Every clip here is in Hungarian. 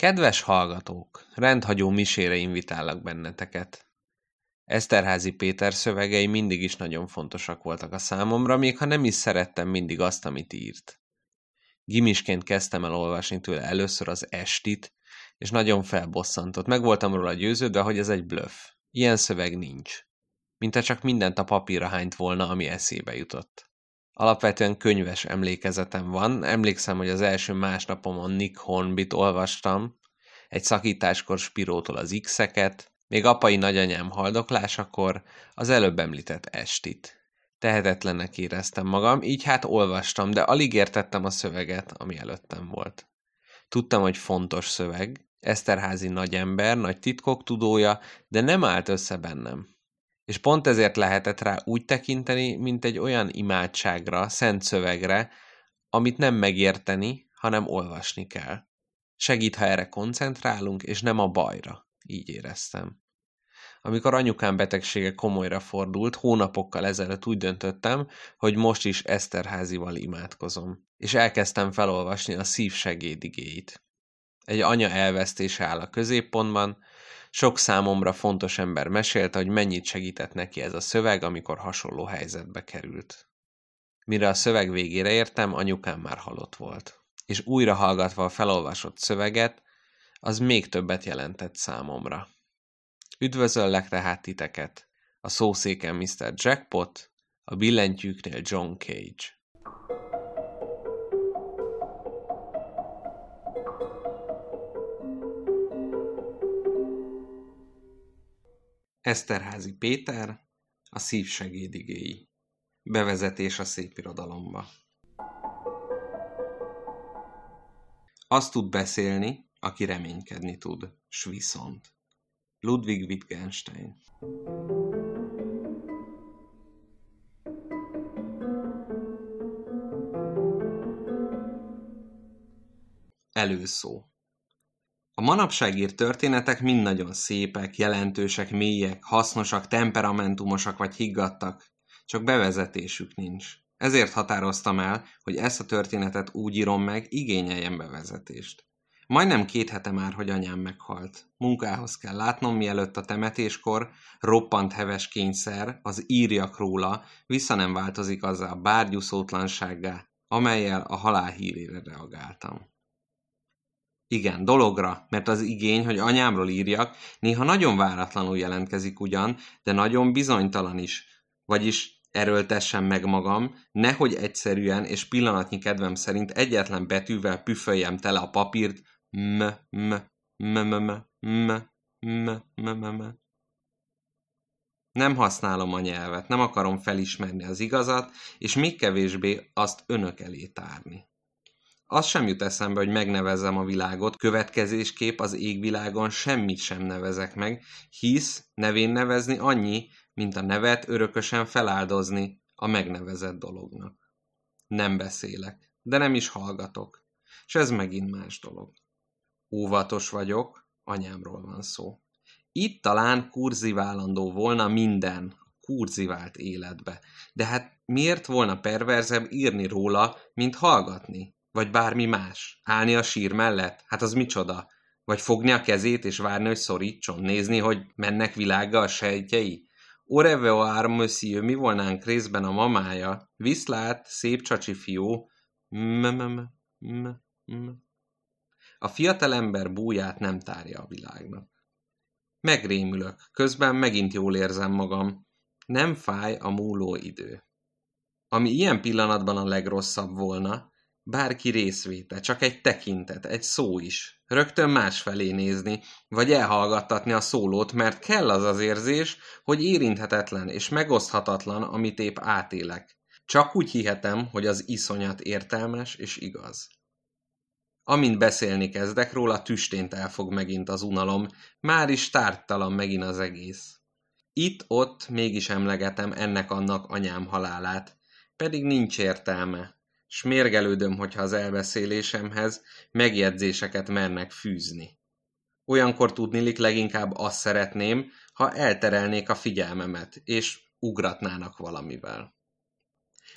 Kedves hallgatók, rendhagyó misére invitállak benneteket. Eszterházy Péter szövegei mindig is nagyon fontosak voltak a számomra, még ha nem is szerettem mindig azt, amit írt. Gimisként kezdtem el olvasni tőle először az Estit, és nagyon felbosszantott. Meg voltam róla győződve, hogy ez egy blöff. Ilyen szöveg nincs. Mintha csak mindent a papírra hányt volna, ami eszébe jutott. Alapvetően könyves emlékezetem van. Emlékszem, hogy az első másnapomon Nick Hornbyt olvastam, egy szakításkor Spirótól az X-eket, még apai nagyanyám haldoklásakor az előbb említett Estit. Tehetetlennek éreztem magam, így hát olvastam, de alig értettem a szöveget, ami előttem volt. Tudtam, hogy fontos szöveg, Eszterházy nagy ember, nagy titkok tudója, de nem állt össze bennem. És pont ezért lehetett rá úgy tekinteni, mint egy olyan imádságra, szent szövegre, amit nem megérteni, hanem olvasni kell. Segít, ha erre koncentrálunk, és nem a bajra, így éreztem. Amikor anyukám betegsége komolyra fordult, hónapokkal ezelőtt úgy döntöttem, hogy most is Eszterházyval imádkozom, és elkezdtem felolvasni a szív segédigéit. Egy anya elvesztése áll a középpontban, sok számomra fontos ember mesélte, hogy mennyit segített neki ez a szöveg, amikor hasonló helyzetbe került. Mire a szöveg végére értem, anyukám már halott volt. És újra hallgatva a felolvasott szöveget, az még többet jelentett számomra. Üdvözöllek tehát titeket, a szószéken Mr. Jackpot, a billentyűknél John Cage. Eszterházy Péter, a szív segédigéi. Bevezetés a szépirodalomba. Azt tud beszélni, aki reménykedni tud, s viszont. Ludwig Wittgenstein. Előszó. A manapság írt történetek mind nagyon szépek, jelentősek, mélyek, hasznosak, temperamentumosak vagy higgadtak, csak bevezetésük nincs. Ezért határoztam el, hogy ezt a történetet úgy írom meg, igényeljen bevezetést. Majdnem 2 hete már, hogy anyám meghalt. Munkához kell látnom, mielőtt a temetéskor roppant heves kényszer, az írjak róla, vissza nem változik azzal a bárgyúszótlansággá, amellyel a halál hírére reagáltam. Igen, dologra, mert az igény, hogy anyámról írjak, néha nagyon váratlanul jelentkezik ugyan, de nagyon bizonytalan is, vagyis erőltessem meg magam, nehogy egyszerűen és pillanatnyi kedvem szerint egyetlen betűvel püföljem tele a papírt Nem használom a nyelvet, nem akarom felismerni az igazat, és még kevésbé azt önök elé tárni. Az sem jut eszembe, hogy megnevezzem a világot, következésképp az égvilágon semmit sem nevezek meg, hisz nevén nevezni annyi, mint a nevet örökösen feláldozni a megnevezett dolognak. Nem beszélek, de nem is hallgatok, és ez megint más dolog. Óvatos vagyok, anyámról van szó. Itt talán kurziválandó volna minden a kurzivált életbe, de hát miért volna perverzebb írni róla, mint hallgatni? Vagy bármi más? Állni a sír mellett? Hát az micsoda? Vagy fogni a kezét és várni, hogy szorítson? Nézni, hogy mennek világgal a sejtjei? Au revoir, monsieur, mi volnánk részben a mamája? Viszlát, szép csacsi fiú. A fiatalember búját nem tárja a világnak. Megrémülök, közben megint jól érzem magam. Nem fáj a múló idő. Ami ilyen pillanatban a legrosszabb volna, bárki részvéte, csak egy tekintet, egy szó is. Rögtön másfelé nézni, vagy elhallgattatni a szólót, mert kell az az érzés, hogy érinthetetlen és megoszthatatlan, amit épp átélek. Csak úgy hihetem, hogy az iszonyat értelmes és igaz. Amint beszélni kezdek róla, tüstént elfog megint az unalom, már is tárgytalan megint az egész. Itt-ott mégis emlegetem ennek-annak anyám halálát, pedig nincs értelme, s mérgelődöm, hogyha az elbeszélésemhez megjegyzéseket mernek fűzni. Olyankor tudniillik leginkább azt szeretném, ha elterelnék a figyelmemet, és ugratnának valamivel.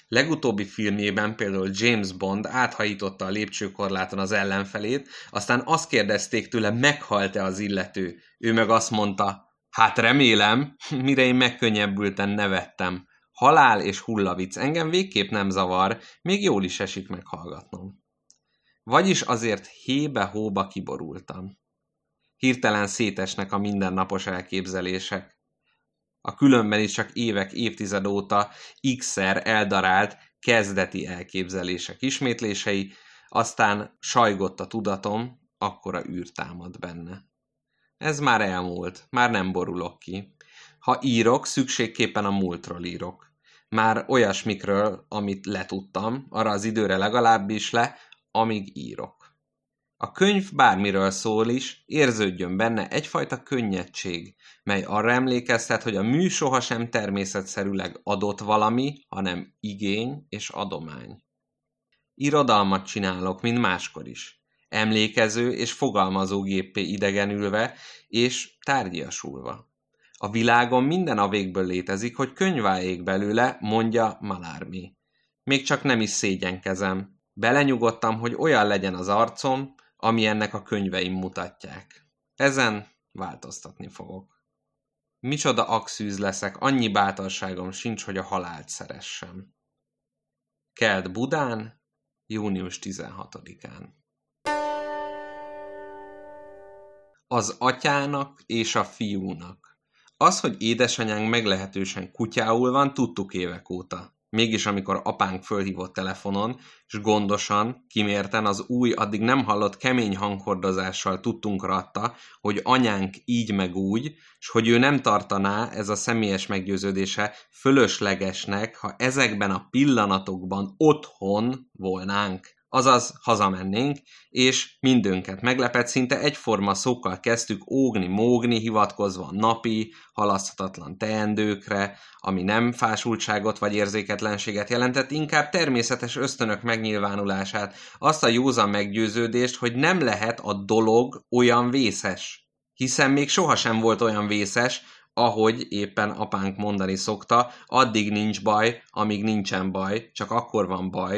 Legutóbbi filmjében például James Bond áthajította a lépcsőkorláton az ellenfelét, aztán azt kérdezték tőle, meghalt-e az illető. Ő meg azt mondta, hát remélem, mire én megkönnyebbülten nevettem. Halál és hullavic engem végképp nem zavar, még jól is esik meghallgatnom. Vagyis azért hébe-hóba kiborultam. Hirtelen szétesnek a mindennapos elképzelések. A különben is csak évek, évtized óta x-szer eldarált kezdeti elképzelések ismétlései, aztán sajgott a tudatom, akkora űr támad benne. Ez már elmúlt, már nem borulok ki. Ha írok, szükségképpen a múltról írok. Már olyasmikről, amit letudtam, arra az időre legalábbis amíg írok. A könyv bármiről szól is, érződjön benne egyfajta könnyedség, mely arra emlékeztet, hogy a mű sohasem természetszerűleg adott valami, hanem igény és adomány. Irodalmat csinálok, mint máskor is, emlékező és fogalmazógéppé idegenülve és tárgyiasulva. A világon minden a végből létezik, hogy könyv váljék belőle, mondja Mallarmé. Még csak nem is szégyenkezem. Belenyugodtam, hogy olyan legyen az arcom, ami ennek a könyveim mutatják. Ezen változtatni fogok. Micsoda akszűz leszek, annyi bátorságom sincs, hogy a halált szeressem. Keld Budán, június 16-án. Az atyának és a fiúnak. Az, hogy édesanyánk meglehetősen kutyául van, tudtuk évek óta. Mégis amikor apánk fölhívott telefonon, és gondosan, kimérten az új, addig nem hallott kemény hanghordozással tudtunk rajta, hogy anyánk így meg úgy, és hogy ő nem tartaná, ez a személyes meggyőződése, fölöslegesnek, ha ezekben a pillanatokban otthon volnánk. Azaz hazamennénk, és mindünket meglepett, szinte egyforma szókkal kezdtük ógni-mógni, hivatkozva a napi, halaszthatatlan teendőkre, ami nem fásultságot vagy érzéketlenséget jelentett, inkább természetes ösztönök megnyilvánulását, azt a józan meggyőződést, hogy nem lehet a dolog olyan vészes. Hiszen még sohasem volt olyan vészes, ahogy éppen apánk mondani szokta, addig nincs baj, amíg nincsen baj, csak akkor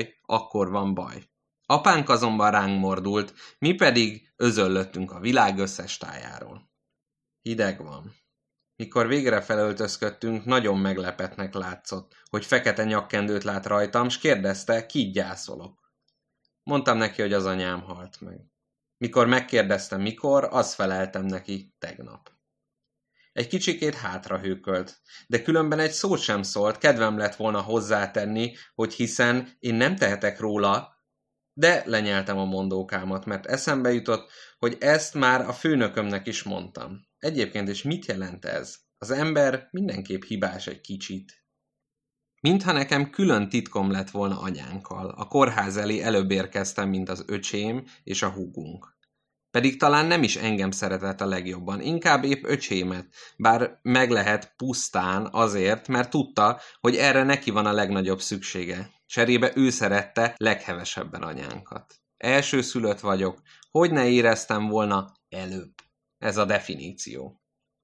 van baj. Apánk azonban ránk mordult, mi pedig özöllöttünk a világ összes tájáról. Hideg van. Mikor végre felöltözködtünk, nagyon meglepetnek látszott, hogy fekete nyakkendőt lát rajtam, s kérdezte, kit gyászolok. Mondtam neki, hogy az anyám halt meg. Mikor megkérdeztem mikor, azt feleltem neki, tegnap. Egy kicsikét hátrahőkölt, de különben egy szót sem szólt, kedvem lett volna hozzátenni, hogy hiszen én nem tehetek róla, de lenyeltem a mondókámat, mert eszembe jutott, hogy ezt már a főnökömnek is mondtam. Egyébként is mit jelent ez? Az ember mindenképp hibás egy kicsit. Mintha nekem külön titkom lett volna anyánkkal. A kórház elé előbb érkeztem, mint az öcsém és a húgunk. Pedig talán nem is engem szeretett a legjobban, inkább épp öcsémet, bár meg lehet pusztán azért, mert tudta, hogy erre neki van a legnagyobb szüksége. Cserébe ő szerette leghevesebben anyánkat. Elsőszülött vagyok, hogy ne éreztem volna előbb. Ez a definíció.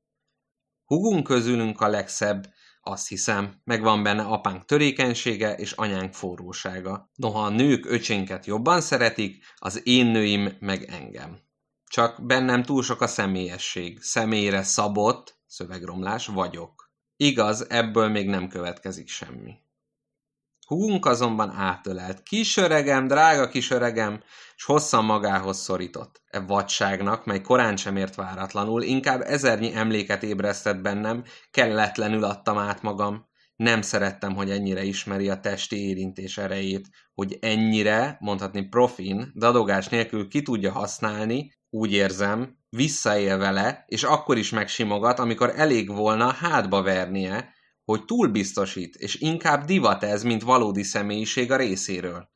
Húgunk közülünk a legszebb, azt hiszem, megvan benne apánk törékenysége és anyánk forrósága. Noha a nők öcsénket jobban szeretik, az én nőim meg engem. Csak bennem túl sok a személyesség, személyre szabott, szövegromlás vagyok. Igaz, ebből még nem következik semmi. Húgunk azonban átölelt. Kisöregem, drága kisöregem, s hosszan magához szorított. E vadságnak, mely korán sem ért váratlanul, inkább ezernyi emléket ébresztett bennem, kelletlenül adtam át magam. Nem szerettem, hogy ennyire ismeri a testi érintés erejét, hogy ennyire, mondhatni profin, dadogás nélkül ki tudja használni, úgy érzem, visszaél vele, és akkor is megsimogat, amikor elég volna hátba vernie, hogy túlbiztosít, és inkább divat ez, mint valódi személyiség a részéről.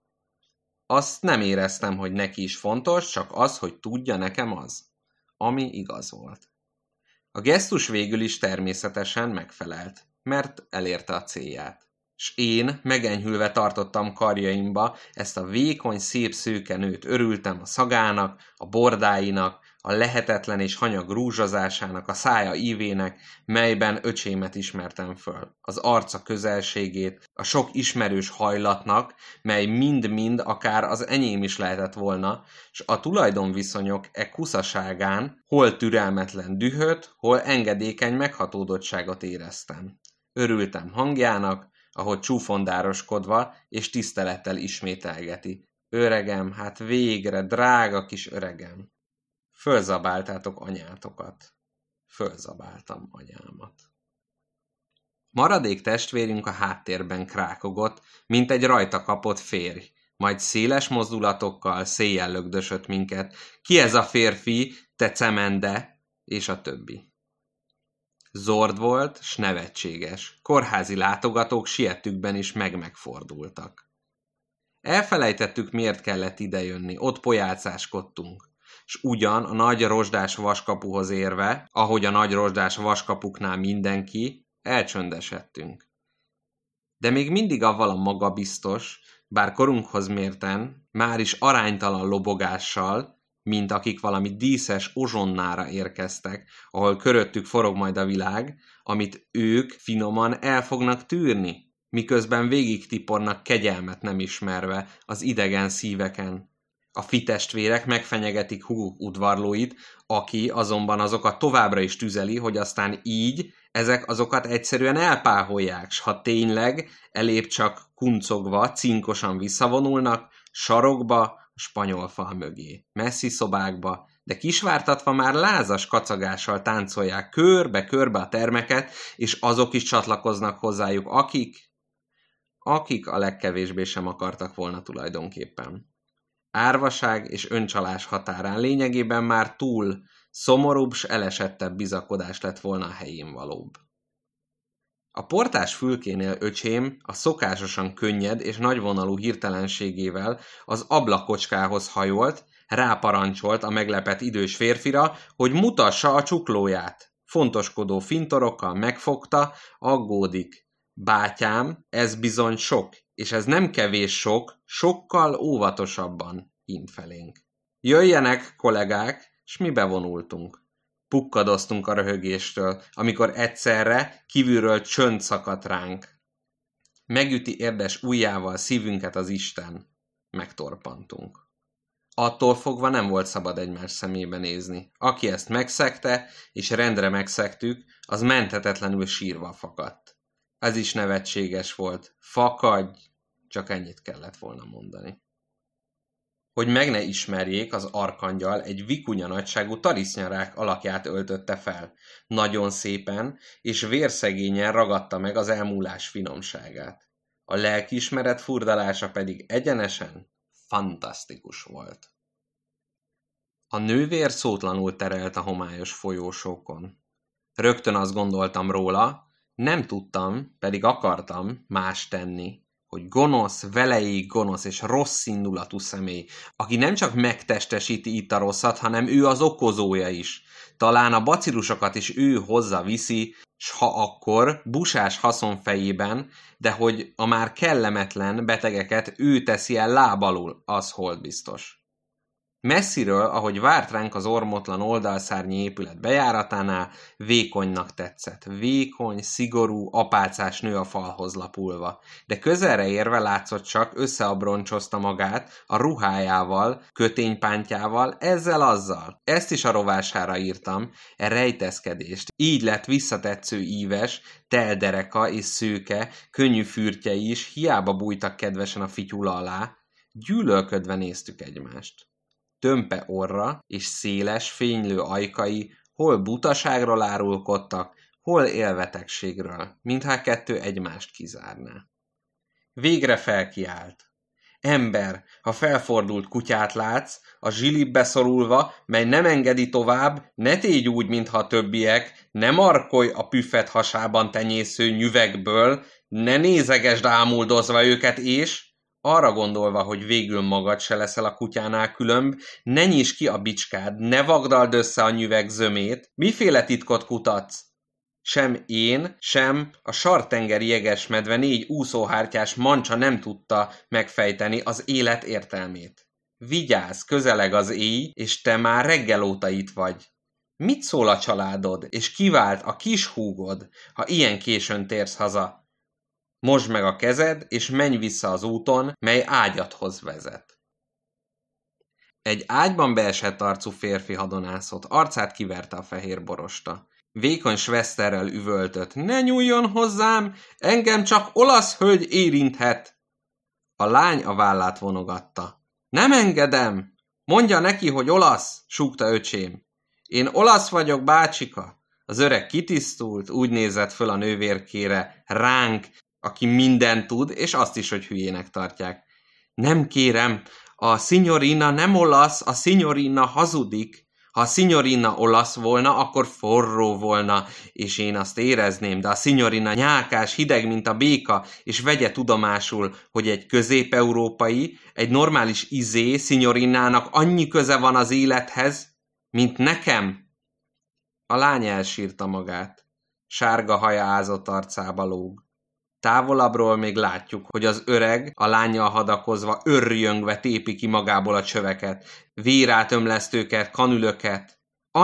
Azt nem éreztem, hogy neki is fontos, csak az, hogy tudja nekem az, ami igaz volt. A gesztus végül is természetesen megfelelt, mert elérte a célját. S én megenyhülve tartottam karjaimba ezt a vékony, szép szőke nőt, örültem a szagának, a bordáinak, a lehetetlen és hanyag rúzsazásának, a szája ívének, melyben öcsémet ismertem föl, az arca közelségét, a sok ismerős hajlatnak, mely mind-mind akár az enyém is lehetett volna, s a tulajdonviszonyok kuszaságán hol türelmetlen dühöt, hol engedékeny meghatódottságot éreztem. Örültem hangjának, ahogy csúfondároskodva és tisztelettel ismételgeti. Öregem, hát végre, drága kis öregem! Fölzabáltátok anyátokat. Fölzabáltam anyámat. Maradék testvérünk a háttérben krákogott, mint egy rajta kapott férj, majd széles mozdulatokkal széjjel lögdösött minket. Ki ez a férfi, te cemende? És a többi. Zord volt, s nevetséges. Kórházi látogatók sietükben is megfordultak. Elfelejtettük, miért kellett idejönni, ott pojácáskodtunk, s ugyan a nagy rozsdás vaskapuhoz érve, ahogy a nagy rozsdás vaskapuknál mindenki, elcsöndesedtünk. De még mindig avval a magabiztos, bár korunkhoz mérten, már is aránytalan lobogással, mint akik valami díszes ozsonnára érkeztek, ahol köröttük forog majd a világ, amit ők finoman el fognak tűrni, miközben végig tipornak kegyelmet nem ismerve az idegen szíveken. A fitestvérek megfenyegetik hú udvarlóit, aki azonban azokat továbbra is tüzeli, hogy aztán így ezek azokat egyszerűen elpáholják, s ha tényleg elébb csak kuncogva, cinkosan visszavonulnak, sarokba, a spanyol fal mögé, messzi szobákba, de kisvártatva már lázas kacagással táncolják körbe-körbe a termeket, és azok is csatlakoznak hozzájuk, akik a legkevésbé sem akartak volna tulajdonképpen. Árvaság és öncsalás határán lényegében már túl szomorúbb s elesettebb bizakodás lett volna a helyén valóbb. A portás fülkénél öcsém a szokásosan könnyed és nagyvonalú hirtelenségével az ablakocskához hajolt, ráparancsolt a meglepett idős férfira, hogy mutassa a csuklóját. Fontoskodó fintorokkal megfogta, aggódik. Bátyám, ez bizony sok, és ez nem kevés sok, sokkal óvatosabban int felénk. Jöjjenek, kollégák, s mi bevonultunk. Pukkadoztunk a röhögéstől, amikor egyszerre kívülről csönd szakadt ránk. Megüti érdes ujjával szívünket az Isten. Megtorpantunk. Attól fogva nem volt szabad egymás szemébe nézni. Aki ezt megszegte, és rendre megszegtük, az menthetetlenül sírva fakadt. Ez is nevetséges volt. Fakadj! Csak ennyit kellett volna mondani. Hogy meg ne ismerjék, az arkangyal egy vikunya nagyságú tarisznyarák alakját öltötte fel. Nagyon szépen és vérszegényen ragadta meg az elmúlás finomságát. A lelkiismeret furdalása pedig egyenesen fantasztikus volt. A nővér szótlanul terelt a homályos folyósókon. Rögtön azt gondoltam róla, nem tudtam, pedig akartam más tenni, hogy gonosz, velejéig gonosz és rossz indulatú személy, aki nem csak megtestesíti itt a rosszat, hanem ő az okozója is. Talán a bacillusokat is ő hozza viszi, s ha akkor busás haszonfejében, de hogy a már kellemetlen betegeket ő teszi el láb alul, az holt biztos. Messziről, ahogy várt ránk az ormotlan oldalszárnyi épület bejáratánál, vékonynak tetszett. Vékony, szigorú, apácás nő a falhoz lapulva. De közelre érve látszott csak, összeabroncsozta magát a ruhájával, köténypántjával, ezzel-azzal. Ezt is a rovására írtam, rejteszkedést. Így lett visszatetsző íves, teldereka és szőke, könnyű fürtjei is, hiába bújtak kedvesen a fityula alá. Gyűlölködve néztük egymást. Tömpe orra és széles, fénylő ajkai hol butaságról árulkodtak, hol élvetegségről, mintha kettő egymást kizárná. Végre felkiált. Ember, ha felfordult kutyát látsz, a zsilibbe szorulva, mely nem engedi tovább, ne tégy úgy, mintha a többiek, ne markolj a püffet hasában tenyésző nyüvekből, ne nézegesd ámuldozva őket, és arra gondolva, hogy végül magad se leszel a kutyánál különb, ne nyisd ki a bicskád, ne vagdald össze a nyüveg zömét. Miféle titkot kutatsz? Sem én, sem a sartengeri jegesmedve 4 úszóhártyás mancsa nem tudta megfejteni az élet értelmét. Vigyázz, közeleg az éj, és te már reggel óta itt vagy. Mit szól a családod, és kivált a kis húgod, ha ilyen későn térsz haza? Mosd meg a kezed, és menj vissza az úton, mely ágyadhoz vezet. Egy ágyban beesett arcú férfi hadonászott, arcát kiverte a fehér borosta. Vékony sveszterrel üvöltött, ne nyúljon hozzám, engem csak olasz hölgy érinthet. A lány a vállát vonogatta. Nem engedem! Mondja neki, hogy olasz, súgta öcsém. Én olasz vagyok, bácsika. Az öreg kitisztult, úgy nézett föl a nővérkére, ránk, aki mindent tud, és azt is, hogy hülyének tartják. Nem kérem, a signorina nem olasz, a signorina hazudik. Ha a signorina olasz volna, akkor forró volna, és én azt érezném, de a signorina nyálkás, hideg, mint a béka, és vegye tudomásul, hogy egy közép-európai, egy normális signorinának annyi köze van az élethez, mint nekem. A lány elsírta magát. Sárga haja ázott arcába lóg. Távolabbról még látjuk, hogy az öreg, a lánnyal hadakozva, örjöngve tépi ki magából a csöveket, vérátömlesztőket, kanülöket.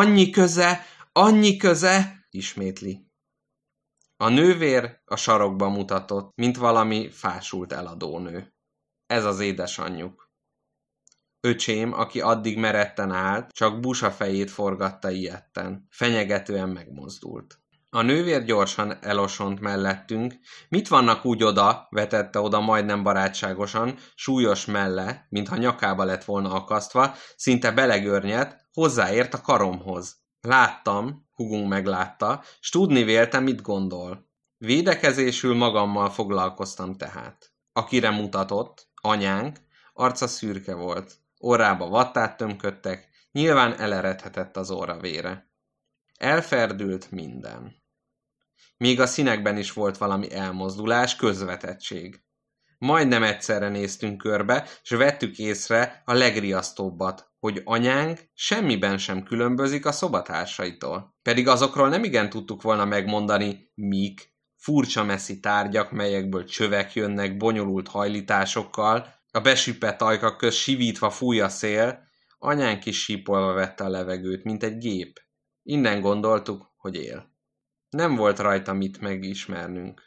Annyi köze, ismétli. A nővér a sarokba mutatott, mint valami fásult eladónő. Ez az édesanyjuk. Öcsém, aki addig meretten állt, csak busa fejét forgatta ijedten. Fenyegetően megmozdult. A nővér gyorsan elosont mellettünk. Mit vannak úgy oda, vetette oda majdnem barátságosan, súlyos melle, mintha nyakába lett volna akasztva, szinte belegörnyedt, hozzáért a karomhoz. Láttam, húgunk meglátta, s tudni véltem, mit gondol. Védekezésül magammal foglalkoztam tehát. Akire mutatott, anyánk, arca szürke volt. Orrába vattát tömködtek, nyilván eleredhetett az orra vére. Elferdült minden. Még a színekben is volt valami elmozdulás, közvetettség. Majdnem egyszerre néztünk körbe, s vettük észre a legriasztóbbat, hogy anyánk semmiben sem különbözik a szobatársaitól. Pedig azokról nemigen tudtuk volna megmondani, mik, furcsa messzi tárgyak, melyekből csövek jönnek bonyolult hajlításokkal, a besüppett ajkak közt sivítva fúj a szél, anyánk is sípolva vette a levegőt, mint egy gép. Innen gondoltuk, hogy él. Nem volt rajta mit megismernünk.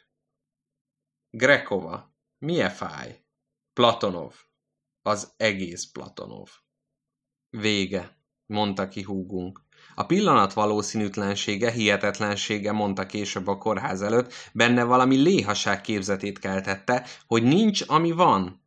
Grekova. Milyen fáj? Platonov. Az egész Platonov. Vége, mondta ki húgunk. A pillanat valószínűtlensége, hihetetlensége, mondta később a kórház előtt, benne valami léhaság képzetét keltette, hogy nincs, ami van.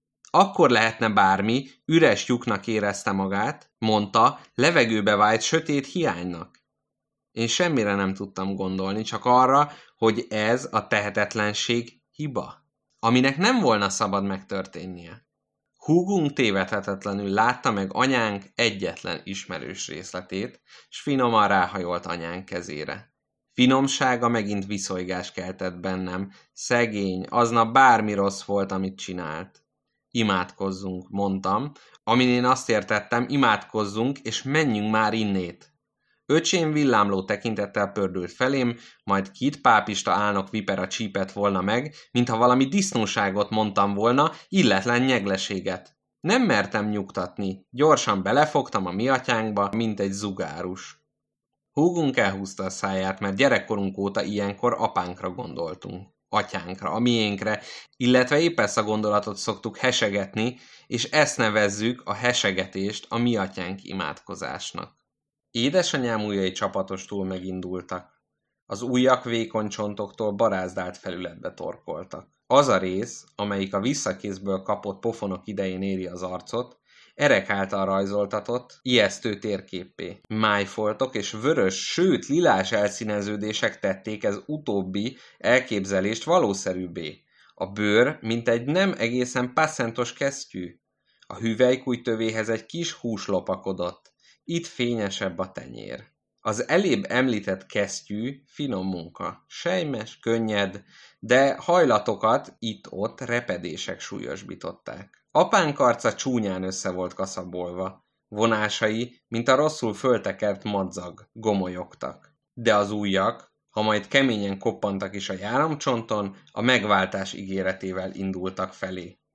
Akkor lehetne bármi, üres lyuknak érezte magát, mondta, levegőbe vájt sötét hiánynak. Én semmire nem tudtam gondolni, csak arra, hogy ez a tehetetlenség hiba, aminek nem volna szabad megtörténnie. Húgunk tévedhetetlenül látta meg anyánk egyetlen ismerős részletét, s finoman ráhajolt anyánk kezére. Finomsága megint viszolygás keltett bennem, szegény, aznap bármi rossz volt, amit csinált. Imádkozzunk, mondtam, amin én azt értettem, imádkozzunk, és menjünk már innét. Öcsém villámló tekintettel pördült felém, majd két pápista álnok vipera csípett volna meg, mintha valami disznóságot mondtam volna, illetlen nyegleséget. Nem mertem nyugtatni, gyorsan belefogtam a mi atyánkba, mint egy zugárus. Húgunk elhúzta a száját, mert gyerekkorunk óta ilyenkor apánkra gondoltunk. Atyánkra, a miénkre, illetve épp ezt a gondolatot szoktuk hesegetni, és ezt nevezzük a hesegetést a mi atyánk imádkozásnak. Édesanyám ujjai csapatostul megindultak. Az ujjak vékony csontoktól barázdált felületbe torkoltak. Az a rész, amelyik a visszakézből kapott pofonok idején éri az arcot, erek által rajzoltatott, ijesztő térképpé. Májfoltok és vörös, sőt lilás elszíneződések tették ez utóbbi elképzelést valószerűbbé. A bőr, mint egy nem egészen passzentos kesztyű. A hüvelykúj tövéhez egy kis hús lopakodott. Itt fényesebb a tenyér. Az elébb említett kesztyű finom munka, sejmes, könnyed, de hajlatokat itt-ott repedések súlyosbították. Apánk arca csúnyán össze volt kaszabolva, vonásai, mint a rosszul föltekert madzag, gomolyogtak. De az ujjak, ha majd keményen koppantak is a járomcsonton, a megváltás ígéretével indultak felé.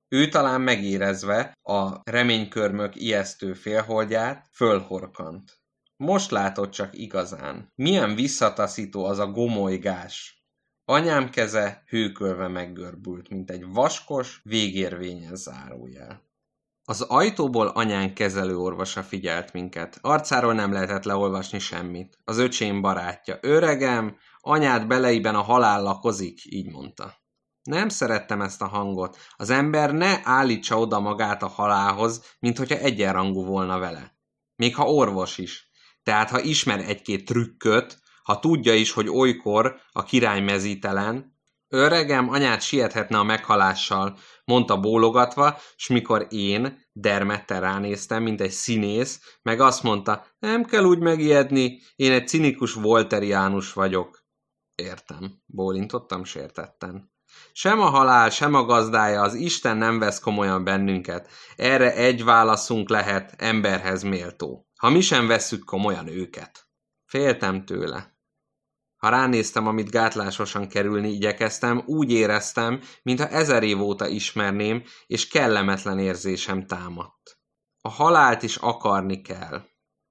Ő talán megérezve a reménykörmök ijesztő félholdját, fölhorkant. Most látod csak igazán. Milyen visszataszító az a gomolygás. Anyám keze hőkölve meggörbült, mint egy vaskos, végérvényes zárójel. Az ajtóból anyánk kezelőorvosa figyelt minket. Arcáról nem lehetett leolvasni semmit. Az öcsém barátja. Öregem, anyád beleiben a halál lakozik, így mondta. Nem szerettem ezt a hangot. Az ember ne állítsa oda magát a halálhoz, mint hogyha egyenrangú volna vele. Még ha orvos is. Tehát ha ismer egy-két trükköt, ha tudja is, hogy olykor a király mezítelen, öregem, anyád siethetne a meghalással, mondta bólogatva, s mikor én dermedten ránéztem, mint egy színész, meg azt mondta, nem kell úgy megijedni, én egy cinikus volteriánus vagyok. Értem, bólintottam sértetten. Sem a halál, sem a gazdája, az Isten nem vesz komolyan bennünket. Erre egy válaszunk lehet, emberhez méltó. Ha mi sem vesszük komolyan őket. Féltem tőle. Ha ránéztem, amit gátlásosan kerülni igyekeztem, úgy éreztem, mintha 1000 év óta ismerném, és kellemetlen érzésem támadt. A halált is akarni kell.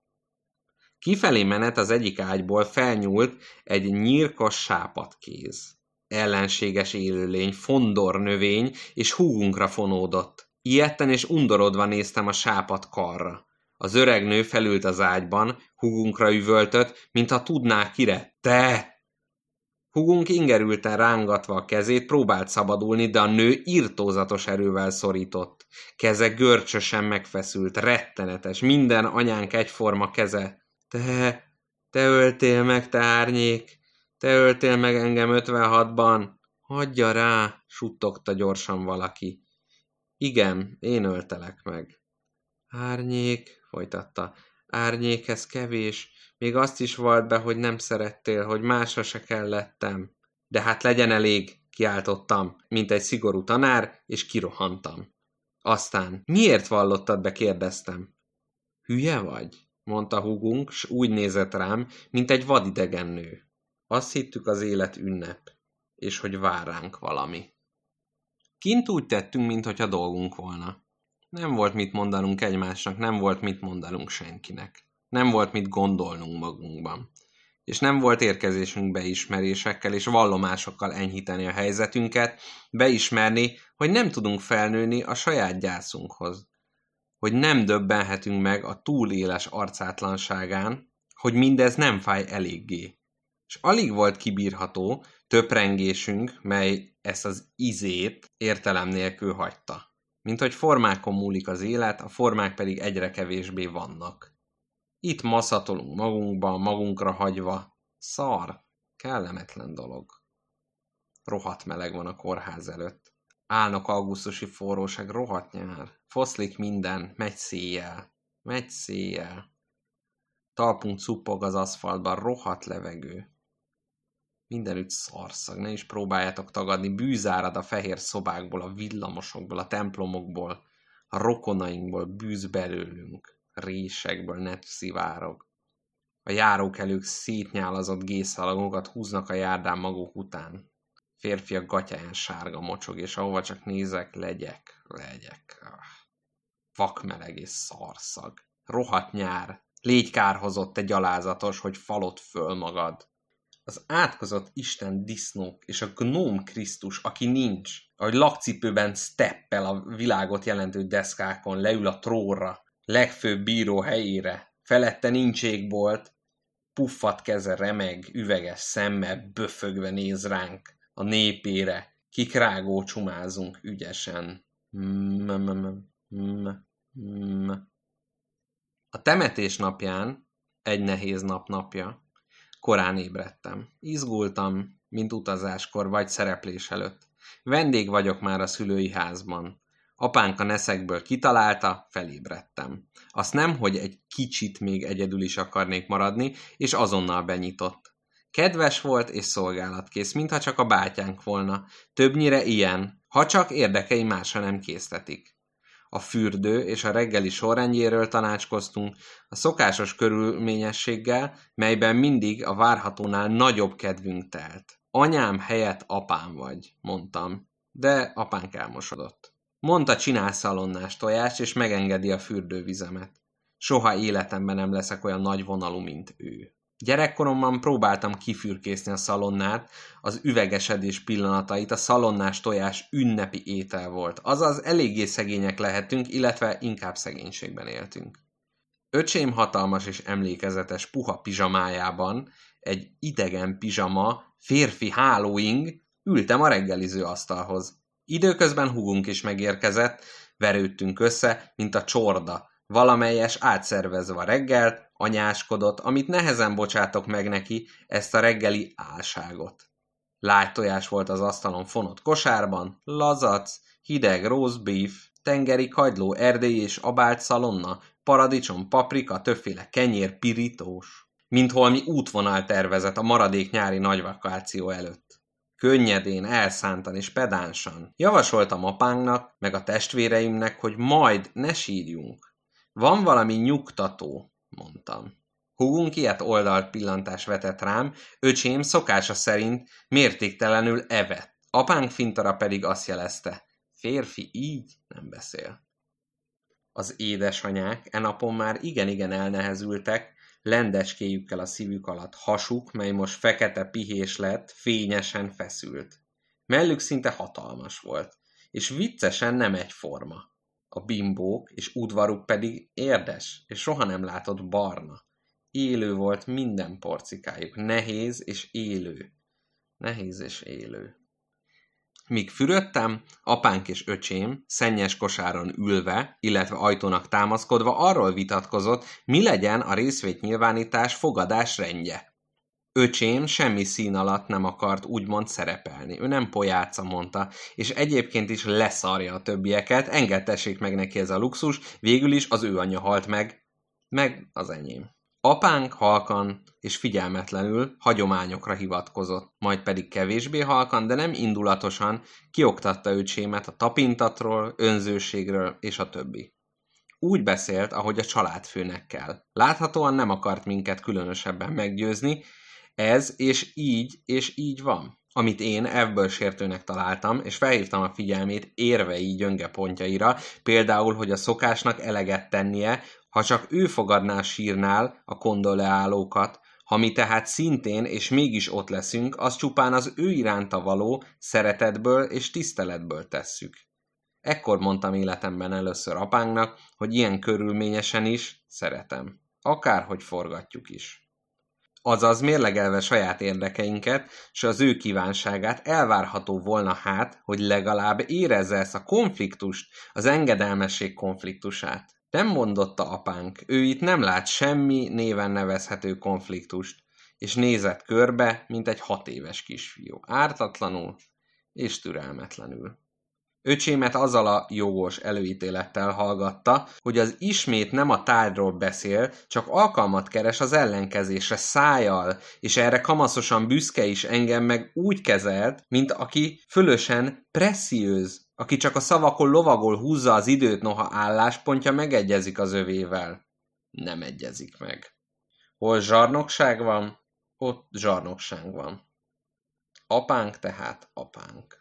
Kifelé menet az egyik ágyból felnyúlt egy nyírkos sápadkéz. Ellenséges élőlény, fondor növény, és húgunkra fonódott. Ijedten és undorodva néztem a sápad karra. Az öreg nő felült az ágyban, húgunkra üvöltött, mintha tudná kire. Te! Húgunk ingerülten rángatva a kezét, próbált szabadulni, de a nő irtózatos erővel szorított. Keze görcsösen megfeszült, rettenetes, minden anyánk egyforma keze. Te öltél meg, te árnyék! Te öltél meg engem 56-ban! Hagyja rá, suttogta gyorsan valaki. Igen, én öltelek meg. Árnyék, folytatta. Árnyék, ez kevés. Még azt is vald be, hogy nem szerettél, hogy másra se kellettem. De hát legyen elég, kiáltottam, mint egy szigorú tanár, és kirohantam. Aztán, miért vallottad be, kérdeztem. Hülye vagy? Mondta húgunk, s úgy nézett rám, mint egy vadidegen nő. Azt hittük, az élet ünnep, és hogy vár ránk valami. Kint úgy tettünk, minthogyha dolgunk volna. Nem volt mit mondanunk egymásnak, nem volt mit mondanunk senkinek. Nem volt mit gondolnunk magunkban. És nem volt érkezésünk beismerésekkel és vallomásokkal enyhíteni a helyzetünket, beismerni, hogy nem tudunk felnőni a saját gyászunkhoz. Hogy nem döbbenhetünk meg a túléles arcátlanságán, hogy mindez nem fáj eléggé. És alig volt kibírható töprengésünk, mely ezt az izét értelem nélkül hagyta. Mint hogy formákon múlik az élet, a formák pedig egyre kevésbé vannak. Itt maszatolunk magunkban, magunkra hagyva. Szar, kellemetlen dolog. Rohadt meleg van a kórház előtt. Álnok augusztusi forróság, rohadt nyár. Foszlik minden, megy széjjel. Megy széjjel. Talpunk cuppog az aszfaltban, rohadt levegő. Mindenütt szarszag, ne is próbáljátok tagadni, bűzárad a fehér szobákból, a villamosokból, a templomokból, a rokonainkból bűz belőlünk, résekből net szivárog. A járókelők szétnyálazott gészszalagokat húznak a járdán maguk után. Férfiak gatyáján sárga mocsog, és ahova csak nézek, legyek. Vakmeleg és szarszag. Rohadt nyár. Légy kárhozott, te gyalázatos, hogy falod föl magad. Az átkozott Isten disznók és a gnóm Krisztus, aki nincs, ahogy lakcipőben steppel a világot jelentő deszkákon, leül a trónra, legfőbb bíró helyére, felette nincs égbolt, puffat keze remeg, üveges szemmel böfögve néz ránk, a népére, kik rágó csumázunk ügyesen. A temetés napján, egy nehéz napja, korán ébredtem. Izgultam, mint utazáskor vagy szereplés előtt. Vendég vagyok már a szülői házban. Apánk a neszekből kitalálta, felébredtem. Azt nem, hogy egy kicsit még egyedül is akarnék maradni, és azonnal benyitott. Kedves volt és szolgálatkész, mintha csak a bátyánk volna. Többnyire ilyen, ha csak érdekei másra nem késztetik. A fürdő és a reggeli sorrendjéről tanácskoztunk, a szokásos körülményességgel, melyben mindig a várhatónál nagyobb kedvünk telt. Anyám helyett apám vagy, mondtam, de apánk elmosodott. Mondta, csinál szalonnás tojást, és megengedi a fürdővizemet. Soha életemben nem leszek olyan nagyvonalú, mint ő. Gyerekkoromban próbáltam kifürkészni a szalonnát, az üvegesedés pillanatait, a szalonnás tojás ünnepi étel volt. Azaz eléggé szegények lehetünk, illetve inkább szegénységben éltünk. Öcsém hatalmas és emlékezetes puha pizsamájában, egy idegen pizsama, férfi hálóing, ültem a reggeliző asztalhoz. Időközben húgunk is megérkezett, verődtünk össze, mint a csorda. Valamelyes átszervezve a reggelt, anyáskodott, amit nehezen bocsátok meg neki, ezt a reggeli álságot. Lágy tojás volt az asztalon fonott kosárban, lazac, hideg roast beef, tengeri kagyló, erdélyi és abált szalonna, paradicsom, paprika, többféle kenyér, pirítós. Mint holmi útvonal tervezett a maradék nyári nagyvakáció előtt. Könnyedén, elszántan és pedánsan. Javasoltam apánknak, meg a testvéreimnek, hogy majd ne sírjunk. Van valami nyugtató, mondtam. Húgunk ilyet oldalt pillantást vetett rám, öcsém szokása szerint mértéktelenül evett. Apánk fintara pedig azt jelezte, férfi így nem beszél. Az édesanyák e napon már igen-igen elnehezültek, lendeskéjükkel a szívük alatt hasuk, mely most fekete pihés lett, fényesen feszült. Mellük szinte hatalmas volt, és viccesen nem egyforma. A bimbók és udvaruk pedig érdes, és soha nem látott barna. Élő volt minden porcikájuk, nehéz és élő. Nehéz és élő. Míg fürödtem, apánk és öcsém szennyes kosáron ülve, illetve ajtónak támaszkodva arról vitatkozott, mi legyen a részvétnyilvánítás fogadás rendje. Öcsém semmi szín alatt nem akart úgymond szerepelni. Ő nem pojáca, mondta, és egyébként is leszarja a többieket, engedtessék meg neki ez a luxus, végül is az ő anyja halt meg az enyém. Apánk halkan és figyelmetlenül hagyományokra hivatkozott, majd pedig kevésbé halkan, de nem indulatosan kioktatta öcsémet a tapintatról, önzőségről és a többi. Úgy beszélt, ahogy a családfőnek kell. Láthatóan nem akart minket különösebben meggyőzni, ez és így van. Amit én ebből sértőnek találtam, és felhívtam a figyelmét érvei gyönge pontjaira, például, hogy a szokásnak eleget tennie, ha csak ő fogadná a sírnál a kondoleálókat, ha mi tehát szintén és mégis ott leszünk, az csupán az ő iránta való szeretetből és tiszteletből tesszük. Ekkor mondtam életemben először apánknak, hogy ilyen körülményesen is szeretem. Akárhogy forgatjuk is. Azaz mérlegelve saját érdekeinket, s az ő kívánságát elvárható volna hát, hogy legalább érezze ezt a konfliktust, az engedelmesség konfliktusát. Nem mondotta apánk, ő itt nem lát semmi néven nevezhető konfliktust, és nézett körbe, mint egy 6 éves kisfiú, ártatlanul és türelmetlenül. Öcsémet azzal a jogos előítélettel hallgatta, hogy az ismét nem a tárgyról beszél, csak alkalmat keres az ellenkezésre szájjal, és erre kamaszosan büszke is engem meg úgy kezelt, mint aki fölösen pressziőz, aki csak a szavakon lovagol húzza az időt, noha álláspontja megegyezik az övével. Nem egyezik meg. Hol zsarnokság van, ott zsarnokság van. Apánk tehát apánk.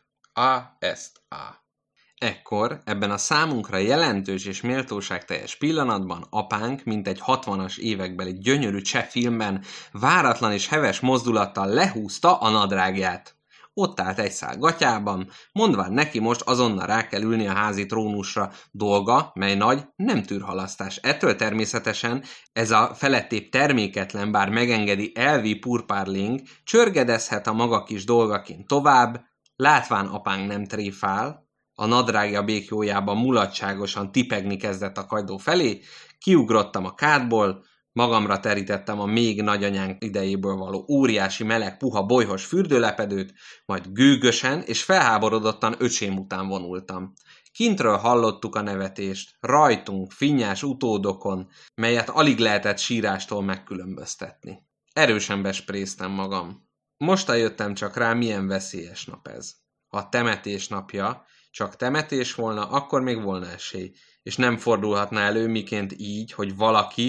A. Ekkor, ebben a számunkra jelentős és méltóságteljes pillanatban apánk, mint egy 60-as évekbeli gyönyörű cseh filmben, váratlan és heves mozdulattal lehúzta a nadrágját. Ott állt egy szál gatyában, mondván neki most azonnal rá kell ülni a házi trónusra, dolga, mely nagy, nem tűr halasztás. Ettől természetesen ez a felettébb terméketlen, bár megengedi elvi purpárling, csörgedezhet a maga kis dolgaként tovább, látván apánk nem tréfál, a nadrágja békjójában mulatságosan tipegni kezdett a kagyló felé, kiugrottam a kádból, magamra terítettem a még nagyanyánk idejéből való óriási meleg puha bolyhos fürdőlepedőt, majd gőgösen és felháborodottan öcsém után vonultam. Kintről hallottuk a nevetést, rajtunk, finnyás utódokon, melyet alig lehetett sírástól megkülönböztetni. Erősen bespréztem magam. Mostan jöttem csak rá, milyen veszélyes nap ez. Ha temetés napja, csak temetés volna, akkor még volna esély, és nem fordulhatna elő miként így, hogy valaki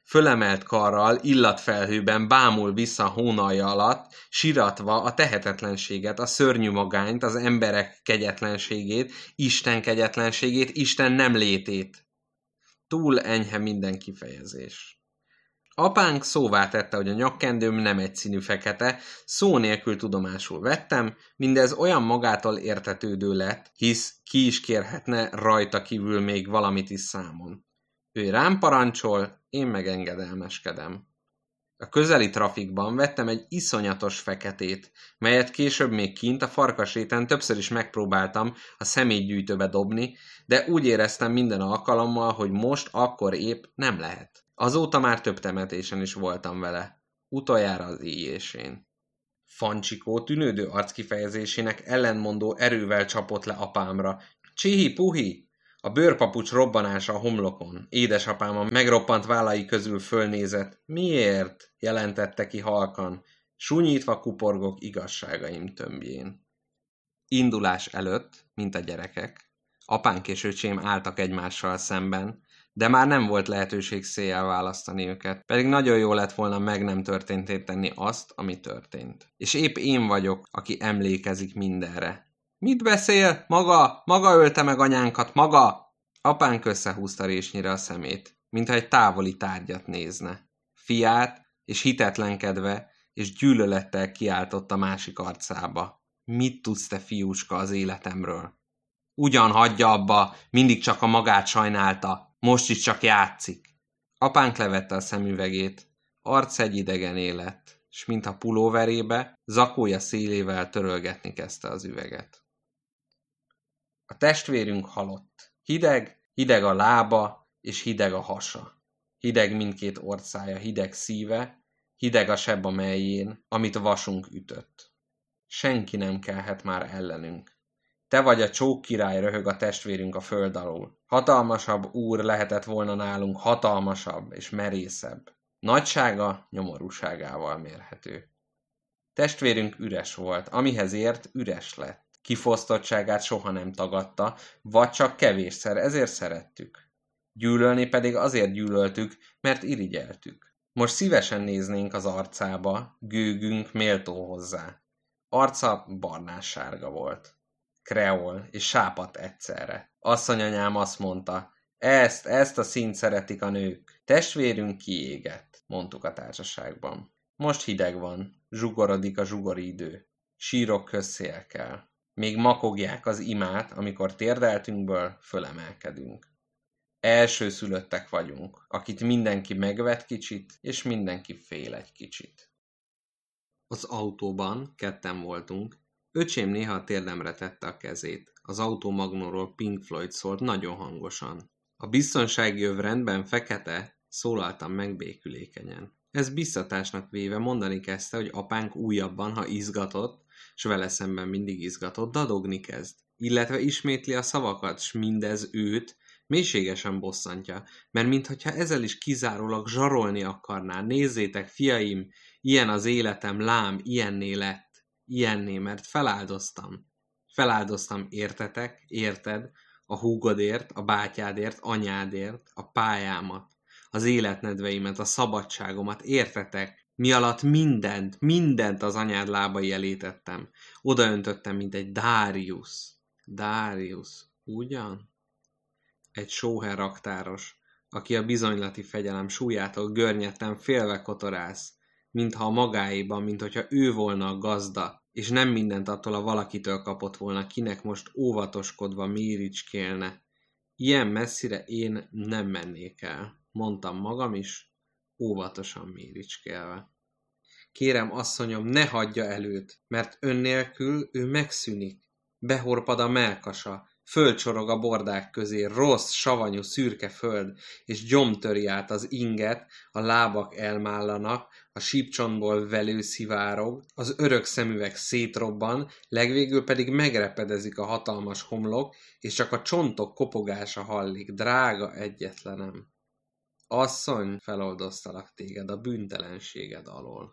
Fölemelt karral, illatfelhőben bámul vissza hónalja alatt, siratva a tehetetlenséget, a szörnyű magányt, az emberek kegyetlenségét, Isten kegyetlenségét, Isten nem létét. Túl enyhe minden kifejezés. Apánk szóvá tette, hogy a nyakkendőm nem egyszínű fekete, szó nélkül tudomásul vettem, mindez olyan magától értetődő lett, hisz ki is kérhetne rajta kívül még valamit is számon. Ő rám parancsol, én meg engedelmeskedem. A közeli trafikban vettem egy iszonyatos feketét, melyet később még kint a Farkasréten többször is megpróbáltam a szemétgyűjtőbe dobni, de úgy éreztem minden alkalommal, hogy most akkor épp nem lehet. Azóta már több temetésen is voltam vele. Utoljára az éjésén. Fancsikó tűnődő arckifejezésének ellentmondó erővel csapott le apámra. Csihi-puhi! A bőrpapucs robbanása a homlokon. Édesapám a megroppant vállai közül fölnézett. Miért? Jelentette ki halkan. Súnyítva kuporgok igazságaim tömbjén. Indulás előtt, mint a gyerekek, apánk és öcsém álltak egymással szemben, de már nem volt lehetőség széjjel választani őket, pedig nagyon jó lett volna meg nem történtét tenni azt, ami történt. És épp én vagyok, aki emlékezik mindenre. Mit beszél? Maga ölte meg anyánkat, maga! Apánk összehúzta résnyire a szemét, mintha egy távoli tárgyat nézne. Fiát, és hitetlenkedve, és gyűlölettel kiáltott a másik arcába. Mit tudsz te, fiúska, az életemről? Ugyan hagyja abba, mindig csak a magát sajnálta, most is csak játszik. Apánk levette a szemüvegét, arc egy idegen élet, s mintha pulóverébe, zakója szélével törölgetni kezdte az üveget. A testvérünk halott. Hideg a lába, és hideg a hasa. Hideg mindkét orcája, hideg szíve, hideg a seb a mellyén, amit vasunk ütött. Senki nem kelhet már ellenünk. Te vagy a csók király, röhög a testvérünk a föld alól. Hatalmasabb úr lehetett volna nálunk, hatalmasabb és merészebb. Nagysága nyomorúságával mérhető. Testvérünk üres volt, amihez ért, üres lett. Kifosztottságát soha nem tagadta, vagy csak kevésszer, ezért szerettük. Gyűlölni pedig azért gyűlöltük, mert irigyeltük. Most szívesen néznénk az arcába, gőgünk méltó hozzá. Arca barnás-sárga volt. Kreol és sápadt egyszerre. Asszonyanyám azt mondta, ezt a színt szeretik a nők. Testvérünk kiégett, mondtuk a társaságban. Most hideg van, zsugorodik a zsugori idő. Sírok közszél kell. Még makogják az imát, amikor térdeltünkből fölemelkedünk. Elsőszülöttek vagyunk, akit mindenki megvet kicsit, és mindenki fél egy kicsit. Az autóban ketten voltunk. Öcsém néha a térdemre tette a kezét. Az autó magnóról Pink Floyd szólt nagyon hangosan. A biztonsági öv rendben fekete, szólaltam meg békülékenyen. Ez biztatásnak véve mondani kezdte, hogy apánk újabban, ha izgatott, s vele szemben mindig izgatott, dadogni kezd. Illetve ismétli a szavakat, s mindez őt mélységesen bosszantja, mert minthogyha ezzel is kizárólag zsarolni akarná. Nézzétek, fiaim, ilyen az életem, lám, ilyenné lett. Ilyenné, mert feláldoztam. Feláldoztam, értetek, érted, a húgodért, a bátyádért, anyádért, a pályámat, az életnedveimet, a szabadságomat, értetek, mi alatt mindent az anyád lábai elé tettem. Odaöntöttem, mint egy Darius. Darius, ugyan? Egy sóher raktáros, aki a bizonylati fegyelem súlyától görnyetten félve kotorász, mintha a magáéban, minthogyha ő volna a gazda, és nem mindent attól a valakitől kapott volna, kinek most óvatoskodva méricskélne. Ilyen messzire én nem mennék el, mondtam magam is, óvatosan méricskélve. Kérem, asszonyom, ne hagyja előt, mert ön nélkül ő megszűnik. Behorpad a mellkasa, fölcsorog a bordák közé, rossz, savanyú, szürke föld, és gyomtöri át az inget, a lábak elmállanak, a sípcsontból velő szivárog, az örök szemüveg szétrobban, legvégül pedig megrepedezik a hatalmas homlok, és csak a csontok kopogása hallik, drága egyetlenem. Asszony, feloldoztalak téged a bűntelenséged alól.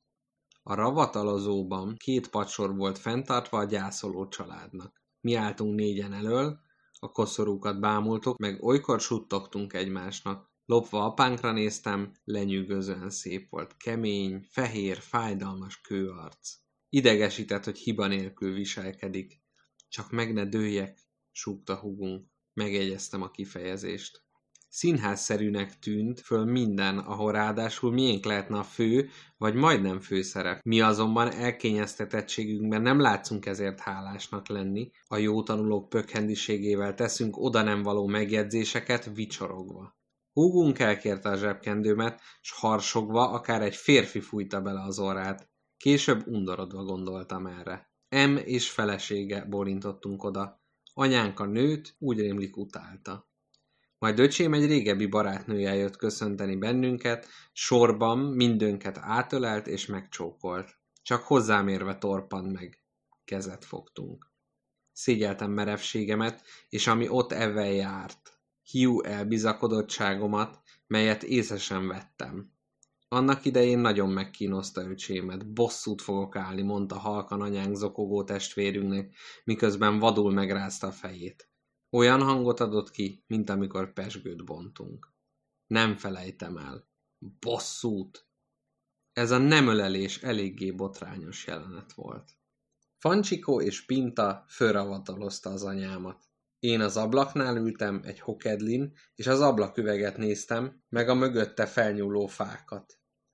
A ravatalozóban 2 padsor volt fenntartva a gyászoló családnak. Mi álltunk 4-en elől, a koszorúkat bámultuk, meg olykor suttogtunk egymásnak. Lopva apánkra néztem, lenyűgözően szép volt. Kemény, fehér, fájdalmas kőarc. Idegesített, hogy hiba nélkül viselkedik. Csak meg ne dőljek, súgta húgunk. Megjegyeztem a kifejezést. Színházszerűnek tűnt föl minden, ahol ráadásul miénk lehetne a fő, vagy majdnem főszerep. Mi azonban elkényeztetettségünkben nem látszunk ezért hálásnak lenni, a jó tanulók pökhendiségével teszünk oda nem való megjegyzéseket vicsorogva. Húgunk elkérte a zsebkendőmet, s harsogva akár egy férfi fújta bele az orrát. Később undorodva gondoltam erre. M és felesége bólintottunk oda. Anyánk a nőt úgy rémlik utálta. Majd öcsém egy régebbi barátnője jött köszönteni bennünket, sorban mindünket átölelt és megcsókolt. Csak hozzám érve torpant meg. Kezet fogtunk. Szégyeltem merevségemet, és ami ott evvel járt. Hiú elbizakodottságomat, melyet észre sem vettem. Annak idején nagyon megkínozta öcsémet. Bosszút fogok állni, mondta halkan anyánk zokogó testvérünknek, miközben vadul megrázta a fejét. Olyan hangot adott ki, mint amikor pezsgőt bontunk. Nem felejtem el. Bosszút! Ez a nemölelés eléggé botrányos jelenet volt. Fancsikó és Pinta fölravatalozta az anyámat. Én az ablaknál ültem egy hokedlin, és az ablaküveget néztem, meg a mögötte felnyúló fákat.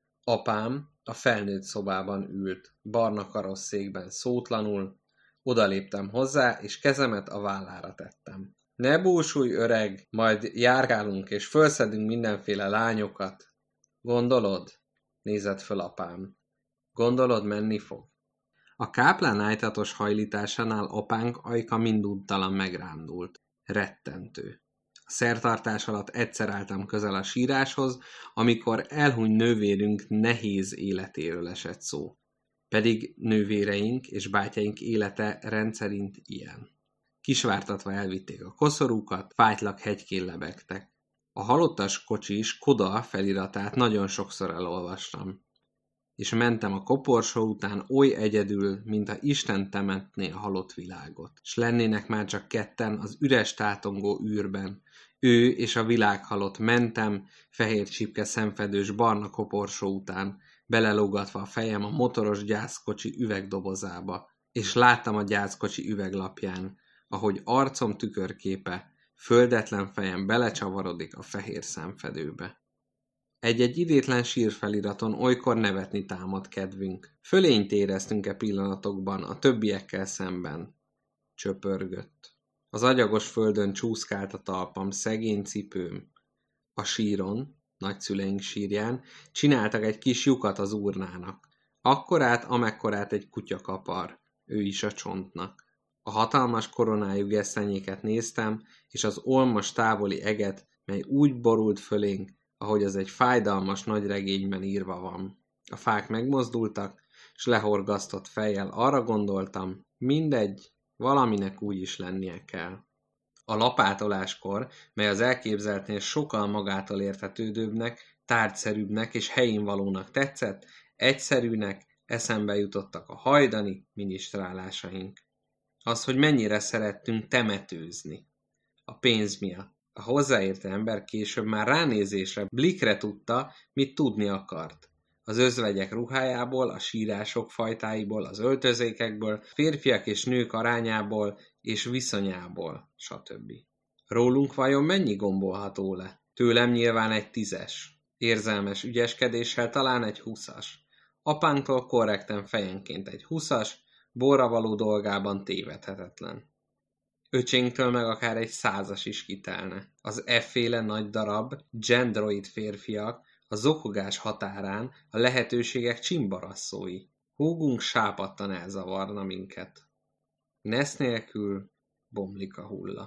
Apám a felnőtt szobában ült, barna karosszékben szótlanul. Odaléptem hozzá, és kezemet a vállára tettem. Ne búsulj, öreg, majd járgálunk, és fölszedünk mindenféle lányokat. Gondolod? Nézett föl apám. Gondolod, menni fog? A káplán ájtatos hajlításánál apánk ajka minduntalan megrándult. Rettentő. A szertartás alatt egyszer álltam közel a síráshoz, amikor elhuny nővérünk nehéz életéről esett szó. Pedig nővéreink és bátyáink élete rendszerint ilyen. Kisvártatva elvitték a koszorúkat, fájtlag hegykén lebegtek. A halottas kocsis Koda feliratát nagyon sokszor elolvastam. És mentem a koporsó után oly egyedül, mintha Isten temetné a halott világot. S lennének már csak ketten az üres tátongó űrben. Ő és a világ halott. Mentem, fehér csipke szemfedős barna koporsó után, belelógatva a fejem a motoros gyászkocsi üvegdobozába, és láttam a gyászkocsi üveglapján, ahogy arcom tükörképe, földetlen fejem belecsavarodik a fehér szemfedőbe. Egy-egy idétlen sírfeliraton olykor nevetni támad kedvünk. Fölényt éreztünk-e pillanatokban a többiekkel szemben? Csöpörgött. Az agyagos földön csúszkált a talpam, szegény cipőm. A síron, nagyszüleink sírján, csináltak egy kis lyukat az urnának. Akkorát, amekkorát egy kutya kapar, ő is a csontnak. A hatalmas koronájú gesztenyéket néztem, és az olmos távoli eget, mely úgy borult fölénk, ahogy az egy fájdalmas nagy regényben írva van. A fák megmozdultak, s lehorgasztott fejjel arra gondoltam, mindegy, valaminek úgy is lennie kell. A lapátoláskor, mely az elképzeltnél sokkal magától értetődőbbnek, tárgyszerűbbnek és helyénvalónak tetszett, egyszerűnek eszembe jutottak a hajdani minisztrálásaink. Az, hogy mennyire szerettünk temetőzni. A pénz miatt. A hozzáértő ember később már ránézésre, blikre tudta, mit tudni akart. Az özvegyek ruhájából, a sírások fajtáiból, az öltözékekből, férfiak és nők arányából és viszonyából, stb. Rólunk vajon mennyi gombolható le? Tőlem nyilván egy 10-es. Érzelmes ügyeskedéssel talán egy 20-as. Apánktól korrekten fejenként egy 20-as, borravaló dolgában tévedhetetlen. Öcsénktől meg akár egy 100-as is kitelne. Az efféle nagy darab, gendroid férfiak a zokogás határán a lehetőségek csimbarasszói. Húgunk sápadtan elzavarna minket. Nesz nélkül bomlik a hulla.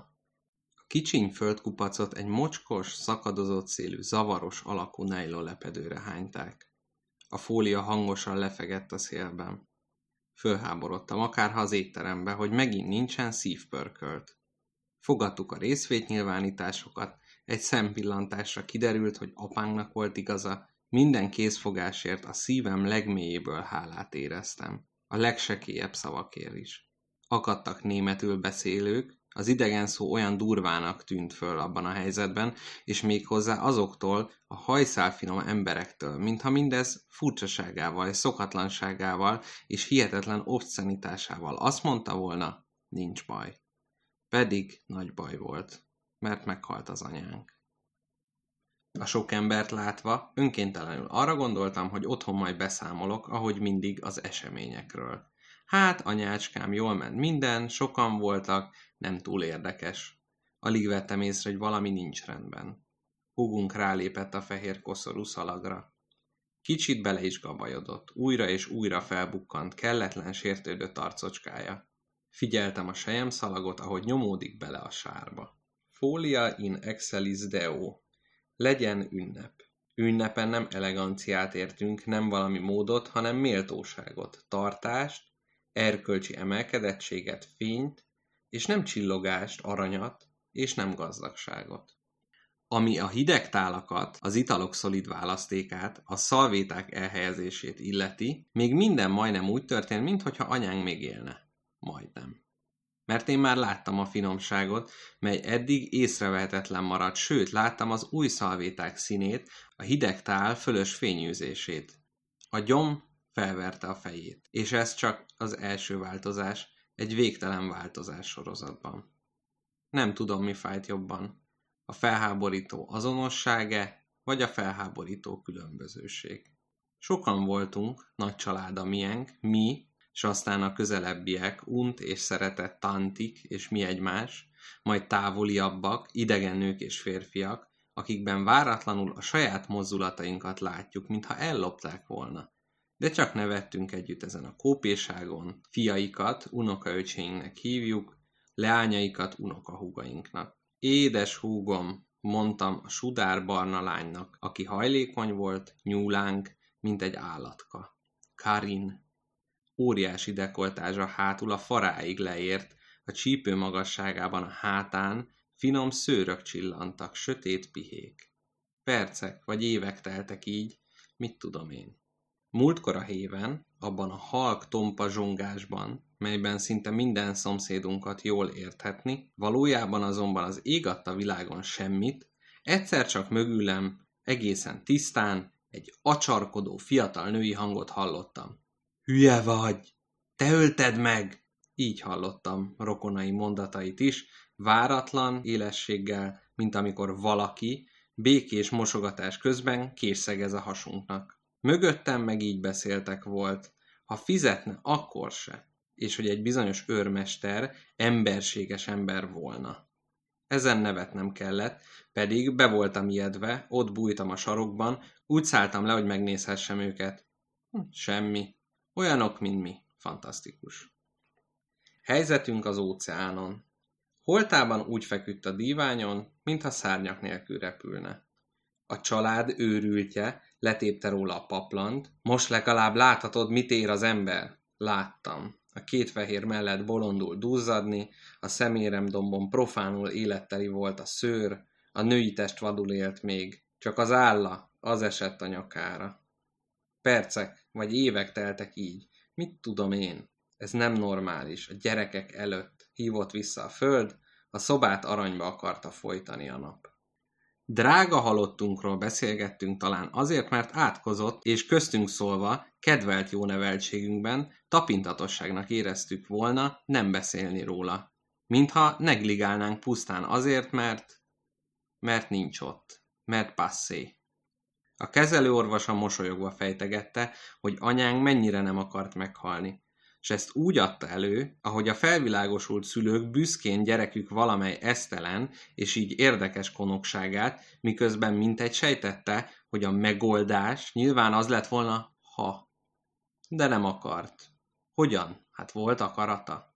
A kicsiny földkupacot egy mocskos, szakadozott szélű, zavaros alakú nejlonlepedőre hányták. A fólia hangosan lefegett a szélben. Fölháborodtam, akárha az étterembe, hogy megint nincsen szívpörkölt. Fogadtuk a részvétnyilvánításokat, egy szempillantásra kiderült, hogy apánknak volt igaza, minden kézfogásért a szívem legmélyéből hálát éreztem, a legsekélyebb szavakért is. Akadtak németül beszélők, Az idegen szó olyan durvának tűnt föl abban a helyzetben, és méghozzá azoktól a hajszálfinom emberektől, mintha mindez furcsaságával és szokatlanságával és hihetetlen obscenitásával azt mondta volna, nincs baj. Pedig nagy baj volt, mert meghalt az anyánk. A sok embert látva önkéntelenül arra gondoltam, hogy otthon majd beszámolok, ahogy mindig az eseményekről. Hát, anyácskám, jól ment minden, sokan voltak, nem túl érdekes. Alig vettem észre, hogy valami nincs rendben. Húgunk rálépett a fehér koszorú szalagra. Kicsit bele is gabajodott, újra és újra felbukkant, kelletlen sértődött arcocskája. Figyeltem a selyemszalagot, ahogy nyomódik bele a sárba. Folia in excelis Deo. Legyen ünnep. Ünnepen nem eleganciát értünk, nem valami módot, hanem méltóságot, tartást, erkölcsi emelkedettséget, fényt, és nem csillogást, aranyat, és nem gazdagságot. Ami a hideg tálakat, az italok szolid választékát, a szalvéták elhelyezését illeti, még minden majdnem úgy történt, minthogyha anyánk még élne. Majdnem. Mert én már láttam a finomságot, mely eddig észrevehetetlen maradt, sőt, láttam az új szalvéták színét, a hideg tál fölös fényűzését. A gyom felverte a fejét, és ez csak az első változás, egy végtelen változás sorozatban. Nem tudom, mi fájt jobban, a felháborító azonossága, vagy a felháborító különbözőség. Sokan voltunk, nagy család a miénk, mi, és aztán a közelebbiek, unt és szeretett tantik és mi egymás, majd távoliabbak, idegen nők és férfiak, akikben váratlanul a saját mozdulatainkat látjuk, mintha ellopták volna. De csak nevettünk együtt ezen a kópéságon, fiaikat unokaöcséinknek hívjuk, leányaikat unokahúgainknak. Édes húgom, mondtam a sudárbarna lánynak, aki hajlékony volt, nyúlánk, mint egy állatka. Karin. Óriási dekoltázsa hátul a faráig leért, a csípő magasságában a hátán finom szőrök csillantak, sötét pihék. Percek vagy évek teltek így, mit tudom én. Múltkor a héven, abban a halk tompa zsongásban, melyben szinte minden szomszédunkat jól érthetni, valójában azonban az ég adta világon semmit, egyszer csak mögülem, egészen tisztán, egy acsarkodó fiatal női hangot hallottam. Hülye vagy! Te ölted meg! Így hallottam rokonai mondatait is, váratlan élességgel, mint amikor valaki békés mosogatás közben készszegez a hasunknak. Mögöttem meg így beszéltek volt, ha fizetne, akkor se, és hogy egy bizonyos őrmester emberséges ember volna. Ezen nevetnem kellett, pedig be voltam ijedve, ott bújtam a sarokban, úgy szálltam le, hogy megnézhessem őket. Semmi. Olyanok, mint mi. Fantasztikus. Helyzetünk az óceánon. Holtában úgy feküdt a díványon, mintha szárnyak nélkül repülne. A család őrültje letépte róla a paplant. Most legalább láthatod, mit ér az ember? Láttam. A két fehér mellett bolondul duzzadni, a szeméremdombon profánul életteli volt a szőr, a női test vadul élt még, csak az álla, az esett a nyakára. Percek vagy évek teltek így. Mit tudom én? Ez nem normális. A gyerekek előtt hívott vissza a föld, a szobát aranyba akarta folytani a nap. Drága halottunkról beszélgettünk talán azért, mert átkozott, és köztünk szólva, kedvelt jóneveltségünkben tapintatosságnak éreztük volna nem beszélni róla. Mintha negligálnánk pusztán azért, mert nincs ott. Mert passé. A kezelőorvosa mosolyogva fejtegette, hogy anyánk mennyire nem akart meghalni, és ezt úgy adta elő, ahogy a felvilágosult szülők büszkén gyerekük valamely esztelen és így érdekes konokságát, miközben mintegy sejtette, hogy a megoldás nyilván az lett volna, ha. De nem akart. Hogyan? Hát volt akarata.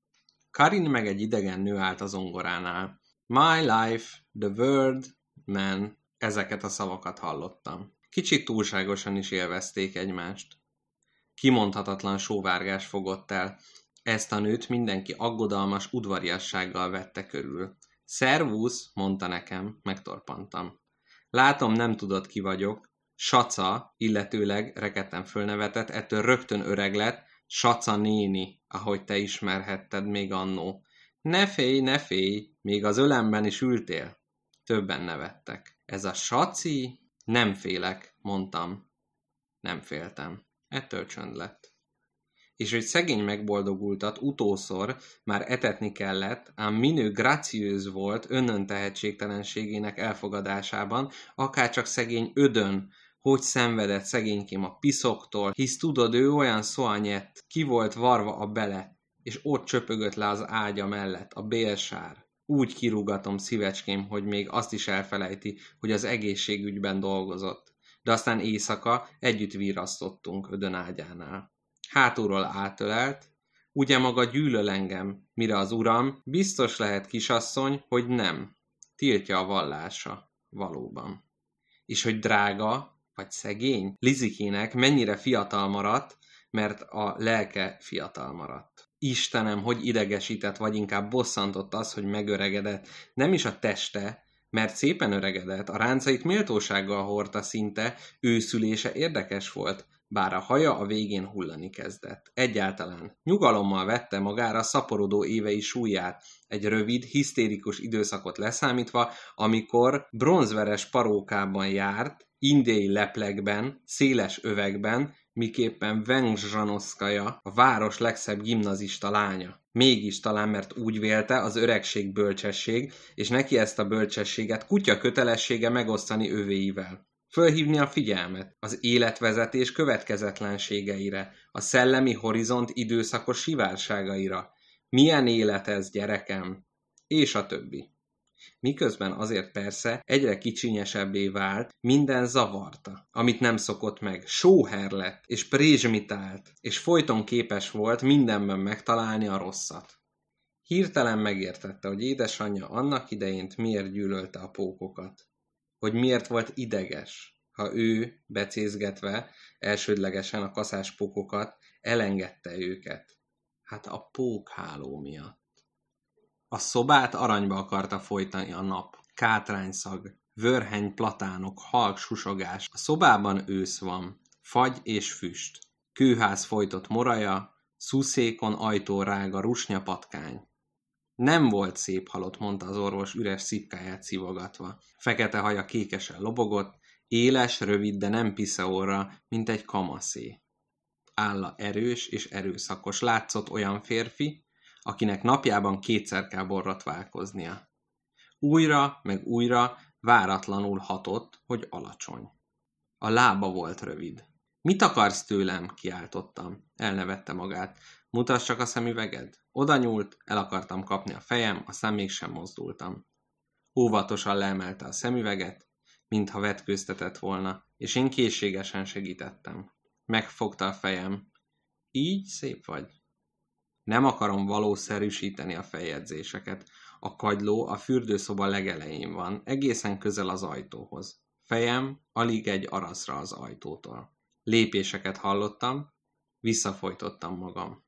Karin meg egy idegen nő állt a zongoránál. My life, the world, man. Ezeket a szavakat hallottam. Kicsit túlságosan is élvezték egymást. Kimondhatatlan sóvárgás fogott el. Ezt a nőt mindenki aggodalmas udvariassággal vette körül. Szervusz, mondta nekem, megtorpantam. Látom, nem tudod, ki vagyok. Saca, illetőleg rekedten fölnevetett, ettől rögtön öreg lett, Saca néni, ahogy te ismerhetted még annó. Ne félj, még az ölemben is ültél. Többen nevettek. Ez a saci? Nem félek, mondtam. Nem féltem. Ettől csönd lett. És hogy szegény megboldogultat utószor már etetni kellett, ám minő graciőz volt önnön tehetségtelenségének elfogadásában, akárcsak szegény ödön, hogy szenvedett szegénykém a piszoktól, hisz tudod, ő olyan szóanyett, ki volt varva a bele, és ott csöpögött le az ágya mellett, a bélsár. Úgy kirúgatom szívecském, hogy még azt is elfelejti, hogy az egészségügyben dolgozott. De aztán éjszaka együtt virrasztottunk ödön ágyánál. Hátulról átölelt, ugye maga gyűlöl engem, mire az uram, biztos lehet kisasszony, hogy nem. Tiltja a vallása, valóban. És hogy drága, vagy szegény, Lizikének mennyire fiatal maradt, mert a lelke fiatal maradt. Istenem, hogy idegesített, vagy inkább bosszantott az, hogy megöregedett, nem is a teste, mert szépen öregedett, a ráncait méltósággal hordta szinte, őszülése érdekes volt, bár a haja a végén hullani kezdett. Egyáltalán nyugalommal vette magára szaporodó évei súlyát, egy rövid, hisztérikus időszakot leszámítva, amikor bronzveres parókában járt, indiai leplekben, széles övegben, miképpen Vengzsanoszkaja, a város legszebb gimnazista lánya. Mégis talán, mert úgy vélte, az öregség bölcsesség, és neki ezt a bölcsességet kutya kötelessége megosztani övéivel. Fölhívni a figyelmet az életvezetés következetlenségeire, a szellemi horizont időszakos sivárságaira. Milyen élet ez, gyerekem? És a többi. Miközben azért persze egyre kicsinyesebbé vált, minden zavarta, amit nem szokott meg, sóher lett, és prézsmitált, és folyton képes volt mindenben megtalálni a rosszat. Hirtelen megértette, hogy édesanyja annak idején miért gyűlölte a pókokat, hogy miért volt ideges, ha ő, becézgetve, elsődlegesen a kaszás pókokat, elengedte őket. Hát a pókháló miatt. A szobát aranyba akarta folytani a nap. Kátrányszag, vörheny platánok, halk susogás. A szobában ősz van, fagy és füst. Kőház folytott moraja, szuszékon ajtórága, rusnyapatkány. Nem volt szép halott, mondta az orvos üres szipkáját szivogatva. Fekete haja kékesen lobogott, éles, rövid, de nem piszeóra, mint egy kamaszé. Álla erős és erőszakos, látszott olyan férfi, akinek napjában kétszer kell borrotválkoznia. Újra, meg újra váratlanul hatott, hogy alacsony. A lába volt rövid. Mit akarsz tőlem? Kiáltottam. Elnevette magát. Mutasd csak a szemüveged. Oda nyúlt, el akartam kapni a fejem, aztán mégsem mozdultam. Óvatosan leemelte a szemüveget, mintha vetkőztetett volna, és én készségesen segítettem. Megfogta a fejem. Így szép vagy. Nem akarom valószerűsíteni a feljegyzéseket. A kagyló a fürdőszoba legelején van, egészen közel az ajtóhoz. Fejem alig egy araszra az ajtótól. Lépéseket hallottam, visszafojtottam magam.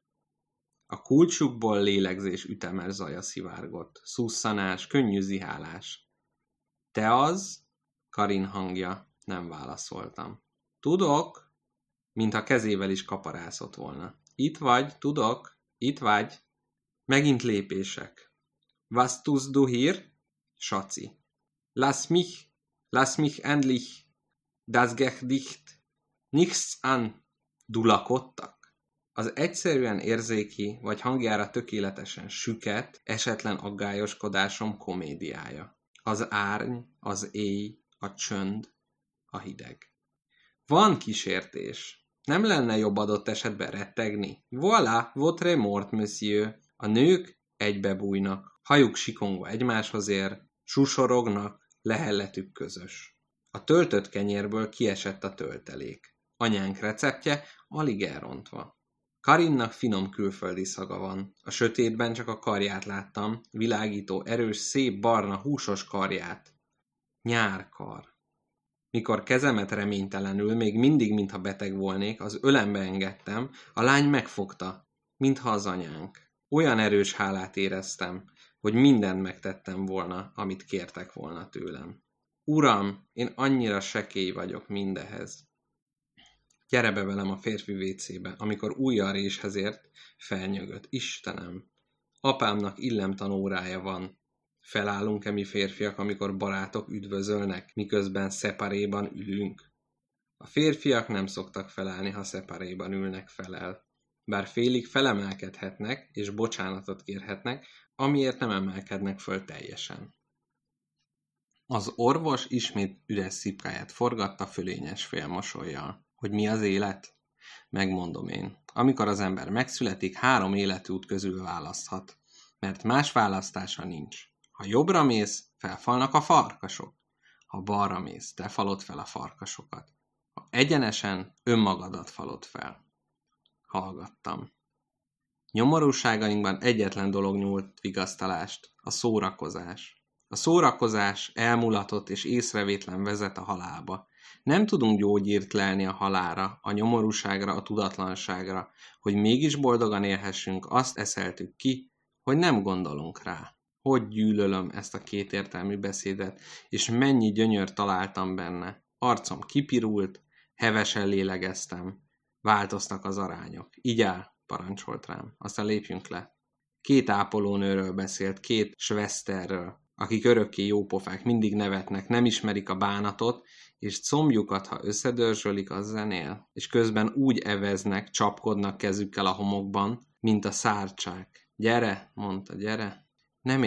A kulcsukból lélegzés ütemes zaja szivárgott, szusszanás, könnyű zihálás. Te az? Karin hangja, nem válaszoltam. Tudok, mintha kezével is kaparászott volna. Itt vagy, tudok, itt vagy. Megint lépések. Was tust du hier? Saci. Lass mich endlich das Gedicht. Nichts an. Dulakodtak. Az egyszerűen érzéki, vagy hangjára tökéletesen süket, esetlen aggályoskodásom komédiája. Az árny, az éj, a csönd, a hideg. Van kísértés. Nem lenne jobb adott esetben rettegni? Voilà, votre mort, monsieur. A nők egybebújnak, hajuk sikongva egymáshoz ér, susorognak, lehelletük közös. A töltött kenyérből kiesett a töltelék. Anyánk receptje alig elrontva. Karinnak finom külföldi szaga van. A sötétben csak a karját láttam, világító, erős, szép, barna, húsos karját. Nyárkar. Mikor kezemet reménytelenül, még mindig, mintha beteg volnék, az ölembe engedtem, a lány megfogta, mintha az anyánk. Olyan erős hálát éreztem, hogy mindent megtettem volna, amit kértek volna tőlem. Uram, én annyira sekély vagyok mindehez. Gyere be velem a férfi vécébe, amikor újjal réshez ért, felnyögött. Istenem, Apámnak illemtanórája van. Felállunk-e mi férfiak, amikor barátok üdvözölnek, miközben szeparéban ülünk? A férfiak nem szoktak felállni, ha szeparéban ülnek felel. Bár félig felemelkedhetnek és bocsánatot kérhetnek, amiért nem emelkednek föl teljesen. Az orvos ismét üres szipkáját forgatta fölényes félmosollyal. Hogy mi az élet? Megmondom én. Amikor az ember megszületik, 3 életút közül választhat. Mert más választása nincs. Ha jobbra mész, felfalnak a farkasok. Ha balra mész, te falod fel a farkasokat. Ha egyenesen, önmagadat falod fel. Hallgattam. Nyomorúságainkban egyetlen dolog nyújt vigasztalást, a szórakozás. A szórakozás elmulatott és észrevétlen vezet a halálba. Nem tudunk gyógyírt lelni a halálra, a nyomorúságra, a tudatlanságra, hogy mégis boldogan élhessünk, azt eszeltük ki, hogy nem gondolunk rá. Hogy gyűlölöm ezt a kétértelmű beszédet, és mennyi gyönyör találtam benne. Arcom kipirult, hevesen lélegeztem. Változtak az arányok. Így áll, parancsolt rám. Aztán lépjünk le. 2 ápolónőről beszélt, 2 sveszterről, akik örökké jópofák, mindig nevetnek, nem ismerik a bánatot, és combjukat, ha összedörzsölik, az zenél. És közben úgy eveznek, csapkodnak kezükkel a homokban, mint a szárcsák. Gyere, mondta, gyere. Nem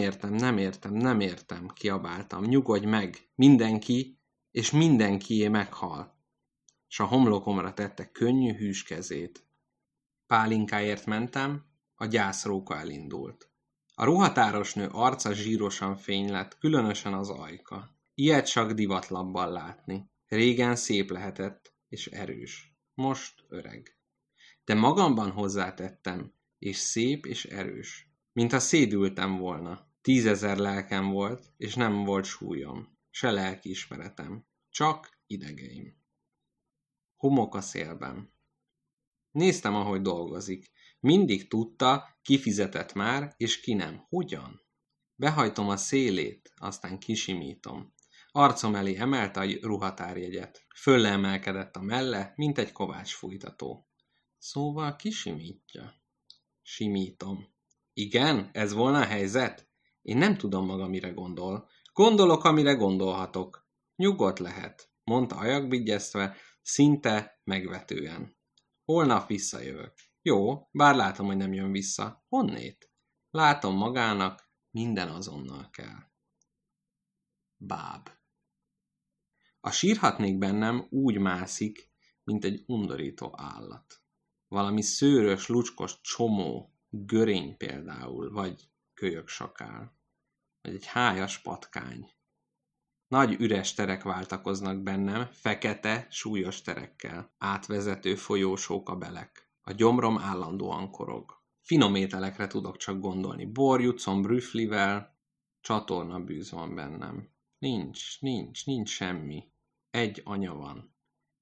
értem, kiabáltam. Nyugodj meg, mindenki, és mindenkié meghal. S a homlokomra tette könnyű hűs kezét. Pálinkáért mentem, a gyászróka elindult. A ruhatárosnő arca zsírosan fény lett, különösen az ajka. Ilyet csak divatlabban látni. Régen szép lehetett, és erős. Most öreg. De magamban hozzátettem, és szép és erős. Mintha szédültem volna. 10 000 lelkem volt, és nem volt súlyom. Se lelkiismeretem. Csak idegeim. Homok a szélben. Néztem, ahogy dolgozik. Mindig tudta, ki fizetett már, és ki nem. Hogyan? Behajtom a szélét, aztán kisimítom. Arcom elé emelte a ruhatárjegyet. Fölle emelkedett a melle, mint egy kovácsfújtató. Szóval kisimítja. Simítom. Igen, ez volna a helyzet? Én nem tudom maga, mire gondol. Gondolok, amire gondolhatok. Nyugodt lehet, mondta ajakbigyeztve, szinte megvetően. Holnap visszajövök. Jó, bár látom, hogy nem jön vissza. Honnét? Látom magának, minden azonnal kell. Báb. A sírhatnék bennem úgy mászik, mint egy undorító állat. Valami szőrös, lucskos csomó, görény például, vagy kölyöksakál, vagy egy hájas patkány. Nagy üres terek váltakoznak bennem, fekete, súlyos terekkel, átvezető folyósók a belek. A gyomrom állandóan korog. Finom ételekre tudok csak gondolni. Borjucon, brüflivel, csatornabűz van bennem. Nincs semmi. Egy anya van.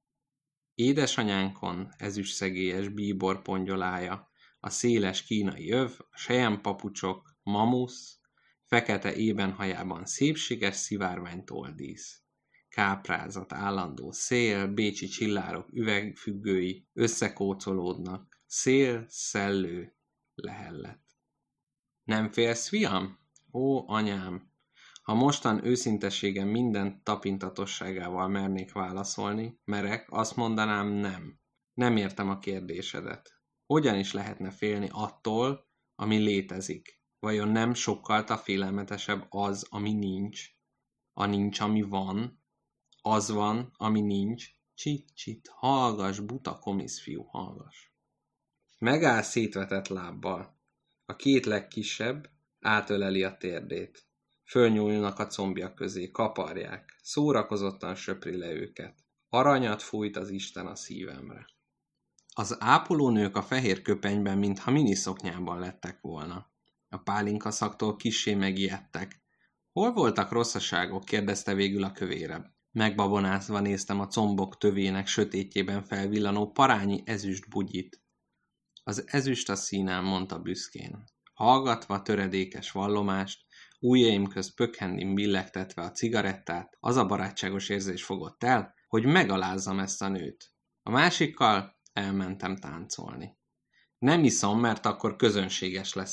Édesanyánkon ezüstszegélyes bíbor pongyolája, a széles kínai öv, a selyempapucsok, mamusz, fekete ébenhajában szépséges szivárvány toldísz. Káprázat, állandó szél, bécsi csillárok üvegfüggői összekócolódnak. Szél, szellő, lehellet. Nem félsz, fiam? Ó, anyám! Ha mostan őszintességem minden tapintatosságával mernék válaszolni, merek, azt mondanám nem. Nem értem a kérdésedet. Hogyan is lehetne félni attól, ami létezik? Vajon nem sokkal félelmetesebb az, ami nincs? A nincs, ami van? Az van, ami nincs? Csit, hallgass, buta komiszfiú, hallgass. Megáll szétvetett lábbal. A 2 legkisebb átöleli a térdét. Fölnyúlnak a combja közé, kaparják. Szórakozottan söpri le őket. Aranyat fújt az Isten a szívemre. Az ápolónők a fehér köpenyben, mintha miniszoknyában lettek volna. A pálinkaszaktól kissé megijedtek. Hol voltak rosszaságok? Kérdezte végül a kövérebb. Megbabonázva néztem a combok tövének sötétjében felvillanó parányi ezüst bugyit. Az ezüst a színám, mondta büszkén. Hallgatva töredékes vallomást, ujjaim közt pökhendi billegtetve a cigarettát, az a barátságos érzés fogott el, hogy megalázzam ezt a nőt. A másikkal elmentem táncolni. Nem iszom, mert akkor közönséges leszek.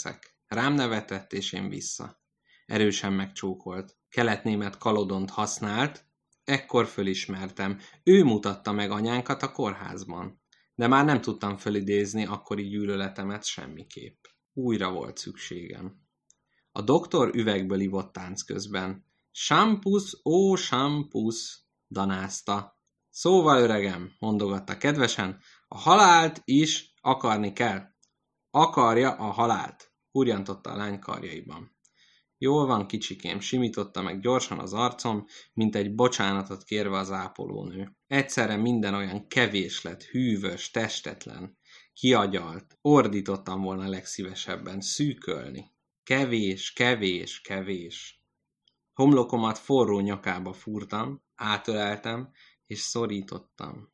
Rám nevetett, és én vissza. Erősen megcsókolt. Keletnémet kalodont használt, ekkor fölismertem. Ő mutatta meg anyánkat a kórházban. De már nem tudtam fölidézni akkori gyűlöletemet semmiképp. Újra volt szükségem. A doktor üvegből ivott tánc közben. Sampusz, ó, sampusz, danázta. Szóval, öregem, mondogatta kedvesen, a halált is akarni kell. Akarja a halált, hurjantotta a lány karjaiban. Jól van, kicsikém, simította meg gyorsan az arcom, mint egy bocsánatot kérve az ápolónő. Egyszerre minden olyan kevés lett, hűvös, testetlen, kiagyalt. Ordítottam volna legszívesebben, szűkölni. Kevés, kevés, kevés. Homlokomat forró nyakába fúrtam, átöleltem, és szorítottam.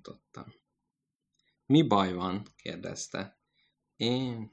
Mi baj van? Kérdezte. Én.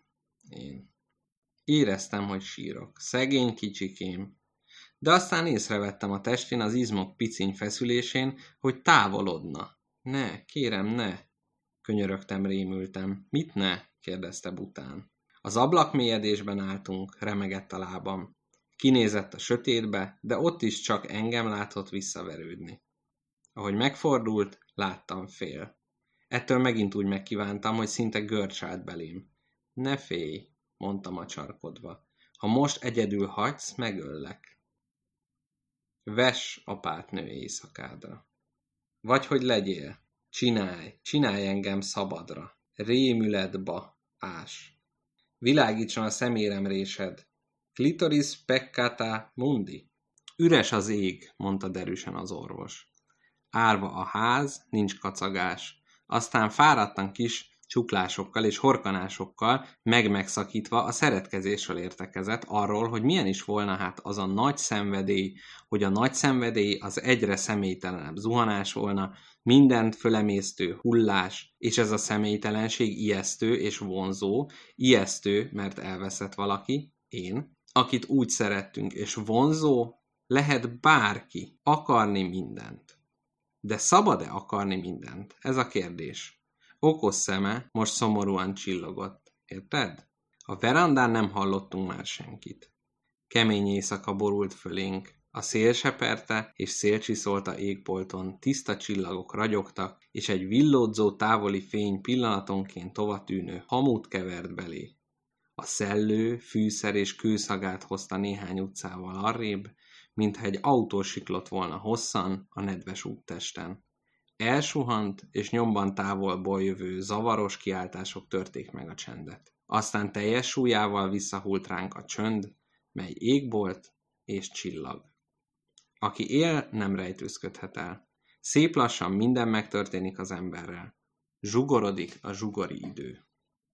Éreztem, hogy sírok. Szegény kicsikém. De aztán észrevettem a testén az izmok piciny feszülésén, hogy távolodna. Ne, kérem, ne. Könyörögtem, rémültem. Mit ne? Kérdezte bután. Az ablakmélyedésben álltunk, remegett a lábam. Kinézett a sötétbe, de ott is csak engem látott visszaverődni. Ahogy megfordult, láttam fél. Ettől megint úgy megkívántam, hogy szinte görcsált belém. Ne félj, mondtam acsarkodva. Ha most egyedül hagysz, megöllek. Vess apátnő éjszakádra. Vagy hogy legyél. Csinálj engem szabadra. Rémületba ás. Világítson a szeméremrésed. Clitoris peccata mundi. Üres az ég, mondta derűsen az orvos. Árva a ház, nincs kacagás. Aztán fáradtan kis csuklásokkal és horkanásokkal megszakítva a szeretkezésről értekezett arról, hogy milyen is volna hát az a nagy szenvedély, hogy a nagy szenvedély az egyre személytelenebb zuhanás volna, mindent fölemésztő hullás, és ez a személytelenség ijesztő és vonzó, ijesztő, mert elveszett valaki, én, akit úgy szerettünk, és vonzó, lehet bárki akarni mindent. De szabad-e akarni mindent? Ez a kérdés. Okos szeme most szomorúan csillogott. Érted? A verandán nem hallottunk már senkit. Kemény éjszaka borult fölénk. A szél seperte és szélcsiszolta égbolton, tiszta csillagok ragyogtak, és egy villódzó távoli fény pillanatonként tovatűnő hamut kevert belé. A szellő, fűszer és kőszagát hozta néhány utcával arrébb, mintha egy autó siklott volna hosszan a nedves úttesten. Elsuhant, és nyomban távolból jövő zavaros kiáltások törték meg a csendet. Aztán teljes súlyával visszahult ránk a csönd, mely égbolt és csillag. Aki él, nem rejtőzködhet el. Szép lassan minden megtörténik az emberrel. Zsugorodik a zsugori idő.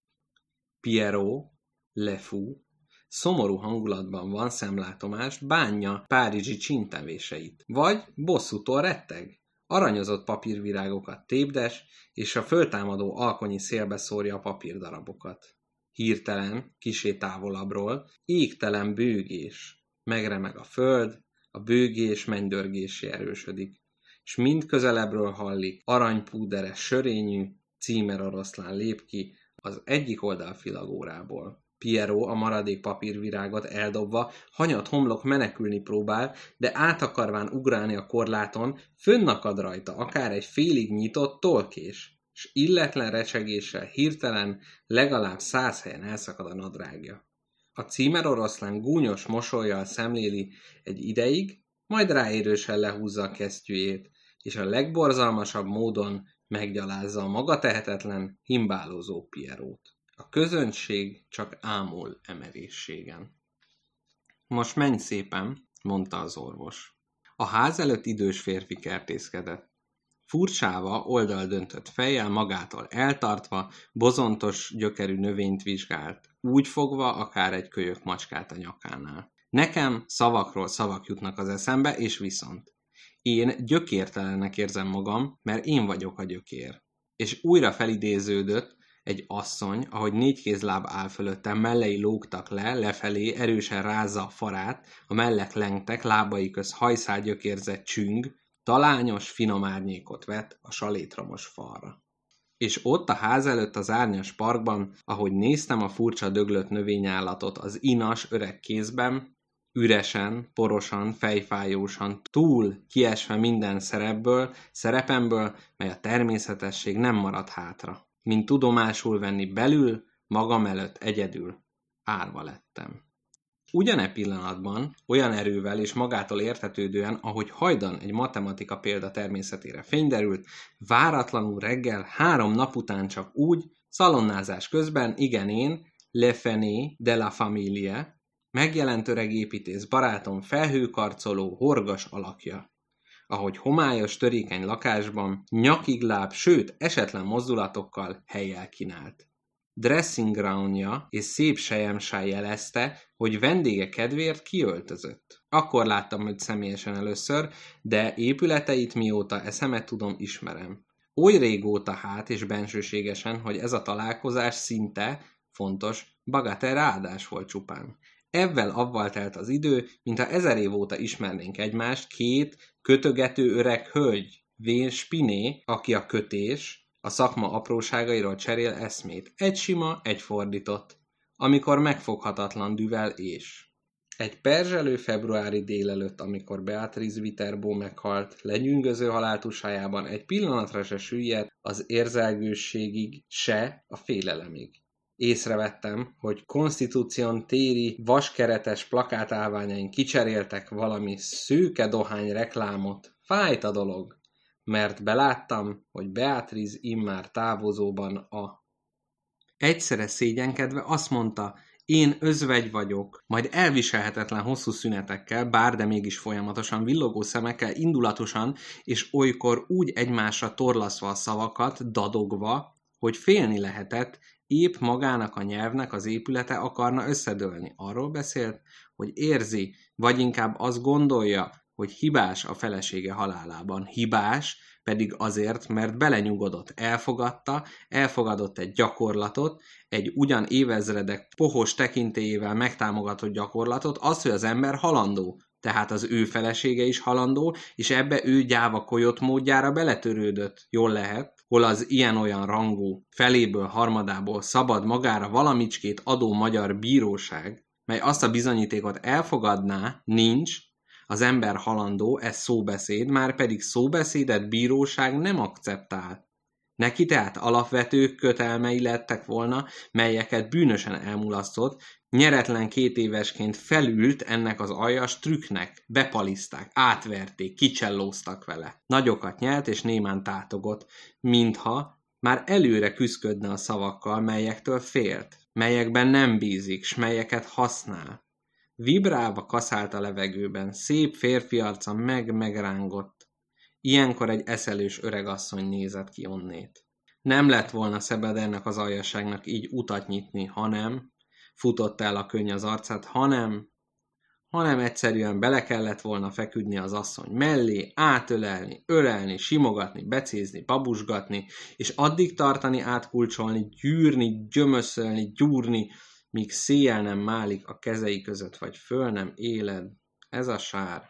Pierrot, Le Fou, szomorú hangulatban van szemlátomást, bánja párizsi csíntevéseit. Vagy bosszútól retteg. Aranyozott papírvirágokat tépdes, és a föltámadó alkonyi szélbe szórja a papírdarabokat. Hirtelen, kissé távolabbról, égtelen bőgés. Megremeg a föld, a bőgés mennydörgésé erősödik, és mind közelebbről hallik, aranypúderes sörényű, címeroroszlán lép ki az egyik oldal filagórából. Pierrot a maradék papírvirágot eldobva, hanyat homlok menekülni próbál, de át akarván ugrálni a korláton, fönnakad rajta akár egy félig nyitott tolkés, s illetlen recsegéssel hirtelen legalább 100 helyen elszakad a nadrágja. A címeroroszlán gúnyos mosollyal szemléli egy ideig, majd ráérősen lehúzza a kesztyűjét, és a legborzalmasabb módon meggyalázza a maga tehetetlen, himbálózó Pierrotot. A közönség csak ámul emerészségen. Most menj szépen, mondta az orvos. A ház előtt idős férfi kertészkedett. Furcsáva, oldaldöntött fejjel magától eltartva, bozontos gyökerű növényt vizsgált, úgy fogva akár egy kölyök macskát a nyakánál. Nekem szavakról szavak jutnak az eszembe, és viszont. Én gyökértelennek érzem magam, mert én vagyok a gyökér. És újra felidéződött egy asszony, ahogy 4 kézláb áll fölöttem, mellei lógtak lefelé, erősen rázza a farát, a mellek lengtek, lábai köz hajszálgyökérzett csüng, talányos, finom árnyékot vet a salétromos falra. És ott a ház előtt az árnyas parkban, ahogy néztem a furcsa döglött növényállatot az inas öreg kézben, üresen, porosan, fejfájósan, túl kiesve minden szerepemből, mely a természetesség nem marad hátra. Mint tudomásul venni belül, magam előtt egyedül. Árva lettem. Ugyane pillanatban, olyan erővel és magától értetődően, ahogy hajdan egy matematika példa természetére fényderült, váratlanul reggel 3 nap után csak úgy, szalonnázás közben, igen én, Le Fené de la Familie, megjelent öreg építész barátom felhőkarcoló, horgas alakja. Ahogy homályos, törékeny lakásban, nyakig láb, sőt, esetlen mozdulatokkal helyjel kínált. Dressing gownja és szép selyemsáj jelezte, hogy vendége kedvéért kiöltözött. Akkor láttam őt személyesen először, de épületeit mióta eszemet tudom, ismerem. Oly régóta hát és bensőségesen, hogy ez a találkozás szinte, fontos, bagatellráadás volt csupán. Evvel-avval telt az idő, mintha 1000 év óta ismernénk egymást, 2 kötögető öreg hölgy, vén Spiné, aki a kötés, a szakma apróságairól cserél eszmét. Egy sima, egy fordított. Amikor megfoghatatlan düvel és. Egy perzselő februári délelőtt, amikor Beatrice Viterbo meghalt, lenyűgöző haláltusájában egy pillanatra se süllyedt az érzelgőségig, se a félelemig. Észrevettem, hogy Constitution téri vaskeretes plakátálványain kicseréltek valami szőke dohány reklámot. Fájt a dolog, mert beláttam, hogy Beatrice immár távozóban a... Egyszerre szégyenkedve azt mondta, én özvegy vagyok, majd elviselhetetlen hosszú szünetekkel, bár de mégis folyamatosan villogó szemekkel, indulatosan, és olykor úgy egymásra torlaszva a szavakat, dadogva, hogy félni lehetett, épp magának a nyelvnek az épülete akarna összedőlni. Arról beszélt, hogy érzi, vagy inkább azt gondolja, hogy hibás a felesége halálában. Hibás, pedig azért, mert belenyugodott, elfogadott egy gyakorlatot, egy ugyan évezredek pohos tekintélyével megtámogatott gyakorlatot, az, hogy az ember halandó, tehát az ő felesége is halandó, és ebbe ő gyáva kolyott módjára beletörődött. Jól lehet, hol az ilyen-olyan rangú, feléből, harmadából szabad magára valamicskét adó magyar bíróság, mely azt a bizonyítékot elfogadná, nincs, az ember halandó, ez szóbeszéd, már pedig szóbeszédet bíróság nem akceptál. Neki tehát alapvető kötelmei lettek volna, melyeket bűnösen elmulasztott, nyeretlen 2 évesként felült ennek az aljas trükknek, bepaliszták, átverték, kicsellóztak vele. Nagyokat nyelt és némán tátogott, mintha már előre küszködne a szavakkal, melyektől félt, melyekben nem bízik, s melyeket használ. Vibrálva kaszált a levegőben, szép férfi arca megrángott. Ilyenkor egy eszelős öregasszony nézett ki onnét. Nem lett volna szabad ennek az aljasságnak így utat nyitni, hanem, futott el a könny az arcát, hanem egyszerűen bele kellett volna feküdni az asszony mellé, átölelni, ölelni, simogatni, becézni, babusgatni, és addig tartani, átkulcsolni, gyűrni, gyömöszölni, gyúrni, míg széjjel nem málik a kezei között, vagy föl nem éled. Ez a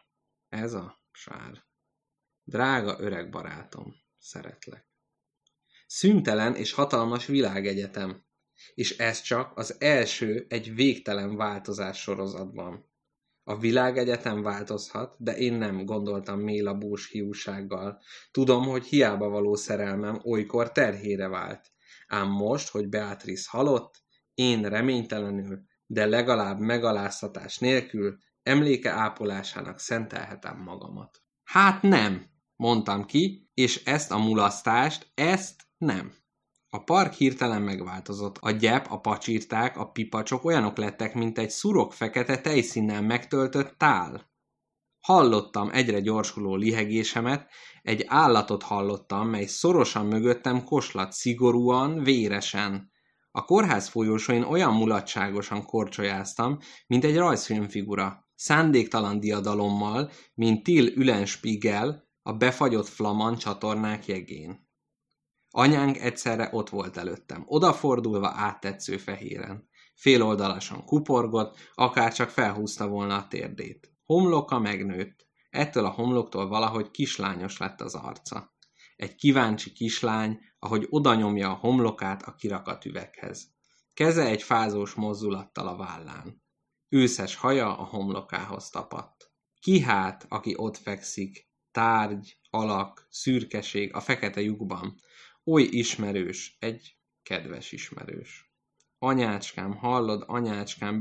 sár. Drága öreg barátom, szeretlek. Szüntelen és hatalmas világegyetem, és ez csak az első egy végtelen változás sorozatban. A világegyetem változhat, de én nem, gondoltam mélabús hiúsággal. Tudom, hogy hiába való szerelmem olykor terhére vált. Ám most, hogy Beatrice halott, én reménytelenül, de legalább megaláztatás nélkül emléke ápolásának szentelhetem magamat. Hát nem, mondtam ki, és ezt a mulasztást, ezt nem. A park hirtelen megváltozott. A gyep, a pacsirták, a pipacsok olyanok lettek, mint egy szurok-fekete tejszínnel megtöltött tál. Hallottam egyre gyorsuló lihegésemet, egy állatot hallottam, mely szorosan mögöttem koslat, szigorúan, véresen. A kórház folyósóin olyan mulatságosan korcsolyáztam, mint egy rajzfilmfigura. Szándéktalan diadalommal, mint Till Eulenspiegel a befagyott flamand csatornák jegén. Anyánk egyszerre ott volt előttem, odafordulva áttetsző fehéren. Féloldalasan kuporgott, akárcsak felhúzta volna a térdét. Homloka megnőtt. Ettől a homloktól valahogy kislányos lett az arca. Egy kíváncsi kislány, ahogy odanyomja a homlokát a kirakat üveghez. Keze egy fázós mozdulattal a vállán. Őszes haja a homlokához tapadt. Ki hát, aki ott fekszik, tárgy, alak, szürkeség a fekete lyukban, oly ismerős, egy kedves ismerős. Anyácskám, hallod, anyácskám,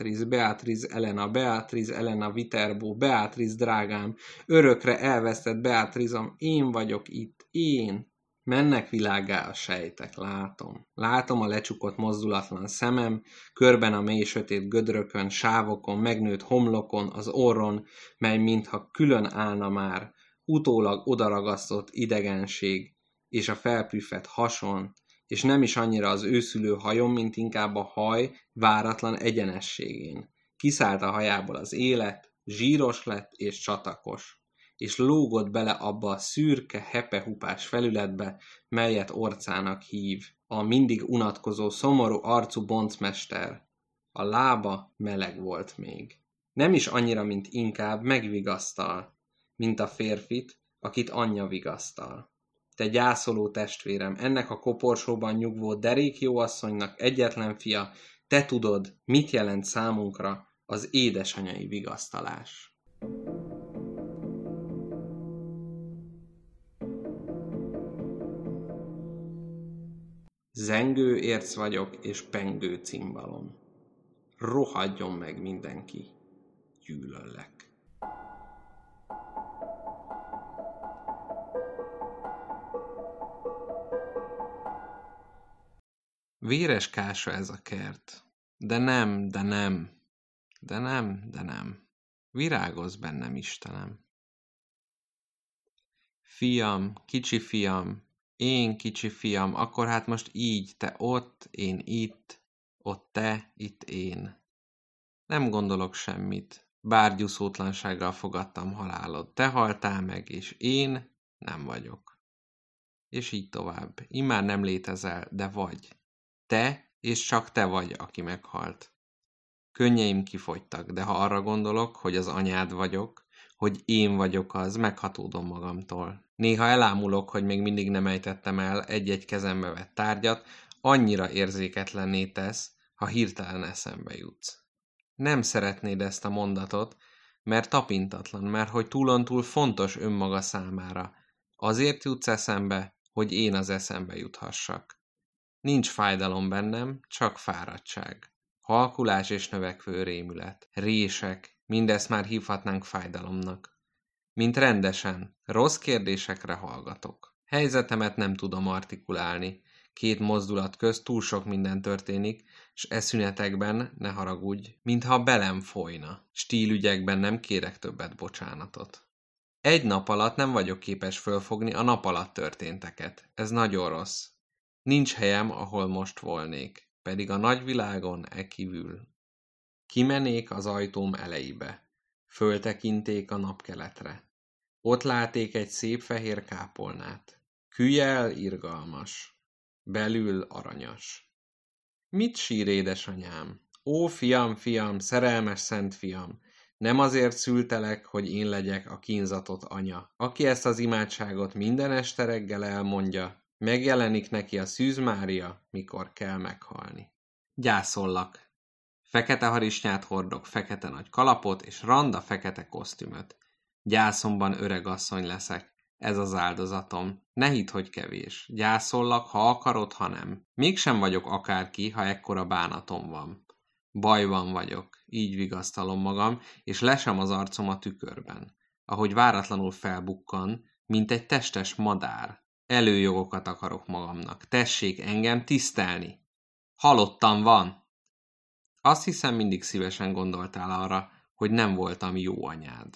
Beatriz Elena Viterbo, Beatriz drágám, örökre elvesztett Beatrizom, én vagyok itt, én. Mennek világgá a sejtek, látom. Látom a lecsukott mozdulatlan szemem, körben a mély sötét gödrökön, sávokon, megnőtt homlokon, az orron, mely mintha külön állna már, utólag odaragasztott idegenség, és a felpüffett hason, és nem is annyira az őszülő hajom, mint inkább a haj váratlan egyenességén. Kiszállt a hajából az élet, zsíros lett és csatakos, és lógott bele abba a szürke, hepehupás felületbe, melyet orcának hív. A mindig unatkozó, szomorú arcú boncmester. A lába meleg volt még. Nem is annyira, mint inkább megvigasztal, mint a férfit, akit anyja vigasztal. Te gyászoló testvérem, ennek a koporsóban nyugvó derék jóasszonynak egyetlen fia, te tudod, mit jelent számunkra az édesanyai vigasztalás. Zengő érc vagyok és pengő cimbalom. Rohadjon meg mindenki. Gyűlöllek. Véres kása ez a kert. De nem. Virágozz bennem, Istenem. Fiam, kicsi fiam, én kicsi fiam, akkor hát most így, te ott, én itt, ott te, itt én. Nem gondolok semmit, bár gyuszótlansággal fogadtam halálod. Te haltál meg, és én nem vagyok. És így tovább. Immár nem létezel, de vagy. Te, és csak te vagy, aki meghalt. Könnyeim kifogytak, de ha arra gondolok, hogy az anyád vagyok, hogy én vagyok az, meghatódom magamtól. Néha elámulok, hogy még mindig nem ejtettem el egy-egy kezembe vett tárgyat, annyira érzéketlenné tesz, ha hirtelen eszembe jutsz. Nem szeretnéd ezt a mondatot, mert tapintatlan, mert hogy túlontúl fontos önmaga számára. Azért jutsz eszembe, hogy én az eszembe juthassak. Nincs fájdalom bennem, csak fáradtság. Halkulás és növekvő rémület. Rések, mindezt már hívhatnánk fájdalomnak. Mint rendesen, rossz kérdésekre hallgatok. Helyzetemet nem tudom artikulálni. Két mozdulat közt túl sok minden történik, s szünetekben, ne haragudj, mintha belem folyna. Stílügyekben nem kérek többet bocsánatot. Egy nap alatt nem vagyok képes fölfogni a nap alatt történteket. Ez nagyon rossz. Nincs helyem, ahol most volnék, pedig a nagyvilágon kívül. Kimenék az ajtóm elejébe. Föltekinték a napkeletre. Ott láték egy szép fehér kápolnát. Külyel irgalmas. Belül aranyas. Mit sír, édesanyám? Ó, fiam, szerelmes szent fiam! Nem azért szültelek, hogy én legyek a kínzatott anya, aki ezt az imádságot minden este reggel elmondja, megjelenik neki a Szűz Mária, mikor kell meghalni. Gyászollak. Fekete harisnyát hordok, fekete nagy kalapot és randa fekete kosztümöt. Gyászomban öreg asszony leszek. Ez az áldozatom. Ne hidd, hogy kevés. Gyászollak, ha akarod, ha nem. Mégsem vagyok akárki, ha ekkora bánatom van. Bajban vagyok, így vigasztalom magam, és lesem az arcom a tükörben. Ahogy váratlanul felbukkan, mint egy testes madár. Előjogokat akarok magamnak. Tessék engem tisztelni. Halottam van. Azt hiszem, mindig szívesen gondoltál arra, hogy nem voltam jó anyád.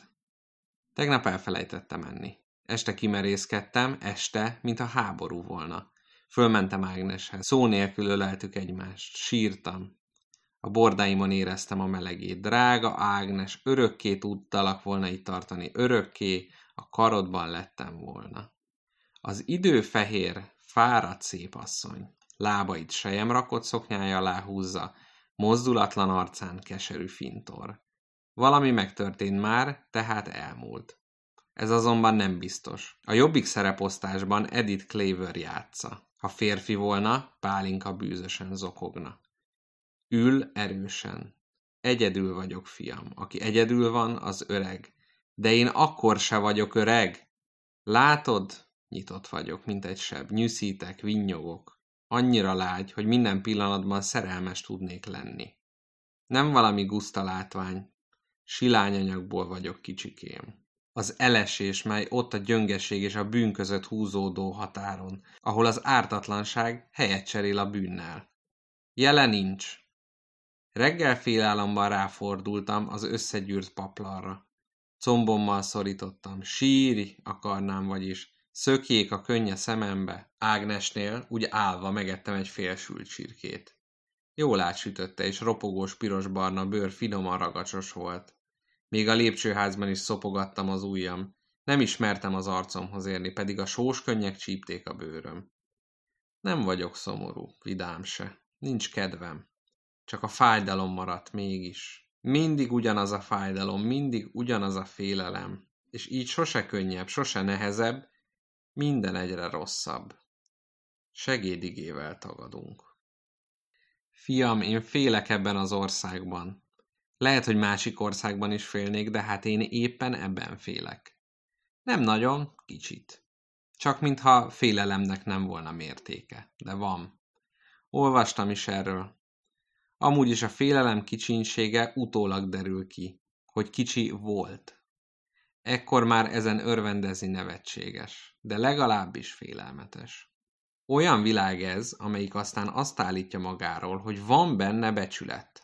Tegnap elfelejtettem enni. Este kimerészkedtem, mintha háború volna. Fölmentem Ágneshez. Szó nélkül öleltük egymást. Sírtam. A bordáimon éreztem a melegét. Drága Ágnes, örökké tudtalak volna itt tartani. Örökké a karodban lettem volna. Az idő fehér, fáradt szép asszony. Lábait selyemrakott szoknyája alá húzza, mozdulatlan arcán keserű fintor. Valami megtörtént már, tehát elmúlt. Ez azonban nem biztos. A jobbik szereposztásban Edith Claver játsza. Ha férfi volna, Pálinka bűzösen zokogna. Ül erősen. Egyedül vagyok, fiam. Aki egyedül van, az öreg. De én akkor se vagyok öreg. Látod? Nyitott vagyok, mint egy seb. Nyűszítek, vinnyogok. Annyira lágy, hogy minden pillanatban szerelmes tudnék lenni. Nem valami guszta látvány. Silányanyagból vagyok, kicsikém. Az elesés, mely ott a gyöngeség és a bűn között húzódó határon, ahol az ártatlanság helyet cserél a bűnnel. Jele nincs. Reggel félálomban ráfordultam az összegyűrt paplanra. Combommal szorítottam. Sírj akarnám, vagyis szökjék a könnye szemembe. Ágnesnél úgy állva megettem egy félsült csirkét. Jól átsütötte, és ropogós piros-barna bőr finoman ragacsos volt. Még a lépcsőházban is szopogattam az ujjam. Nem ismertem az arcomhoz érni, pedig a sós könnyek csípték a bőröm. Nem vagyok szomorú, vidám se. Nincs kedvem. Csak a fájdalom maradt mégis. Mindig ugyanaz a fájdalom, mindig ugyanaz a félelem. És így sose könnyebb, sose nehezebb, minden egyre rosszabb. Segédigével tagadunk. Fiam, én félek ebben az országban. Lehet, hogy másik országban is félnék, de hát én éppen ebben félek. Nem nagyon, kicsit. Csak mintha félelemnek nem volna mértéke, de van. Olvastam is erről. Amúgy is a félelem kicsinsége utólag derül ki, hogy kicsi volt. Ekkor már ezen örvendezni nevetséges, de legalábbis félelmetes. Olyan világ ez, amelyik aztán azt állítja magáról, hogy van benne becsület.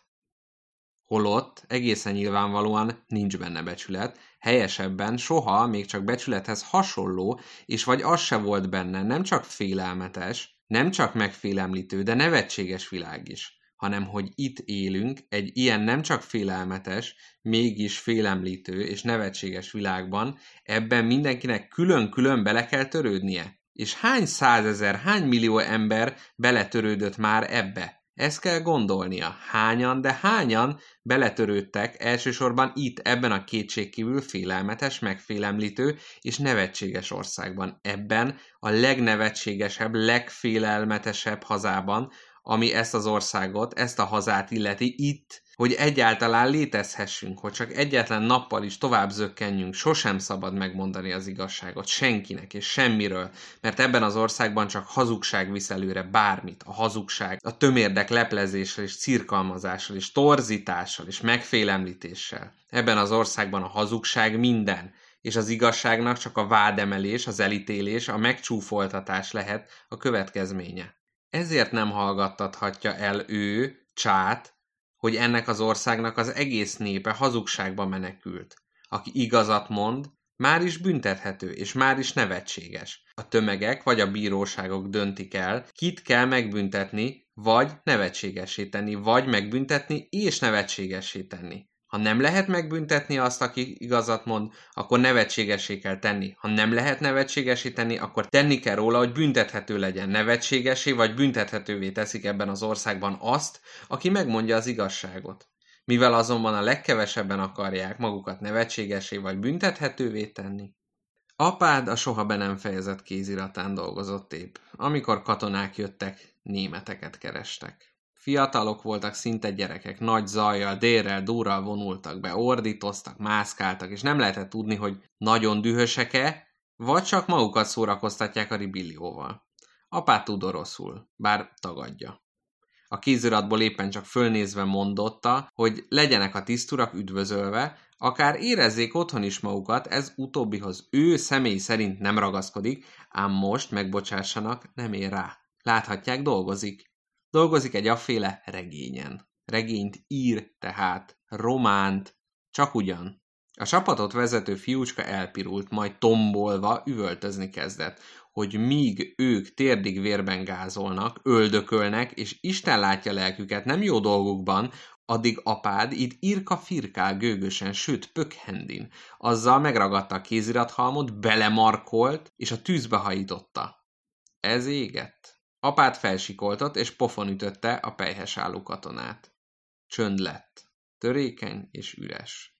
Holott egészen nyilvánvalóan nincs benne becsület, helyesebben soha még csak becsülethez hasonló, és vagy az se volt benne, nem csak félelmetes, nem csak megfélemlítő, de nevetséges világ is, hanem hogy itt élünk egy ilyen nem csak félelmetes, mégis félemlítő és nevetséges világban, ebben mindenkinek külön-külön bele kell törődnie. És hány százezer, hány millió ember beletörődött már ebbe? Ezt kell gondolnia. Hányan, de hányan beletörődtek elsősorban itt, ebben a kétségkívül félelmetes, megfélemlítő és nevetséges országban. Ebben a legnevetségesebb, legfélelmetesebb hazában, ami ezt az országot, ezt a hazát illeti itt, hogy egyáltalán létezhessünk, hogy csak egyetlen nappal is tovább zökkenjünk, sosem szabad megmondani az igazságot senkinek és semmiről, mert ebben az országban csak hazugság visz előre bármit, a hazugság, a tömérdek leplezéssel és cirkalmazással és torzítással és megfélemlítéssel. Ebben az országban a hazugság minden, és az igazságnak csak a vádemelés, az elítélés, a megcsúfoltatás lehet a következménye. Ezért nem hallgattathatja el ő, Csát, hogy ennek az országnak az egész népe hazugságba menekült. Aki igazat mond, már is büntethető, és már is nevetséges. A tömegek vagy a bíróságok döntik el, kit kell megbüntetni, vagy nevetségessé tenni, vagy megbüntetni és nevetségessé tenni. Ha nem lehet megbüntetni azt, aki igazat mond, akkor nevetségessé kell tenni. Ha nem lehet nevetségessé tenni, akkor tenni kell róla, hogy büntethető legyen. Nevetségessé vagy büntethetővé teszik ebben az országban azt, aki megmondja az igazságot. Mivel azonban a legkevesebben akarják magukat nevetségessé vagy büntethetővé tenni. Apád a soha be nem fejezett kéziratán dolgozott épp. Amikor katonák jöttek, németeket kerestek. Fiatalok voltak, szinte gyerekek, nagy zajjal, délrel, durral vonultak be, ordítoztak, mászkáltak, és nem lehetett tudni, hogy nagyon dühösek-e, vagy csak magukat szórakoztatják a ribillióval. Apát tud oroszul, bár tagadja. A kéziratból éppen csak fölnézve mondotta, hogy legyenek a tiszturak üdvözölve, akár érezzék otthon is magukat, ez utóbbihoz ő személy szerint nem ragaszkodik, ám most megbocsássanak, nem ér rá. Láthatják, dolgozik. Dolgozik egy afféle regényen. Regényt ír tehát, románt, csak ugyan. A csapatot vezető fiúcska elpirult, majd tombolva üvöltözni kezdett, hogy míg ők térdig vérben gázolnak, öldökölnek, és Isten látja lelküket nem jó dolgukban, addig apád itt irka-firkál gőgösen, sőt pökhendin. Azzal megragadta a kézirathalmot, belemarkolt, és a tűzbe hajította. Ez égett. Apád felsikoltott, és pofon ütötte a pelyhes álló katonát. Csönd lett. Törékeny és üres.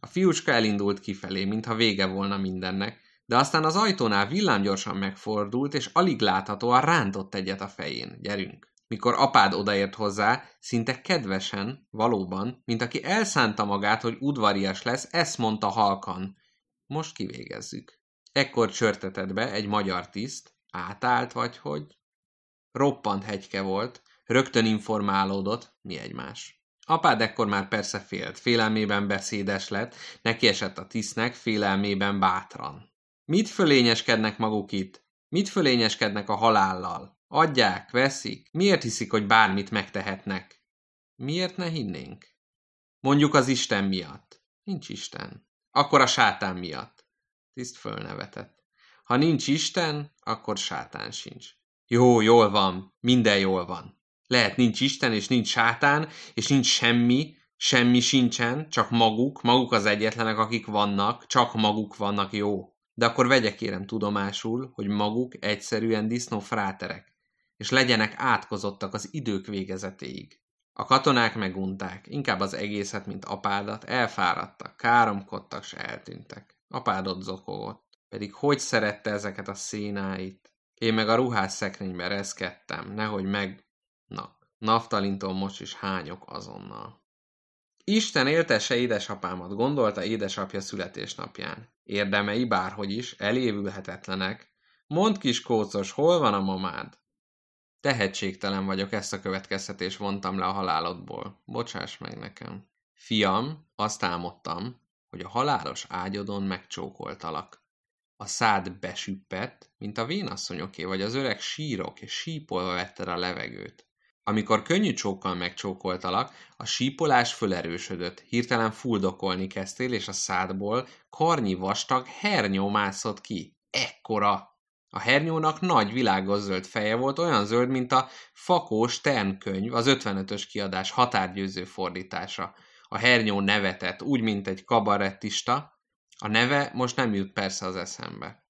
A fiúcska elindult kifelé, mintha vége volna mindennek, de aztán az ajtónál villámgyorsan megfordult, és alig láthatóan rántott egyet a fején. Gyerünk! Mikor apád odaért hozzá, szinte kedvesen, valóban, mint aki elszánta magát, hogy udvarias lesz, ezt mondta halkan. Most kivégezzük. Ekkor csörtetett be egy magyar tiszt, átállt vagy hogy? Roppant hegyke volt, rögtön informálódott, mi egymás. Apád ekkor már persze félt, félelmében beszédes lett, neki esett a tisztnek, félelmében bátran. Mit fölényeskednek maguk itt? Mit fölényeskednek a halállal? Adják, veszik? Miért hiszik, hogy bármit megtehetnek? Miért ne hinnénk? Mondjuk az Isten miatt. Nincs Isten. Akkor a sátán miatt. Tiszt fölnevetett. Ha nincs Isten, akkor sátán sincs. Jó, jól van, minden jól van. Lehet nincs Isten, és nincs sátán, és nincs semmi sincsen, csak maguk az egyetlenek, akik vannak, csak maguk vannak, jó. De akkor vegye kérem tudomásul, hogy maguk egyszerűen disznófráterek, és legyenek átkozottak az idők végezetéig. A katonák megunták, inkább az egészet, mint apádat, elfáradtak, káromkodtak, s eltűntek. Apádot zokogott, pedig hogy szerette ezeket a szénáit. Én meg a ruhásszekrénybe reszkedtem, nehogy naftalintól most is hányok azonnal. Isten éltesse édesapámat, gondolta édesapja születésnapján. Érdemei bárhogy is, elévülhetetlenek. Mondd, kis kócos, hol van a mamád? Tehetségtelen vagyok, ezt a következtetést vontam le a halálodból. Bocsáss meg nekem. Fiam, azt álmodtam, hogy a halálos ágyodon megcsókoltalak. A szád besüppett, mint a vénasszonyoké, vagy az öreg sírok, és sípolva vetted a levegőt. Amikor könnyű csókkal megcsókoltalak, a sípolás fölerősödött, hirtelen fuldokolni kezdtél, és a szádból karnyi vastag hernyó mászott ki. Ekkora! A hernyónak nagy világos zöld feje volt, olyan zöld, mint a Fakó Stern könyv, az 55-ös kiadás határgyőző fordítása. A hernyó nevetett, úgy, mint egy kabarettista. A neve most nem jut persze az eszembe.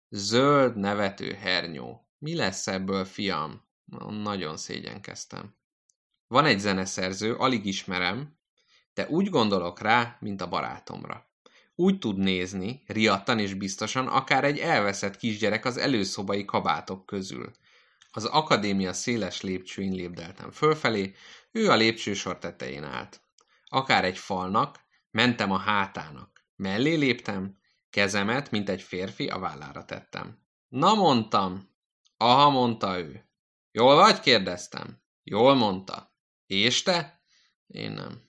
Zöld nevető hernyó. Mi lesz ebből, fiam? Nagyon szégyenkeztem. Van egy zeneszerző, alig ismerem, de úgy gondolok rá, mint a barátomra. Úgy tud nézni, riadtan és biztosan, akár egy elveszett kisgyerek az előszobai kabátok közül. Az akadémia széles lépcsőin lépdeltem fölfelé, ő a lépcsősor tetején állt. Akár egy falnak, mentem a hátának. Mellé léptem, kezemet, mint egy férfi, a vállára tettem. Na, mondtam. Aha, mondta ő. Jól vagy? Kérdeztem. Jól mondta. És te? Én nem.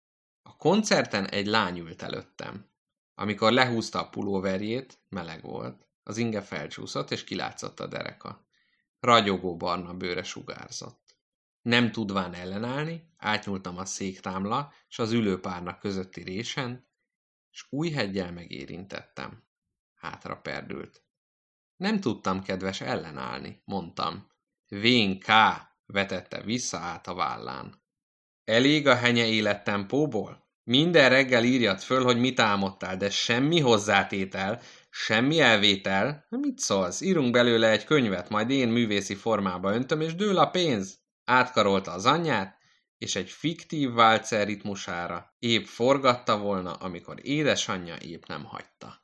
A koncerten egy lány ült előttem. Amikor lehúzta a pulóverjét, meleg volt, az inge felcsúszott, és kilátszott a dereka. Ragyogó barna bőre sugárzott. Nem tudván ellenállni, átnyúltam a széktámla és az ülőpárnak közötti résen, és újheggyel megérintettem. Hátra perdült. Nem tudtam, kedves, ellenállni, mondtam. Vén K. vetette vissza át a vállán. Elég a henye élettempóból? Minden reggel írjad föl, hogy mit álmodtál, de semmi hozzátétel, semmi elvétel. Mit szólsz? Írunk belőle egy könyvet, majd én művészi formába öntöm, és dől a pénz. Átkarolta az anyját, és egy fiktív válcer ritmusára épp forgatta volna, amikor édesanyja épp nem hagyta.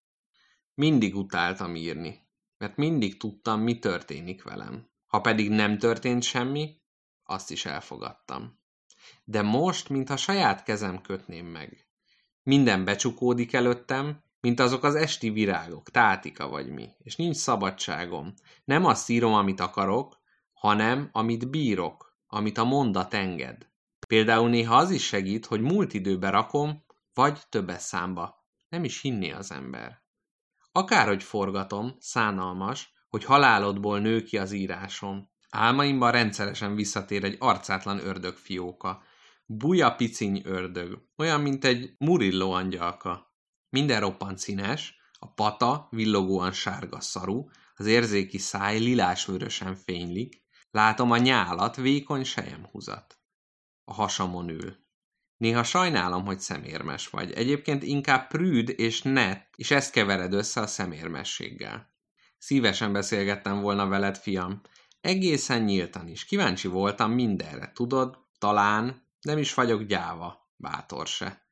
Mindig utáltam írni, mert mindig tudtam, mi történik velem. Ha pedig nem történt semmi, azt is elfogadtam. De most, mintha saját kezem kötném meg. Minden becsukódik előttem, mint azok az esti virágok, tátika vagy mi, és nincs szabadságom. Nem azt írom, amit akarok, hanem amit bírok, amit a mondat enged. Például néha az is segít, hogy múlt időbe rakom, vagy többes számba. Nem is hinné az ember. Akárhogy forgatom, szánalmas, hogy halálodból nő ki az írásom. Álmaimban rendszeresen visszatér egy arcátlan ördögfióka. Buja piciny ördög, olyan, mint egy Murillo angyalka. Minden roppant színes, a pata villogóan sárga szarú, az érzéki száj lilásvörösen fénylik, látom a nyálat, vékony selyemhúzat. A hasamon ül. Néha sajnálom, hogy szemérmes vagy. Egyébként inkább prűd és net, és ezt kevered össze a szemérmességgel. Szívesen beszélgettem volna veled, fiam. Egészen nyíltan is. Kíváncsi voltam mindenre. Tudod, talán nem is vagyok gyáva, bátor se.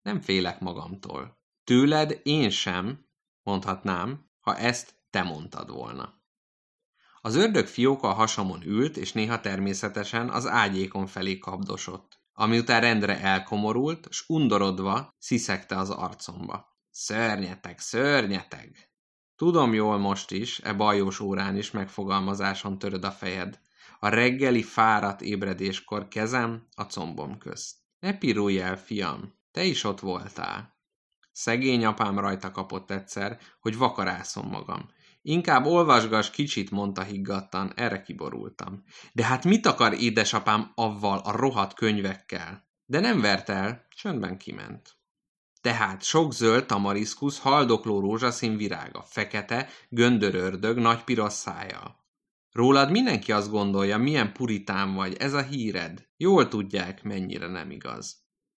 Nem félek magamtól. Tőled én sem, mondhatnám, ha ezt te mondtad volna. Az ördög fióka a hasamon ült, és néha természetesen az ágyékon felé kapdosott, amiután rendre elkomorult, s undorodva sziszegte az arcomba. Szörnyeteg, szörnyeteg! Tudom jól most is, bajós órán is megfogalmazáson töröd a fejed. A reggeli fáradt ébredéskor kezem a combom közt. Ne pirulj el, fiam, te is ott voltál. Szegény apám rajta kapott egyszer, hogy vakarászom magam. Inkább olvasgass kicsit, mondta higgadtan, erre kiborultam. De hát mit akar édesapám avval a rohadt könyvekkel? De nem vert el, csöndben kiment. Tehát sok zöld tamariszkusz, haldokló rózsaszín virága, fekete, göndörördög, nagy piros szájjal. Rólad mindenki azt gondolja, milyen puritán vagy, ez a híred. Jól tudják, mennyire nem igaz.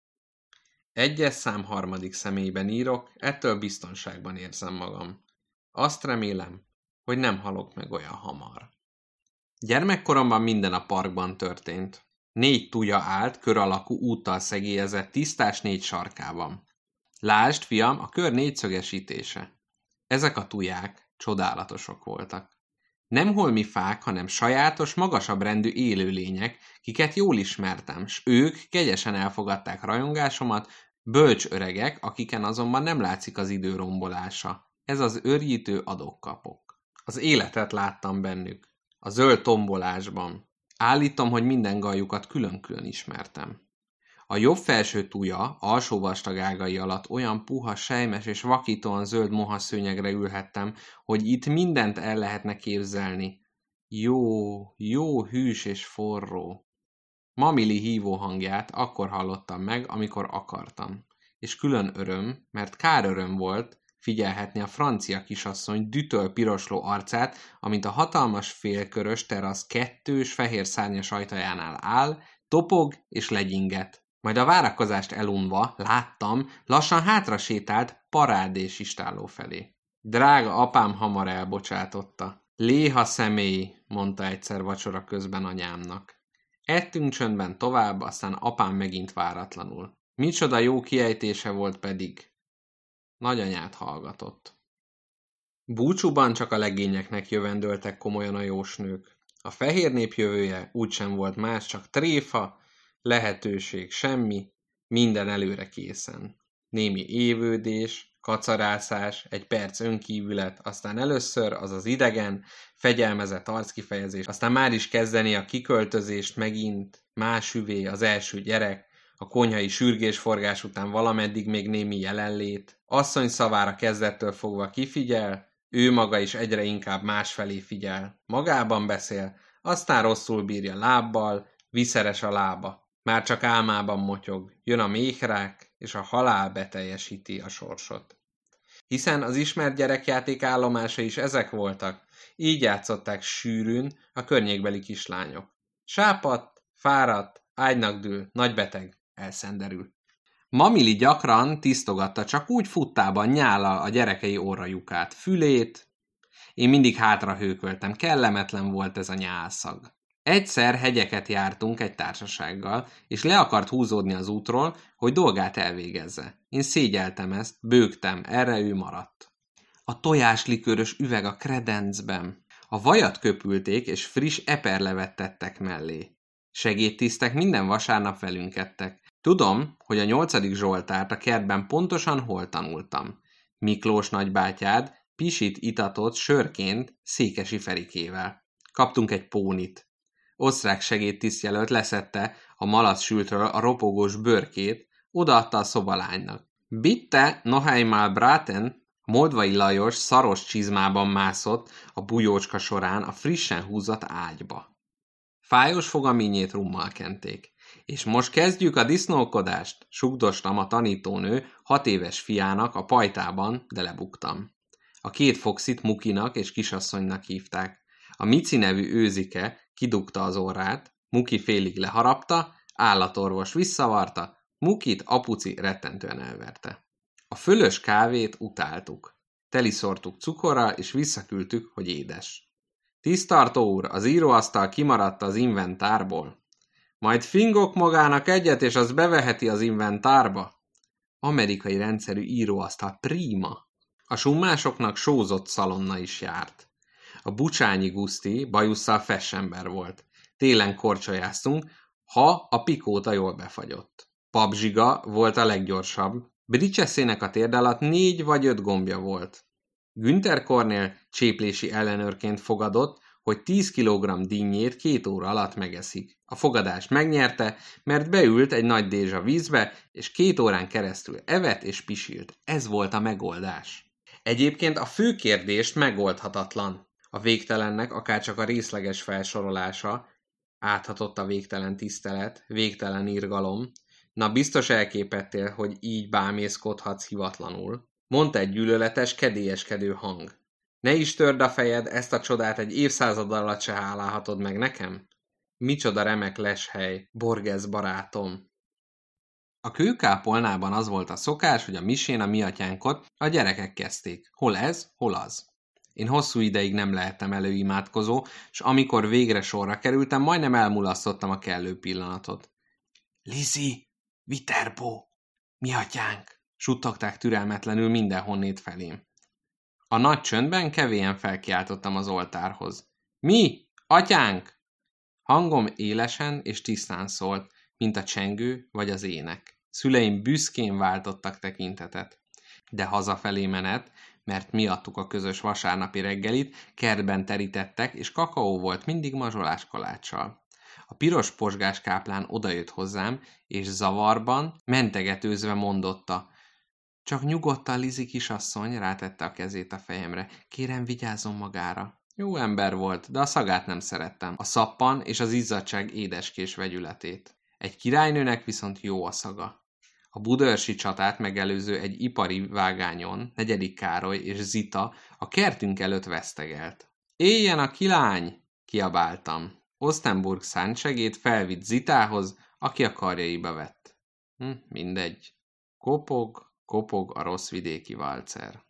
1. szám 3. személyben írok, ettől biztonságban érzem magam. Azt remélem, hogy nem halok meg olyan hamar. Gyermekkoromban minden a parkban történt. 4 tuja állt, kör alakú úttal szegélyezett, tisztás 4 sarkában. Lásd, fiam, a kör 4-szögesítése. Ezek a tuják csodálatosok voltak. Nem holmi fák, hanem sajátos, magasabb rendű élőlények, kiket jól ismertem, s ők kegyesen elfogadták rajongásomat, bölcs öregek, akiken azonban nem látszik az idő rombolása. Ez az őrjítő adok-kapok. Az életet láttam bennük, a zöld tombolásban. Állítom, hogy minden galljukat külön-külön ismertem. A jobb felső tuja alsó vastag ágai alatt olyan puha, sejmes és vakítóan zöld mohaszőnyegre ülhettem, hogy itt mindent el lehetne képzelni. Jó, hűs és forró. Mamili hívó hangját akkor hallottam meg, amikor akartam. És külön öröm, mert kár öröm volt figyelhetni a francia kisasszony dütöl pirosló arcát, amint a hatalmas félkörös terasz 2 fehér szárnyas ajtajánál áll, topog és legyinget. Majd a várakozást elunva, láttam, lassan hátra sétált parádés istálló felé. Drága apám hamar elbocsátotta. Léha személy, mondta egyszer vacsora közben anyámnak. Ettünk csöndben tovább, aztán apám megint váratlanul. Micsoda jó kiejtése volt pedig. Nagyanyát hallgatott. Búcsúban csak a legényeknek jövendöltek komolyan a jósnők. A fehér nép jövője úgysem volt más, csak tréfa, lehetőség semmi, minden előre készen. Némi évődés, kacarászás, egy perc önkívület, aztán először az az idegen, fegyelmezett arckifejezés, aztán már is kezdeni a kiköltözést megint, más üvé, az első gyerek, a konyhai sürgésforgás után valameddig még némi jelenlét, asszony szavára kezdettől fogva kifigyel, ő maga is egyre inkább másfelé figyel, magában beszél, aztán rosszul bírja lábbal, viszeres a lába. Már csak álmában motyog, jön a méhrák, és a halál beteljesíti a sorsot. Hiszen az ismert gyerekjáték állomása is ezek voltak, így játszották sűrűn a környékbeli kislányok. Sápadt, fáradt, ágynak dől, nagybeteg, elszenderül. Mamili gyakran tisztogatta csak úgy futtában nyállal a gyerekei orrajukát, fülét. Én mindig hátra hőköltem, kellemetlen volt ez a nyálszag. Egyszer hegyeket jártunk egy társasággal, és le akart húzódni az útról, hogy dolgát elvégezze. Én szégyeltem ezt, bőgtem, erre ő maradt. A tojáslikőrös üveg a kredencben. A vajat köpülték, és friss eperlevet tettek mellé. Segédtisztek minden vasárnap velünk ettek. Tudom, hogy a 8. Zsoltárt a kertben pontosan hol tanultam. Miklós nagybátyád pisit itatott sörként Székesi Ferikével. Kaptunk egy pónit. Osztrák segédtisztjelölt leszedte a malacsültről a ropogós bőrkét, odaadta a szobalánynak. Bitte noch einmal braten, Moldvai Lajos szaros csizmában mászott a bujócska során a frissen húzott ágyba. Fájos fogamínyét rummal kenték. És most kezdjük a disznókodást, sugdostam a tanítónő 6 éves fiának a pajtában, de lebuktam. A 2 foxit Mukinak és kisasszonynak hívták. A Mici nevű őzike kidugta az orrát, Muki félig leharapta, állatorvos visszavarta, Mukit apuci rettentően elverte. A fölös kávét utáltuk. Teliszortuk cukorral, és visszaküldtük, hogy édes. Tisztartó úr, az íróasztal kimaradt az inventárból. Majd fingok magának egyet, és az beveheti az inventárba. Amerikai rendszerű íróasztal, prima. A summásoknak sózott szalonna is járt. A Bucsányi Guszti bajusszal fessember volt. Télen korcsolyáztunk, ha a pikóta jól befagyott. Pabzsiga volt a leggyorsabb. Bricseszének a térd alatt 4 vagy 5 gombja volt. Günther Kornél cséplési ellenőrként fogadott, hogy 10 kg dinnyét 2 óra alatt megeszik. A fogadást megnyerte, mert beült egy nagy dézsa vízbe, és 2 órán keresztül evett és pisilt. Ez volt a megoldás. Egyébként a fő kérdést megoldhatatlan. A végtelennek akárcsak a részleges felsorolása, áthatott a végtelen tisztelet, végtelen irgalom. Na biztos elképettél, hogy így bámészkodhatsz hivatlanul. Mondta egy gyűlöletes, kedélyeskedő hang. Ne is törd a fejed, ezt a csodát egy évszázad alatt se hálálhatod meg nekem? Micsoda remek leshely, Borges barátom! A kőkápolnában az volt a szokás, hogy a misén a mi atyánkot a gyerekek kezdték. Hol ez, hol az. Én hosszú ideig nem lehettem előimádkozó, és amikor végre sorra kerültem, majdnem elmulasztottam a kellő pillanatot. Lizi, Viterbo, mi atyánk, suttogták türelmetlenül mindenhonnét felém. A nagy csöndben kevélyen felkiáltottam az oltárhoz. Mi? Atyánk? Hangom élesen és tisztán szólt, mint a csengő vagy az ének. Szüleim büszkén váltottak tekintetet. De hazafelé menet, mert miattuk a közös vasárnapi reggelit, kertben terítettek, és kakaó volt mindig mazsolás kaláccsal. A piros pozsgás káplán odajött hozzám, és zavarban, mentegetőzve mondotta. Csak nyugodtan, Lizi kisasszony, rátette a kezét a fejemre. Kérem, vigyázzon magára. Jó ember volt, de a szagát nem szerettem. A szappan és az izzadság édeskés vegyületét. Egy királynőnek viszont jó a szaga. A budaörsi csatát megelőző egy ipari vágányon 4. Károly és Zita a kertünk előtt vesztegelt. Éljen a kilány! Kiabáltam. Ostenburg szántsegét felvitt Zitához, aki a karjaiba vett. Mindegy. Kopog a rossz vidéki válcer.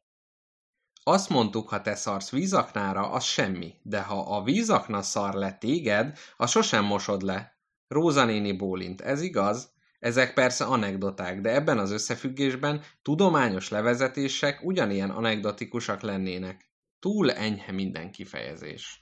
Azt mondtuk, ha te szarsz vízaknára, az semmi, de ha a vízakna szar le téged, az sosem mosod le. Róza néni bólint, ez igaz? Ezek persze anekdoták, de ebben az összefüggésben tudományos levezetések ugyanilyen anekdotikusak lennének. Túl enyhe minden kifejezés.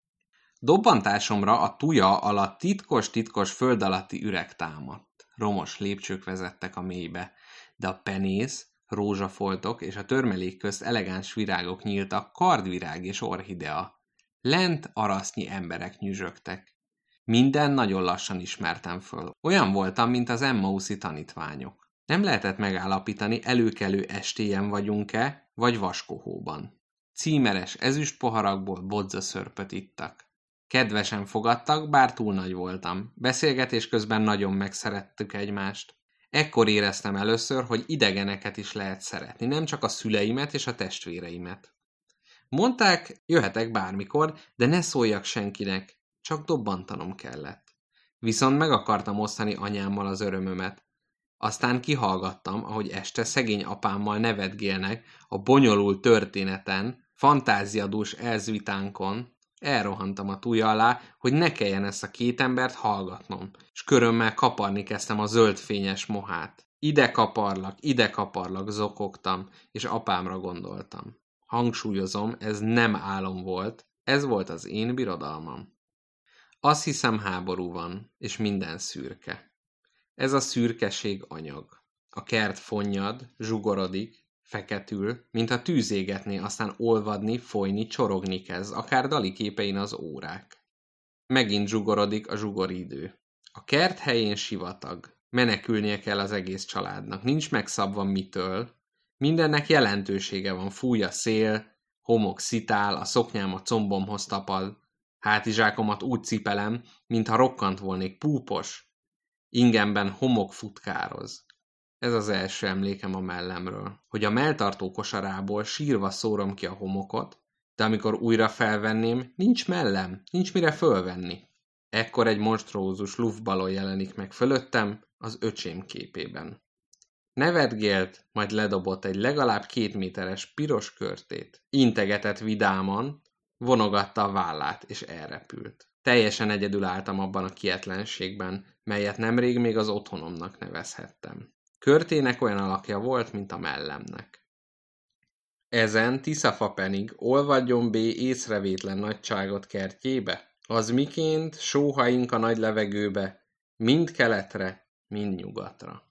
Dobbantásomra a tuja alatt titkos föld alatti üreg támadt. Romos lépcsők vezettek a mélybe, de a penész, rózsafoltok és a törmelék közt elegáns virágok nyíltak, kardvirág és orchidea. Lent arasznyi emberek nyüzsögtek. Minden nagyon lassan ismertem föl. Olyan voltam, mint az Emmauszi tanítványok. Nem lehetett megállapítani, előkelő estélyen vagyunk-e, vagy vaskohóban. Címeres ezüst poharakból bodzaszörpöt ittak. Kedvesen fogadtak, bár túl nagy voltam. Beszélgetés közben nagyon megszerettük egymást. Ekkor éreztem először, hogy idegeneket is lehet szeretni, nem csak a szüleimet és a testvéreimet. Mondták, jöhetek bármikor, de ne szóljak senkinek, csak dobbantanom kellett. Viszont meg akartam osztani anyámmal az örömömet. Aztán kihallgattam, ahogy este szegény apámmal nevetgélnek a bonyolult történeten, fantáziadús elzvitánkon. Elrohantam a tuja alá, hogy ne kelljen ezt a 2 embert hallgatnom, és körömmel kaparni kezdtem a zöldfényes mohát. Ide kaparlak, zokogtam, és apámra gondoltam. Hangsúlyozom, ez nem álom volt, ez volt az én birodalmam. Azt hiszem, háború van, és minden szürke. Ez a szürkeség anyag. A kert fonnyad, zsugorodik, feketül, mint a tűz égetné, aztán olvadni, folyni, csorogni kezd, akár Dali képein az órák. Megint zsugorodik a zsugoridő. A kert helyén sivatag. Menekülnie kell az egész családnak. Nincs megszabva mitől. Mindennek jelentősége van. Fúj a szél, homok szitál, a szoknyám a combomhoz tapad. Hátizsákomat úgy cipelem, mintha rokkant volnék, púpos. Ingemben homok futkároz. Ez az első emlékem a mellemről, hogy a melltartó kosarából sírva szórom ki a homokot, de amikor újra felvenném, nincs mellem, nincs mire fölvenni. Ekkor egy monstrózus luftballon jelenik meg fölöttem, az öcsém képében. Nevetgélt, majd ledobott egy legalább 2 méteres piros körtét. Integetett vidáman, vonogatta a vállát, és elrepült. Teljesen egyedül álltam abban a kietlenségben, melyet nemrég még az otthonomnak nevezhettem. Körtének olyan alakja volt, mint a mellemnek. Ezen Tiszafapenig olvadjon B észrevétlen nagyságot kertjébe, az miként sóhaink a nagy levegőbe, mind keletre, mind nyugatra.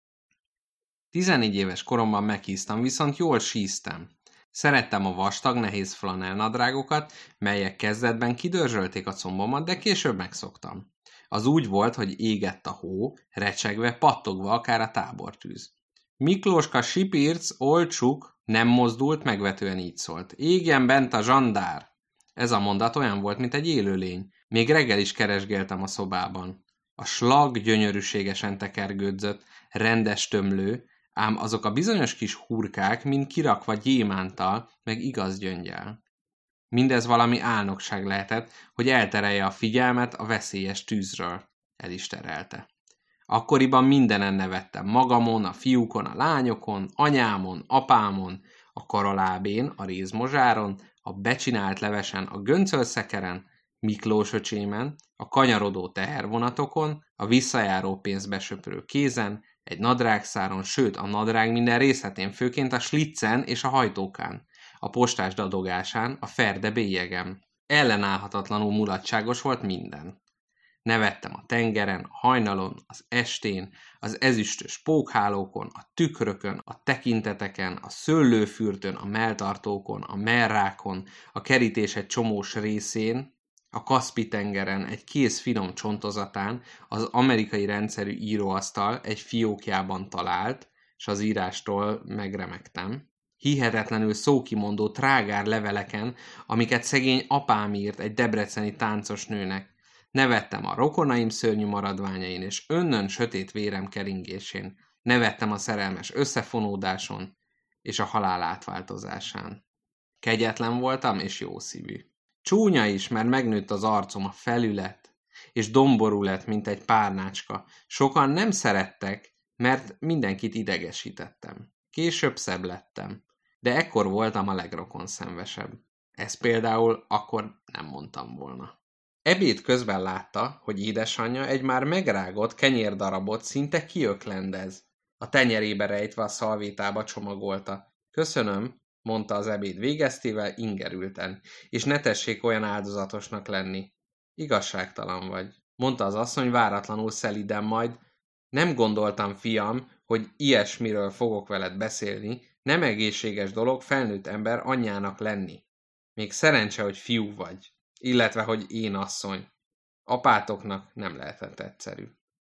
14 éves koromban meghíztam, viszont jól síztem. Szerettem a vastag, nehéz flanelnadrágokat, melyek kezdetben kidörzsölték a combomat, de később megszoktam. Az úgy volt, hogy égett a hó, recsegve, pattogva akár a tábortűz. Miklóska sipírc, olcsuk, nem mozdult, megvetően így szólt. Égjen bent a zsandár! Ez a mondat olyan volt, mint egy élőlény. Még reggel is keresgéltem a szobában. A slag gyönyörűségesen tekergődzött, rendes tömlő, ám azok a bizonyos kis hurkák mind kirakva gyémántal, meg igaz gyöngyel. Mindez valami álnokság lehetett, hogy elterelje a figyelmet a veszélyes tűzről. El is terelte. Akkoriban mindenen nevettem, magamon, a fiúkon, a lányokon, anyámon, apámon, a karalábén, a rézmozsáron, a becsinált levesen, a göncölszekeren, Miklós öcsémen, a kanyarodó tehervonatokon, a visszajáró pénzbesöprő kézen, egy nadrágszáron, sőt a nadrág minden részletén, főként a sliccen és a hajtókán, a postás dadogásán, a ferde bélyegem. Ellenállhatatlanul mulatságos volt minden. Nevettem a tengeren, a hajnalon, az estén, az ezüstös pókhálókon, a tükrökön, a tekinteteken, a szőlőfürtön, a melltartókon, a merrákon, a kerítés egy csomós részén, a Kaszpi-tengeren, egy kész finom csontozatán, az amerikai rendszerű íróasztal egy fiókjában talált, s az írástól megremegtem. Hihetetlenül szókimondó trágár leveleken, amiket szegény apám írt egy debreceni táncos nőnek. Nevettem a rokonaim szörnyű maradványain és önnön sötét vérem keringésén. Nevettem a szerelmes összefonódáson és a halál átváltozásán. Kegyetlen voltam és jószívű. Csúnya is, mert megnőtt az arcom, a felület, és domború lett, mint egy párnácska. Sokan nem szerettek, mert mindenkit idegesítettem. Később szebb lettem, de ekkor voltam a legrokonszenvesebb. Ezt például akkor nem mondtam volna. Ebéd közben látta, hogy édesanyja egy már megrágott kenyérdarabot szinte kiöklendez. A tenyerébe rejtve a szalvétába csomagolta. Köszönöm, mondta az ebéd végeztével ingerülten, és ne tessék olyan áldozatosnak lenni. Igazságtalan vagy, mondta az asszony váratlanul szeliden, majd nem gondoltam, fiam, hogy ilyesmiről fogok veled beszélni, nem egészséges dolog felnőtt ember anyjának lenni. Még szerencse, hogy fiú vagy, illetve, hogy én asszony. Apátoknak nem lehetett egyszerű.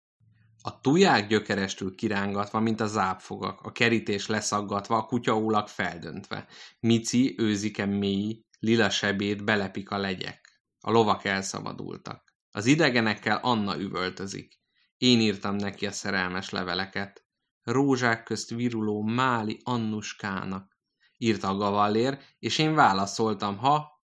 A tuják gyökerestül kirángatva, mint a zápfogak, a kerítés leszaggatva, a kutyaólag feldöntve. Mici, őzike mély, lila sebét belepik a legyek. A lovak elszabadultak. Az idegenekkel Anna üvöltözik. Én írtam neki a szerelmes leveleket. Rózsák közt viruló Máli Annuskának, írta a gavallér, és én válaszoltam,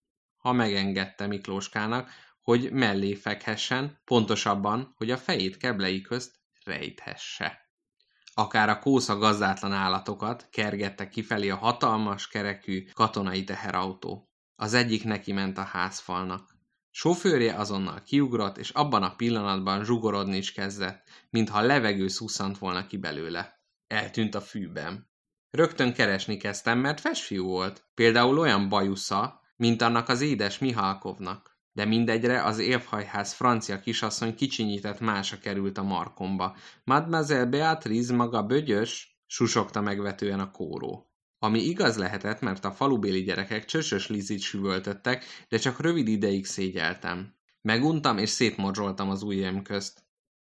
ha megengedte Miklóskának, hogy mellé fekhessen, pontosabban, hogy a fejét keblei közt rejthesse. Akár a kósza gazdátlan állatokat kergette kifelé a hatalmas kerekű katonai teherautó. Az egyik neki ment a házfalnak. Sofőrje azonnal kiugrott, és abban a pillanatban zsugorodni is kezdett, mintha a levegő szusszant volna ki belőle. Eltűnt a fűben. Rögtön keresni kezdtem, mert festfiú volt. Például olyan bajusza, mint annak az édes Mihalkovnak. De mindegyre az élfhajház francia kisasszony kicsinyített mása került a markomba. Mademoiselle Beatrice maga bögyös, susogta megvetően a kóró. Ami igaz lehetett, mert a falubéli gyerekek csösös lizit süvöltöttek, de csak rövid ideig szégyeltem. Meguntam és szétmorzsoltam az ujjaim közt.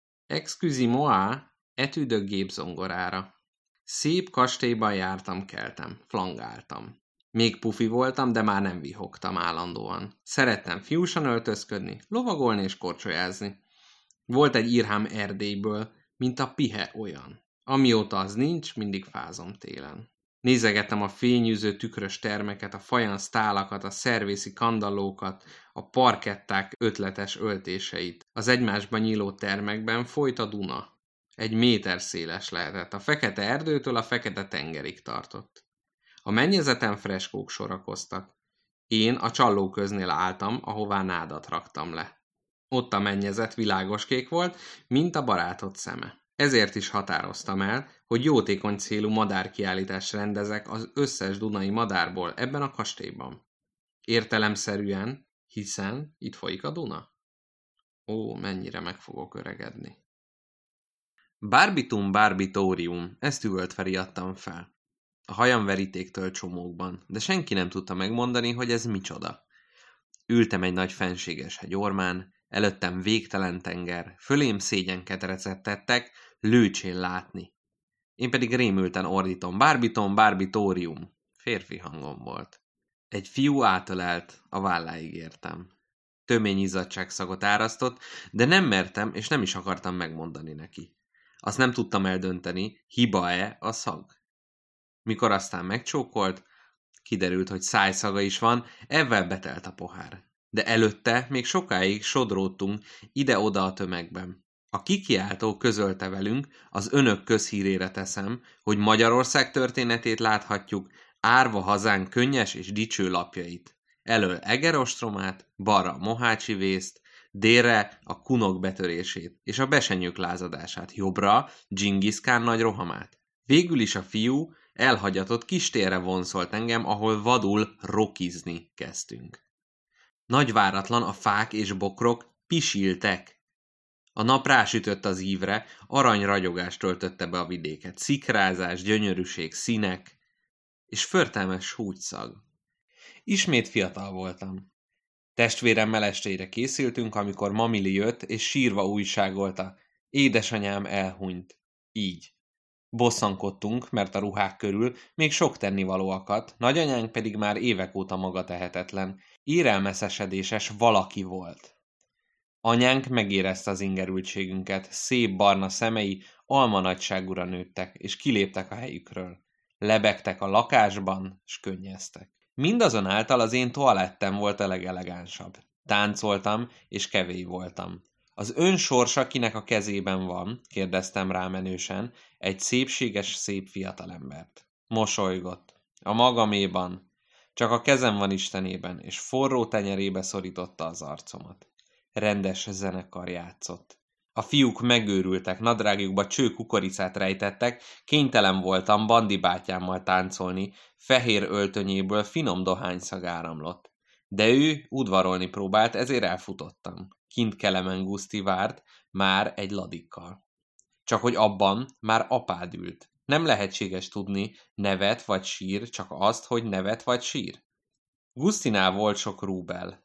Excusez-moi, etüdök gépzongorára. Szép kastélyban jártam-keltem, flangáltam. Még pufi voltam, de már nem vihogtam állandóan. Szerettem fiúsan öltözködni, lovagolni és korcsolyázni. Volt egy irhám Erdélyből, mint a pihe olyan. Amióta az nincs, mindig fázom télen. Nézegettem a fényűző tükrös termeket, a fajansz tálakat, a szervészi kandallókat, a parketták ötletes öltéseit. Az egymásba nyíló termekben folyt a Duna. 1 méter széles lehetett, a fekete erdőtől a fekete tengerig tartott. A mennyezeten freskók sorakoztak. Én a csallóköznél álltam, ahová nádat raktam le. Ott a mennyezet világoskék volt, mint a barátod szeme. Ezért is határoztam el, hogy jótékony célú madárkiállítást rendezek az összes dunai madárból ebben a kastélyban. Értelemszerűen, hiszen itt folyik a Duna. Ó, mennyire meg fogok öregedni. Barbitum barbitorium, ezt üvöltve riadtam fel. A hajam verítéktől csomókban, de senki nem tudta megmondani, hogy ez micsoda. Ültem egy nagy fenséges hegy ormán, előttem végtelen tenger, fölém szégyenkedrecet tettek, lőcsén látni. Én pedig rémülten ordítom, barbitum barbitorium. Férfi hangom volt. Egy fiú átölelt, a válláig értem. Tömény izzadságszagot árasztott, de nem mertem és nem is akartam megmondani neki. Azt nem tudtam eldönteni, hiba-e a szag. Mikor aztán megcsókolt, kiderült, hogy szájszaga is van, evvel betelt a pohár. De előtte még sokáig sodródtunk ide-oda a tömegben. A kikiáltó közölte velünk, az önök közhírére teszem, hogy Magyarország történetét láthatjuk, árva hazánk könnyes és dicső lapjait. Elől Egerostromát, balra a Mohácsi vészt, délre a kunok betörését és a besenyők lázadását, jobbra Dzsingisz Kán nagy rohamát. Végül is a fiú elhagyatott kistérre vonszolt engem, ahol vadul rokizni kezdtünk. Nagyváratlan a fák és bokrok pisiltek. A nap rásütött az ívre, aranyragyogást töltötte be a vidéket, szikrázás, gyönyörűség, színek és förtelmes húgyszag. Ismét fiatal voltam. Testvéremmel estére készültünk, amikor Mamili jött, és sírva újságolta. Édesanyám elhunyt. Így. Bosszankodtunk, mert a ruhák körül még sok tennivaló akadt, nagyanyánk pedig már évek óta maga tehetetlen, érelmeszesedéses valaki volt. Anyánk megérezte az ingerültségünket, szép barna szemei almanagyságúra nőttek, és kiléptek a helyükről. Lebegtek a lakásban, s könnyeztek. Mindazonáltal az én toalettem volt a legelegánsabb. Táncoltam, és kevély voltam. Az ön sorsa kinek a kezében van? Kérdeztem rámenősen, egy szépséges, szép fiatalembert. Mosolygott. A magaméban. Csak a kezem van Istenében, és forró tenyerébe szorította az arcomat. Rendes zenekar játszott. A fiúk megőrültek, nadrágjukba cső kukoricát rejtettek, kénytelen voltam Bandi bátyámmal táncolni, fehér öltönyéből finom dohányszag áramlott. De ő udvarolni próbált, ezért elfutottam. Kint Kelemen Guszti várt, már egy ladikkal. Csak hogy abban már apád ült. Nem lehetséges tudni, nevet vagy sír, csak azt, hogy nevet vagy sír. Gusztinál volt sok rúbel.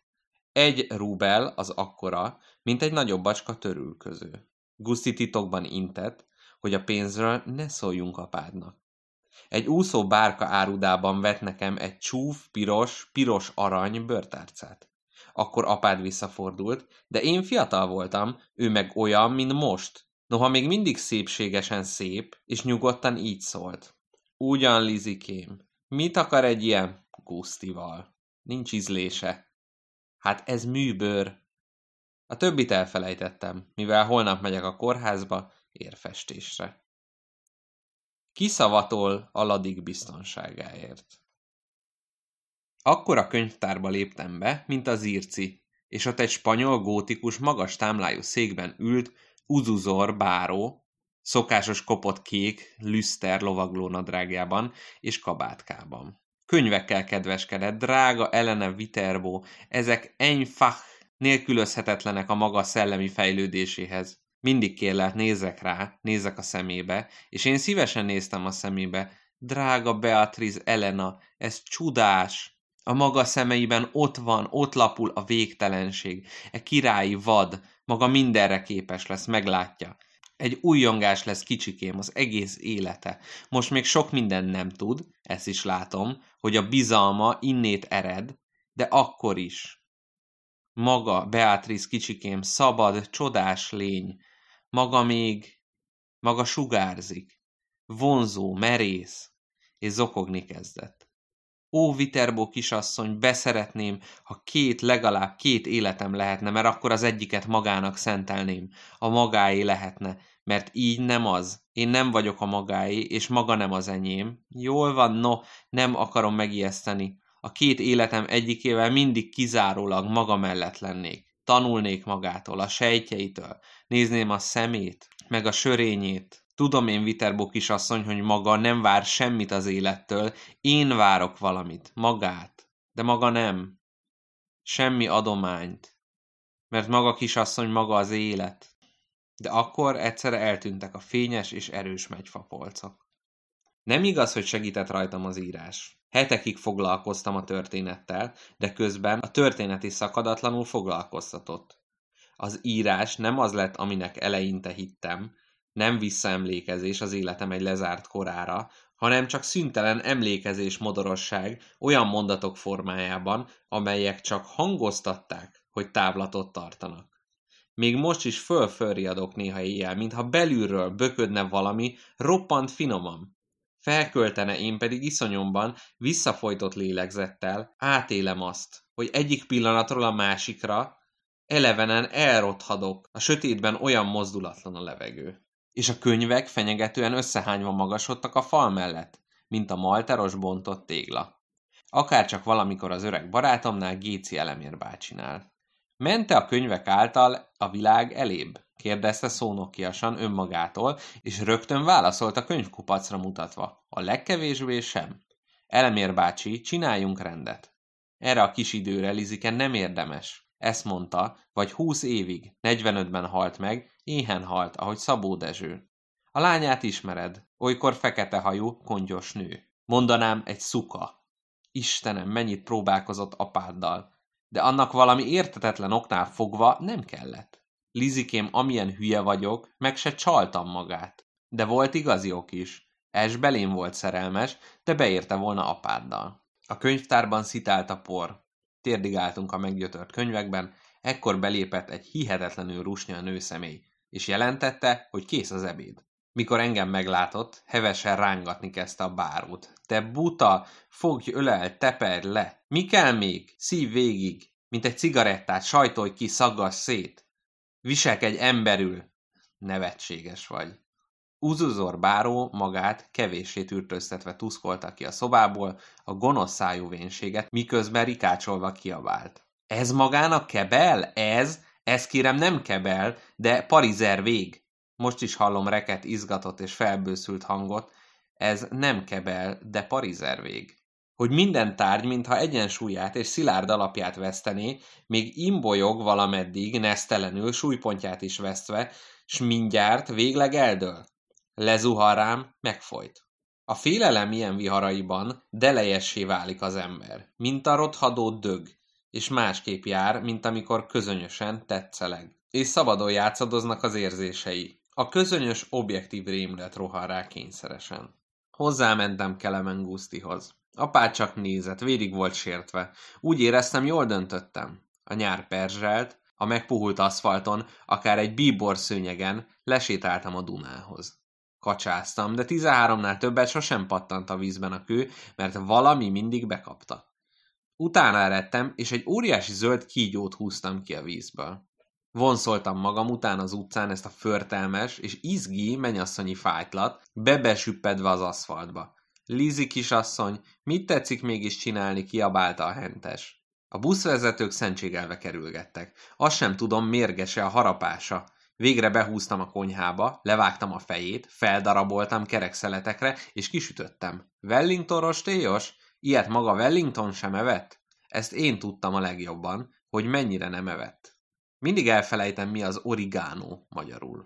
1 rubel az akkora, mint egy nagyobb bacska törülköző. Guszti titokban intett, hogy a pénzről ne szóljunk apádnak. Egy úszó bárka árudában vett nekem egy csúf, piros arany bőrtárcát. Akkor apád visszafordult, de én fiatal voltam, ő meg olyan, mint most. Noha még mindig szépségesen szép, és nyugodtan így szólt. Ugyan, Lizikém, mit akar egy ilyen Gusztival? Nincs ízlése. Hát ez műbőr. A többit elfelejtettem, mivel holnap megyek a kórházba érfestésre. Kiszavatol a ladik biztonságáért. Akkor a könyvtárba léptem be, mint az írci, és ott egy spanyol gótikus magas támlájú székben ült Uzuzor báró, szokásos kopott kék, lüszter lovagló nadrágjában és kabátkában. Könyvekkel kedveskedett, drága Elena Viterbo, ezek einfach nélkülözhetetlenek a maga szellemi fejlődéséhez. Mindig kérlelt, nézzek rá, nézzek a szemébe, és én szívesen néztem a szemébe. Drága Beatriz Elena, ez csodás! A maga szemeiben ott lapul a végtelenség. E királyi vad, maga mindenre képes lesz, meglátja. Egy újongás lesz kicsikém, az egész élete. Most még sok minden nem tud, ezt is látom, hogy a bizalma innét ered, de akkor is. Maga, Beatrice kicsikém, szabad, csodás lény. Maga sugárzik. Vonzó, merész, és zokogni kezdett. Ó, Viterbo kisasszony, beszeretném, ha legalább 2 életem lehetne, mert akkor az egyiket magának szentelném. A magáé lehetne, mert így nem az. Én nem vagyok a magáé, és maga nem az enyém. Jól van, no, nem akarom megijeszteni. A 2 életem egyikével mindig kizárólag maga mellett lennék. Tanulnék magától, a sejtjeitől. Nézném a szemét, meg a sörényét. Tudom én, Viterbo kisasszony, hogy maga nem vár semmit az élettől, én várok valamit, magát, de maga nem. Semmi adományt, mert maga kisasszony maga az élet. De akkor egyszerre eltűntek a fényes és erős megyfapolcok. Nem igaz, hogy segített rajtam az írás. Hetekig foglalkoztam a történettel, de közben a történet is szakadatlanul foglalkoztatott. Az írás nem az lett, aminek eleinte hittem, nem visszaemlékezés az életem egy lezárt korára, hanem csak szüntelen emlékezés modorosság olyan mondatok formájában, amelyek csak hangoztatták, hogy távlatot tartanak. Még most is fölriadok néha éjjel, mintha belülről böködne valami roppant finoman. Felköltene, én pedig iszonyomban, visszafolytott lélegzettel átélem azt, hogy egyik pillanatról a másikra elevenen elrothadok, a sötétben olyan mozdulatlan a levegő. És a könyvek fenyegetően összehányva magasodtak a fal mellett, mint a malteros bontott tégla. Akárcsak valamikor az öreg barátomnál, Géci Elemér bácsinál. Mente a könyvek által a világ elébb? Kérdezte szónokiasan önmagától, és rögtön válaszolt a könyvkupacra mutatva. A legkevésbé sem. Elemér bácsi, csináljunk rendet. Erre a kis időre, Lizike, nem érdemes. Ezt mondta, vagy 20 évig, 45-ben halt meg, éhen halt, ahogy Szabó Dezső. A lányát ismered, olykor fekete hajú, kontyos nő. Mondanám, egy szuka. Istenem, mennyit próbálkozott apáddal. De annak valami értetetlen oknál fogva nem kellett. Lizikém, amilyen hülye vagyok, meg se csaltam magát. De volt igazi ok is. Es belém volt szerelmes, de beérte volna apáddal. A könyvtárban szitált a por. Térdigáltunk a meggyötört könyvekben, ekkor belépett egy hihetetlenül rusnya nőszemély, és jelentette, hogy kész az ebéd. Mikor engem meglátott, hevesen rángatni kezdte a bárót. Te buta, fogj, ölel, teperj le! Mi kell még? Szív végig, mint egy cigarettát, sajtolj ki, szaggass szét! Viselkedj emberül! Nevetséges vagy. Uzuzor báró magát kevéssé tűrtöztetve tuszkolta ki a szobából a gonosz szájú vénséget, miközben rikácsolva kiabált. Ez magának kebel? Ez kérem nem kebel, de parizer vég. Most is hallom reket, izgatott és felbőszült hangot. Ez nem kebel, de parizer vég. Hogy minden tárgy, mintha egyensúlyát és szilárd alapját vesztené, még imbolyog valameddig, nesztelenül, súlypontját is vesztve, s mindjárt végleg eldől. Lezuhar rám, megfojt. A félelem ilyen viharaiban delejessé válik az ember, mint a rothadó dög, és másképp jár, mint amikor közönösen tetszeleg. És szabadon játszadoznak az érzései. A közönyös objektív rémület rohan rá kényszeresen. Hozzámentem Kelemen Gusztihoz. Apád csak nézett, vérig volt sértve. Úgy éreztem, jól döntöttem. A nyár perzselt, a megpuhult aszfalton, akár egy bíbor szőnyegen lesétáltam a Dunához. Kacsáztam, de 13-nál többet sosem pattant a vízben a kő, mert valami mindig bekapta. Utána eredtem, és egy óriási zöld kígyót húztam ki a vízből. Vonszoltam magam után az utcán ezt a förtelmes és izgi mennyasszonyi fájtlat, bebesüppedve az aszfaltba. Lizi kisasszony, mit tetszik mégis csinálni, kiabálta a hentes. A buszvezetők szentségelve kerülgettek. Azt sem tudom, mérgese a harapása. Végre behúztam a konyhába, levágtam a fejét, feldaraboltam kerekszeletekre, és kisütöttem. Wellington rostélyos? Ilyet maga Wellington sem evett? Ezt én tudtam a legjobban, hogy mennyire nem evett. Mindig elfelejtem, mi az oregano magyarul.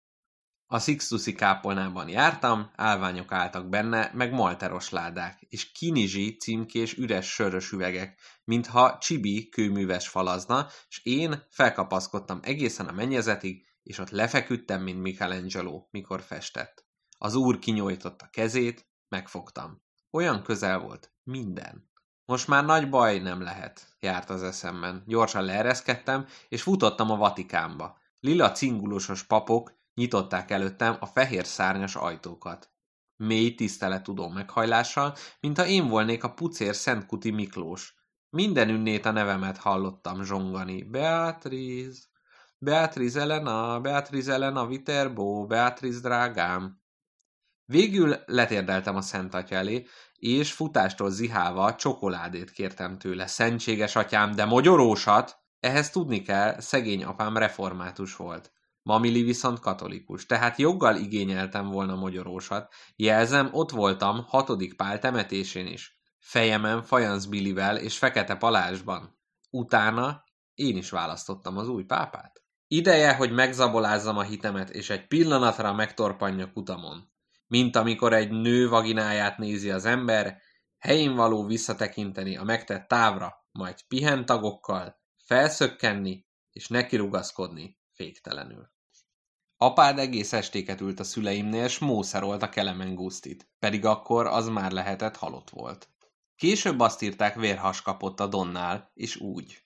A Sixtusi kápolnában jártam, állványok álltak benne, meg malteros ládák, és kinizsi, címkés, üres sörös üvegek, mintha csibi kőműves falazna, s én felkapaszkodtam egészen a mennyezetig, és ott lefeküdtem, mint Michelangelo, mikor festett. Az úr kinyújtotta kezét, megfogtam. Olyan közel volt, minden. Most már nagy baj nem lehet, járt az eszemben. Gyorsan leereszkedtem, és futottam a Vatikánba. Lila cingulusos papok nyitották előttem a fehér szárnyas ajtókat. Mély tisztelettudó meghajlással, mintha én volnék a pucér Szentkuti Miklós. Minden ünnét a nevemet hallottam zsongani. Beatriz Elena, Viterbo, Beatriz drágám. Végül letérdeltem a Szent Atya elé, és futástól zihálva csokoládét kértem tőle. Szentséges atyám, de mogyorósat! Ehhez tudni kell, szegény apám református volt. Mamili viszont katolikus, tehát joggal igényeltem volna mogyorósat. Jelzem, ott voltam 6. Pál temetésén is. Fejemen Fajansz Bilivel és Fekete Balázsban. Utána én is választottam az új pápát. Ideje, hogy megzabolázzam a hitemet, és egy pillanatra megtorpanjak utamon. Mint amikor egy nő vagináját nézi az ember, helyén való visszatekinteni a megtett távra, majd pihentagokkal, felszökkenni és nekirugaszkodni féktelenül. Apád egész estéket ült a szüleimnél, s mószerolt a Kelemen Gusztit, pedig akkor az már lehetett halott volt. Később azt írták, vérhas kapott a Donnál, és úgy.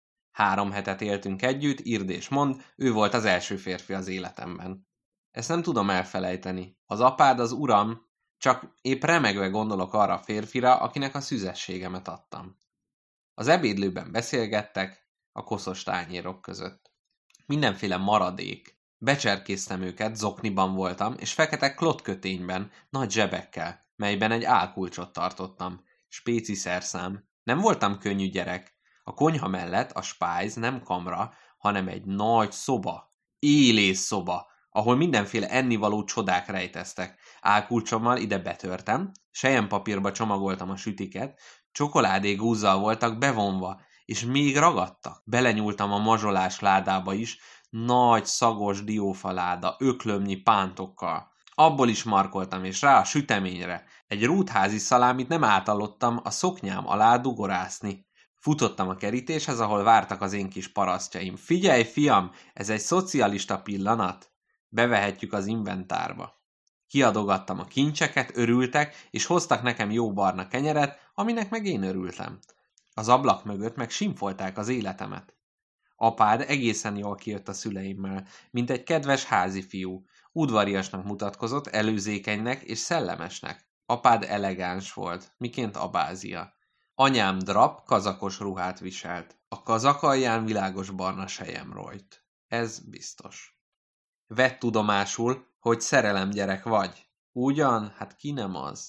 3 hetet éltünk együtt, írd és mond, ő volt az első férfi az életemben. Ezt nem tudom elfelejteni. Az apád az uram, csak épp remegve gondolok arra a férfira, akinek a szüzességemet adtam. Az ebédlőben beszélgettek, a koszos tányérok között. Mindenféle maradék. Becserkéztem őket, zokniban voltam, és fekete klotkötényben, nagy zsebekkel, melyben egy álkulcsot tartottam. Spéci szerszám. Nem voltam könnyű gyerek. A konyha mellett a spájz nem kamra, hanem egy nagy szoba, élész szoba, ahol mindenféle ennivaló csodák rejteztek. Álkulcsommal ide betörtem, selyempapírba csomagoltam a sütiket, csokoládé gúzzal voltak bevonva, és még ragadtak. Belenyúltam a mazsolás ládába is, nagy szagos diófaláda, öklömnyi pántokkal. Abból is markoltam, és rá a süteményre. Egy rútházi szalámit nem átallottam a szoknyám alá dugorászni. Futottam a kerítéshez, ahol vártak az én kis parasztjaim. Figyelj, fiam, ez egy szocialista pillanat. Bevehetjük az inventárba. Kiadogattam a kincseket, örültek, és hoztak nekem jó barna kenyeret, aminek meg én örültem. Az ablak mögött meg simfolták az életemet. Apád egészen jól kijött a szüleimmel, mint egy kedves házi fiú. Udvariasnak mutatkozott, előzékenynek és szellemesnek. Apád elegáns volt, miként Abázia. Anyám drap, kazakos ruhát viselt. A kazak alján világos barna selyemrojt. Ez biztos. Vedd tudomásul, hogy szerelemgyerek vagy. Ugyan? Hát ki nem az?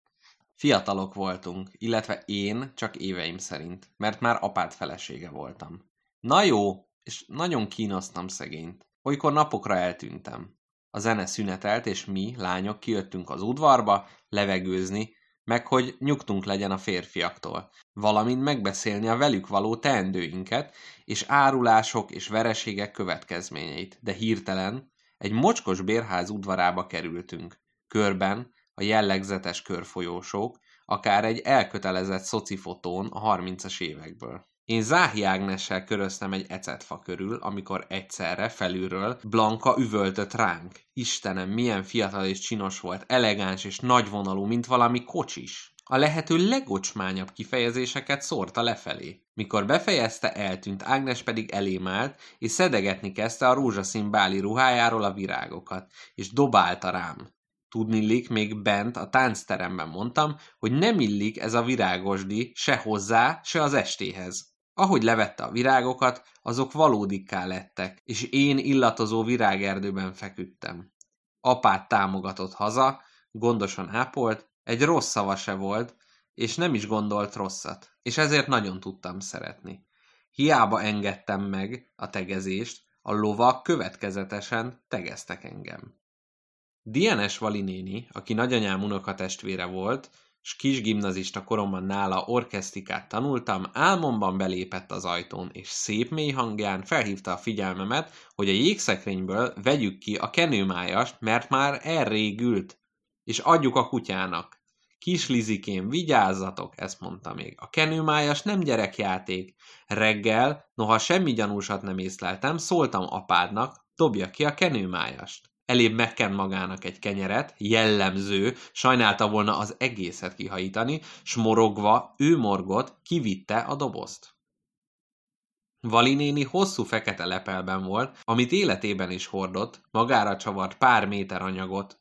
Fiatalok voltunk, illetve én csak éveim szerint, mert már apád felesége voltam. Na jó, és nagyon kínoztam szegényt. Olykor napokra eltűntem. A zene szünetelt, és mi, lányok, kijöttünk az udvarba, levegőzni, meg hogy nyugtunk legyen a férfiaktól, valamint megbeszélni a velük való teendőinket, és árulások és vereségek következményeit. De hirtelen egy mocskos bérház udvarába kerültünk. Körben a jellegzetes körfolyósók, akár egy elkötelezett szocifotón a 30-as évekből. Én Záhi Ágnessel köröztem egy ecetfa körül, amikor egyszerre felülről Blanka üvöltött ránk. Istenem, milyen fiatal és csinos volt, elegáns és nagyvonalú, mint valami kocsis. A lehető legocsmányabb kifejezéseket szórta lefelé. Mikor befejezte, eltűnt, Ágnes pedig elém állt, és szedegetni kezdte a rózsaszín báli ruhájáról a virágokat, és dobálta rám. Tudnillik, még bent a táncteremben mondtam, hogy nem illik ez a virágosdi se hozzá, se az estéhez. Ahogy levette a virágokat, azok valódikká lettek, és én illatozó virágerdőben feküdtem. Apát támogatott haza, gondosan ápolt, egy rossz szava se volt, és nem is gondolt rosszat, és ezért nagyon tudtam szeretni. Hiába engedtem meg a tegezést, a lovak következetesen tegeztek engem. Dienes Vali néni, aki nagyanyám unokatestvére volt, s kisgimnazista koromban nála orkesztikát tanultam, álmomban belépett az ajtón, és szép mély hangján felhívta a figyelmemet, hogy a jégszekrényből vegyük ki a kenőmájast, mert már elrégült, és adjuk a kutyának. Kis Lizikém, vigyázzatok, ezt mondta még. A kenőmájas nem gyerekjáték. Reggel, noha semmi gyanúsat nem észleltem, szóltam apádnak, dobja ki a kenőmájast. Elébb megkent magának egy kenyeret, jellemző, sajnálta volna az egészet kihajítani, s morogva, ő morgott, kivitte a dobozt. Vali néni hosszú fekete lepelben volt, amit életében is hordott, magára csavart pár méter anyagot.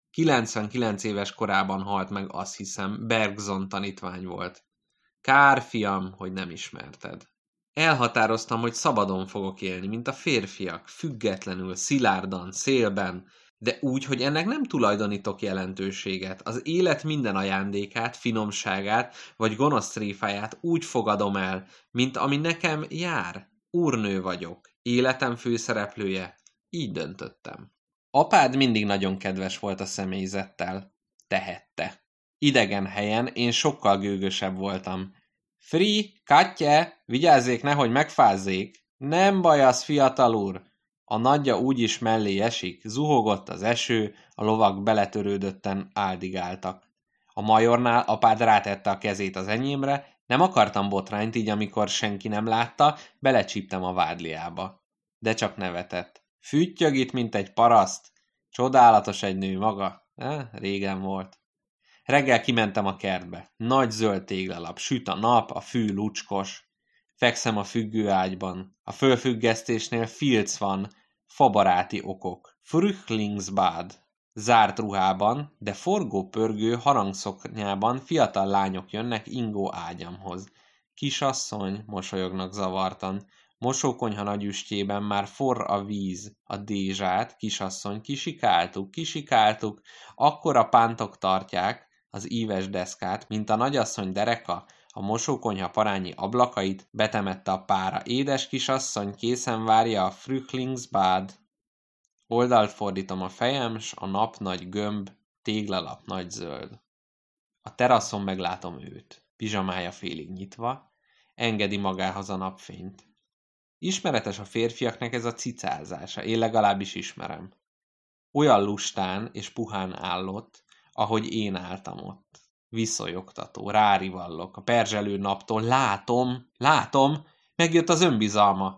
99 éves korában halt meg, azt hiszem, Bergson tanítvány volt. Kár, fiam, hogy nem ismerted. Elhatároztam, hogy szabadon fogok élni, mint a férfiak, függetlenül, szilárdan, szélben, de úgy, hogy ennek nem tulajdonítok jelentőséget. Az élet minden ajándékát, finomságát vagy gonosz tréfáját úgy fogadom el, mint ami nekem jár. Úrnő vagyok, életem főszereplője, Így döntöttem. Apád mindig nagyon kedves volt a személyzettel. Tehette. Idegen helyen én sokkal gőgösebb voltam. Free, Katya, vigyázzék, nehogy megfázzék. Nem baj az, fiatal úr. A nagyja úgyis mellé esik, zuhogott az eső, a lovak beletörődötten áldigáltak. A majornál apád rátette a kezét az enyémre, nem akartam botrányt, így amikor senki nem látta, belecsíptem a vádliába. De csak nevetett. Füttyög itt, mint egy paraszt. Csodálatos egy nő maga. Régen volt. Reggel kimentem a kertbe. Nagy zöld téglalap, süt a nap, a fű lucskos. Fekszem a függőágyban. A fölfüggesztésnél filc van, fabaráti okok. Früchtlingsbad. Zárt ruhában, de forgó-pörgő harangszoknyában fiatal lányok jönnek ingó ágyamhoz. Kisasszony, mosolyognak zavartan. Mosókonyha nagyüstjében már forr a víz, a dézsát, kisasszony, kisikáltuk, akkora pántok tartják az íves deszkát, mint a nagyasszony dereka, a mosókonyha parányi ablakait betemette a pára. Édes kisasszony készen várja a Früchtlingsbad. Oldalt fordítom a fejem, s a nap nagy gömb, téglalap nagy zöld. A teraszon meglátom őt, pizsamája félig nyitva, engedi magához a napfényt. Ismeretes a férfiaknak ez a cicázása, én legalábbis ismerem. Olyan lustán és puhán állott, ahogy én álltam ott. Viszonyogtató, rárivallok, a perzselő naptól, látom, megjött az önbizalma.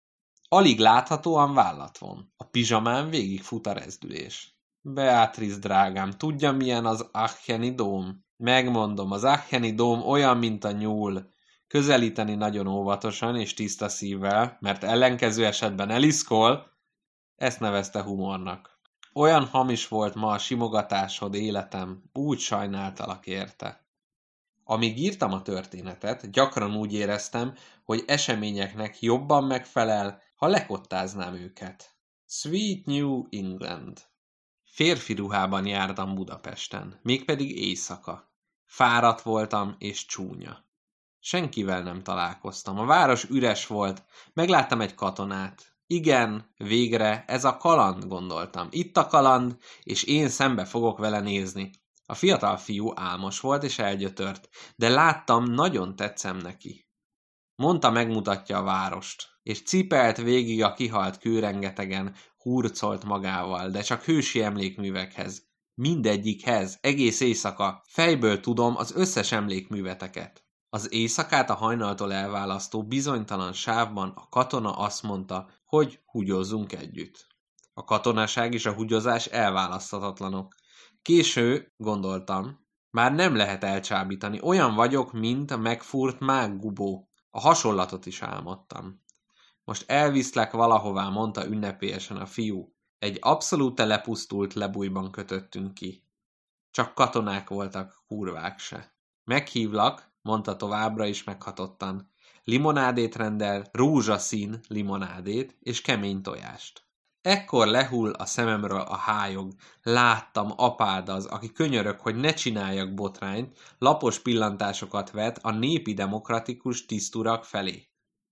Alig láthatóan vállat von. A pizsamán végigfut a rezdülés. Beatrice drágám, tudja milyen az Acheni dóm? Megmondom, az Acheni dóm olyan, mint a nyúl. Közelíteni nagyon óvatosan és tiszta szívvel, mert ellenkező esetben eliszkol, ezt nevezte humornak. Olyan hamis volt ma a simogatásod, életem, úgy sajnáltalak érte. Amíg írtam a történetet, gyakran úgy éreztem, hogy eseményeknek jobban megfelel, ha lekottáznám őket. Sweet New England. Férfi ruhában jártam Budapesten, mégpedig éjszaka. Fáradt voltam és csúnya. Senkivel nem találkoztam. A város üres volt. Megláttam egy katonát. Igen, végre, ez a kaland, gondoltam. Itt a kaland, és én szembe fogok vele nézni. A fiatal fiú álmos volt és elgyötört, de láttam, nagyon tetszem neki. Mondta, megmutatja a várost, és cipelt végig a kihalt kőrengetegen, hurcolt magával, de csak hősi emlékművekhez. Mindegyikhez, egész éjszaka. Fejből tudom az összes emlékműveteket. Az éjszakát a hajnaltól elválasztó bizonytalan sávban a katona azt mondta, hogy húgyozzunk együtt. A katonaság és a húgyozás elválaszthatatlanok. Késő, gondoltam, már nem lehet elcsábítani, olyan vagyok, mint a megfúrt mággubó. A hasonlatot is álmodtam. Most elviszlek valahová, mondta ünnepélyesen a fiú. Egy abszolút lepusztult lebújban kötöttünk ki. Csak katonák voltak, kurvák se. Meghívlak, mondta továbbra is meghatottan. Limonádét rendel, rózsaszín limonádét és kemény tojást. Ekkor lehull a szememről a hályog. Láttam, apád az, aki könyörög, hogy ne csináljak botrányt, lapos pillantásokat vet a népi demokratikus tiszturak felé.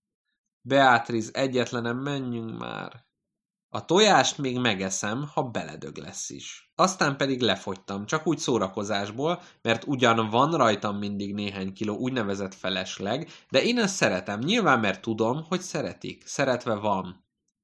Beatrice, egyetlenem, menjünk már. A tojást még megeszem, ha beledög lesz is. Aztán pedig lefogytam, csak úgy szórakozásból, mert ugyan van rajtam mindig néhány kiló úgynevezett felesleg, de én ezt szeretem, nyilván mert tudom, hogy szeretik, szeretve van.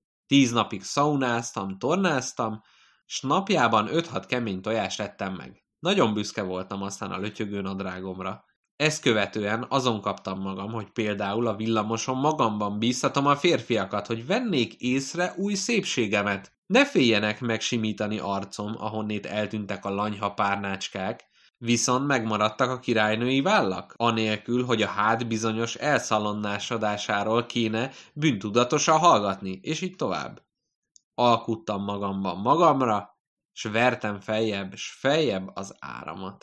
10 napig szaunáztam, tornáztam, s napjában 5-6 kemény tojást ettem meg. Nagyon büszke voltam aztán a lötyögő nadrágomra. Ezt követően azon kaptam magam, hogy például a villamoson magamban bíztatom a férfiakat, hogy vennék észre új szépségemet. Ne féljenek megsimítani arcom, ahonnét eltűntek a lanyha párnácskák, viszont megmaradtak a királynői vállak, anélkül, hogy a hát bizonyos elszalonnásodásáról kéne bűntudatosan hallgatni, és így tovább. Alkuttam magamra, s vertem feljebb az áramat.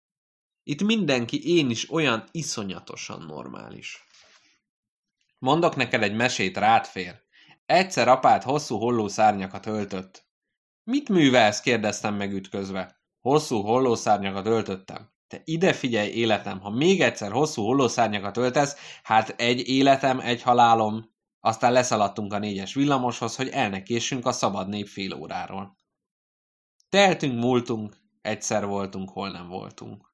Itt mindenki, én is olyan iszonyatosan normális. Mondok neked egy mesét, rád fér. Egyszer apád hosszú hollószárnyakat öltött. Mit művelsz? Kérdeztem megütközve. Hosszú hollószárnyakat öltöttem. Te ide figyelj, életem, ha még egyszer hosszú hollószárnyakat öltesz, hát egy életem, egy halálom. Aztán leszaladtunk a 4-es villamoshoz, hogy el ne késsünk a szabad nép fél óráról. Teltünk, múltunk, egyszer voltunk, hol nem voltunk.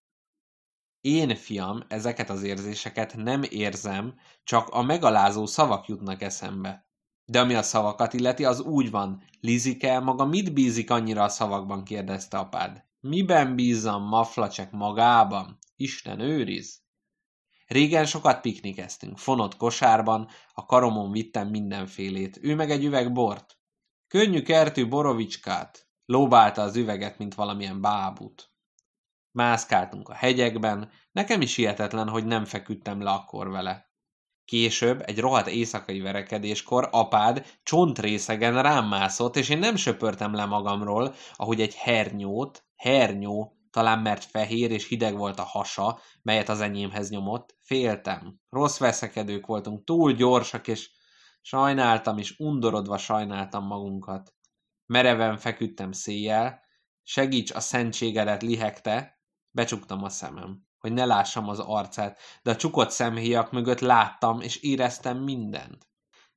Én, fiam, ezeket az érzéseket nem érzem, csak a megalázó szavak jutnak eszembe. De ami a szavakat illeti, az úgy van. Lizike, maga mit bízik annyira a szavakban, kérdezte apád. Miben bízzam, maflacsek, magában? Isten őriz! Régen sokat piknikeztünk, fonott kosárban, a karomon vittem mindenfélét, ő meg egy üveg bort. Könnyű kertű borovicskát, lóbálta az üveget, mint valamilyen bábut. Mászkáltunk a hegyekben, nekem is hihetetlen, hogy nem feküdtem le akkor vele. Később, egy rohadt éjszakai verekedéskor apád csontrészegen rám mászott, és én nem söpörtem le magamról, ahogy egy hernyó, talán mert fehér és hideg volt a hasa, melyet az enyémhez nyomott, féltem. Rossz veszekedők voltunk, túl gyorsak, és sajnáltam, és undorodva sajnáltam magunkat. Mereven feküdtem széjjel, segíts a szentségedet, lihegte, becsuktam a szemem, hogy ne lássam az arcát, de a csukott szemhéjak mögött láttam, és éreztem mindent.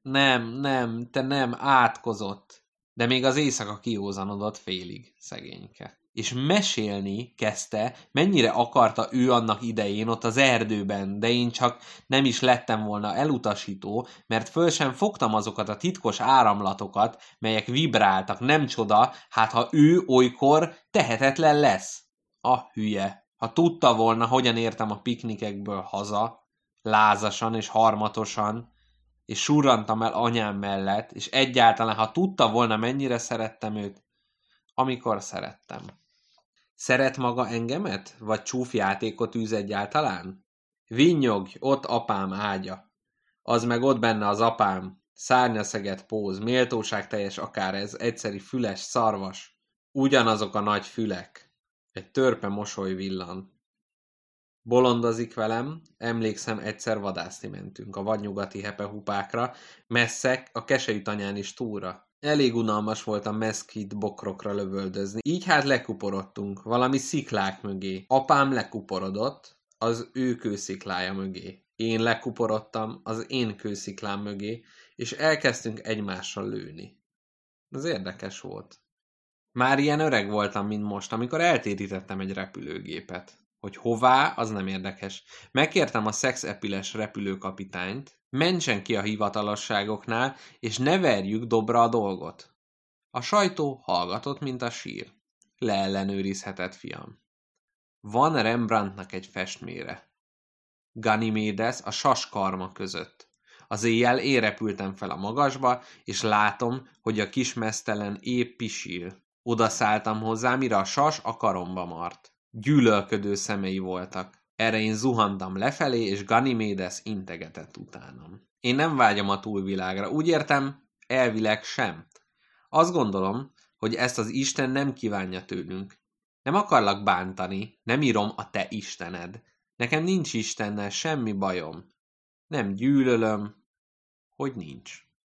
Nem, te nem, átkozott, de még az éjszaka kiózanodott félig, szegényke. És mesélni kezdte, mennyire akarta ő annak idején ott az erdőben, de én csak nem is lettem volna elutasító, mert föl sem fogtam azokat a titkos áramlatokat, melyek vibráltak, nem csoda, hát ha ő olykor tehetetlen lesz. A hülye! Ha tudta volna, hogyan értem a piknikekből haza, lázasan és harmatosan, és surrantam el anyám mellett, és egyáltalán, ha tudta volna, mennyire szerettem őt, amikor szerettem. Szeret maga engemet? Vagy csúfjátékot űz egyáltalán? Vinnyogj, ott apám ágya. Az meg ott benne az apám, szárnyaszeget póz, méltóságteljes akár ez, egyszeri füles, szarvas. Ugyanazok a nagy fülek. Egy törpe mosoly villan. Bolondozik velem, emlékszem, egyszer vadászni mentünk a vadnyugati hepehupákra, messzek a keselyű tanyán is túlra. Elég unalmas volt a meszkit bokrokra lövöldözni, így hát lekuporodtunk, valami sziklák mögé. Apám lekuporodott az ő kősziklája mögé. Én lekuporodtam az én kősziklám mögé, és elkezdtünk egymással lőni. Ez érdekes volt. Már ilyen öreg voltam, mint most, amikor eltérítettem egy repülőgépet. Hogy hová, az nem érdekes. Megkértem a szexepiles repülőkapitányt, mentsen ki a hivatalosságoknál, és ne verjük dobra a dolgot. A sajtó hallgatott, mint a sír. Leellenőrizhetett, fiam. Van Rembrandtnak egy festmére. Ganymédes a saskarma között. Az éjjel én repültem fel a magasba, és látom, hogy a kis meztelen épp pisil. Oda szálltam hozzá, mire a sas a karomba mart. Gyűlölködő szemei voltak. Erre én zuhantam lefelé, és Ganymédes integetett utánam. Én nem vágyom a túlvilágra, úgy értem, elvileg sem. Azt gondolom, hogy ezt az Isten nem kívánja tőlünk. Nem akarlak bántani, nem írom a te Istened. Nekem nincs Istennel semmi bajom. Nem gyűlölöm, hogy nincs.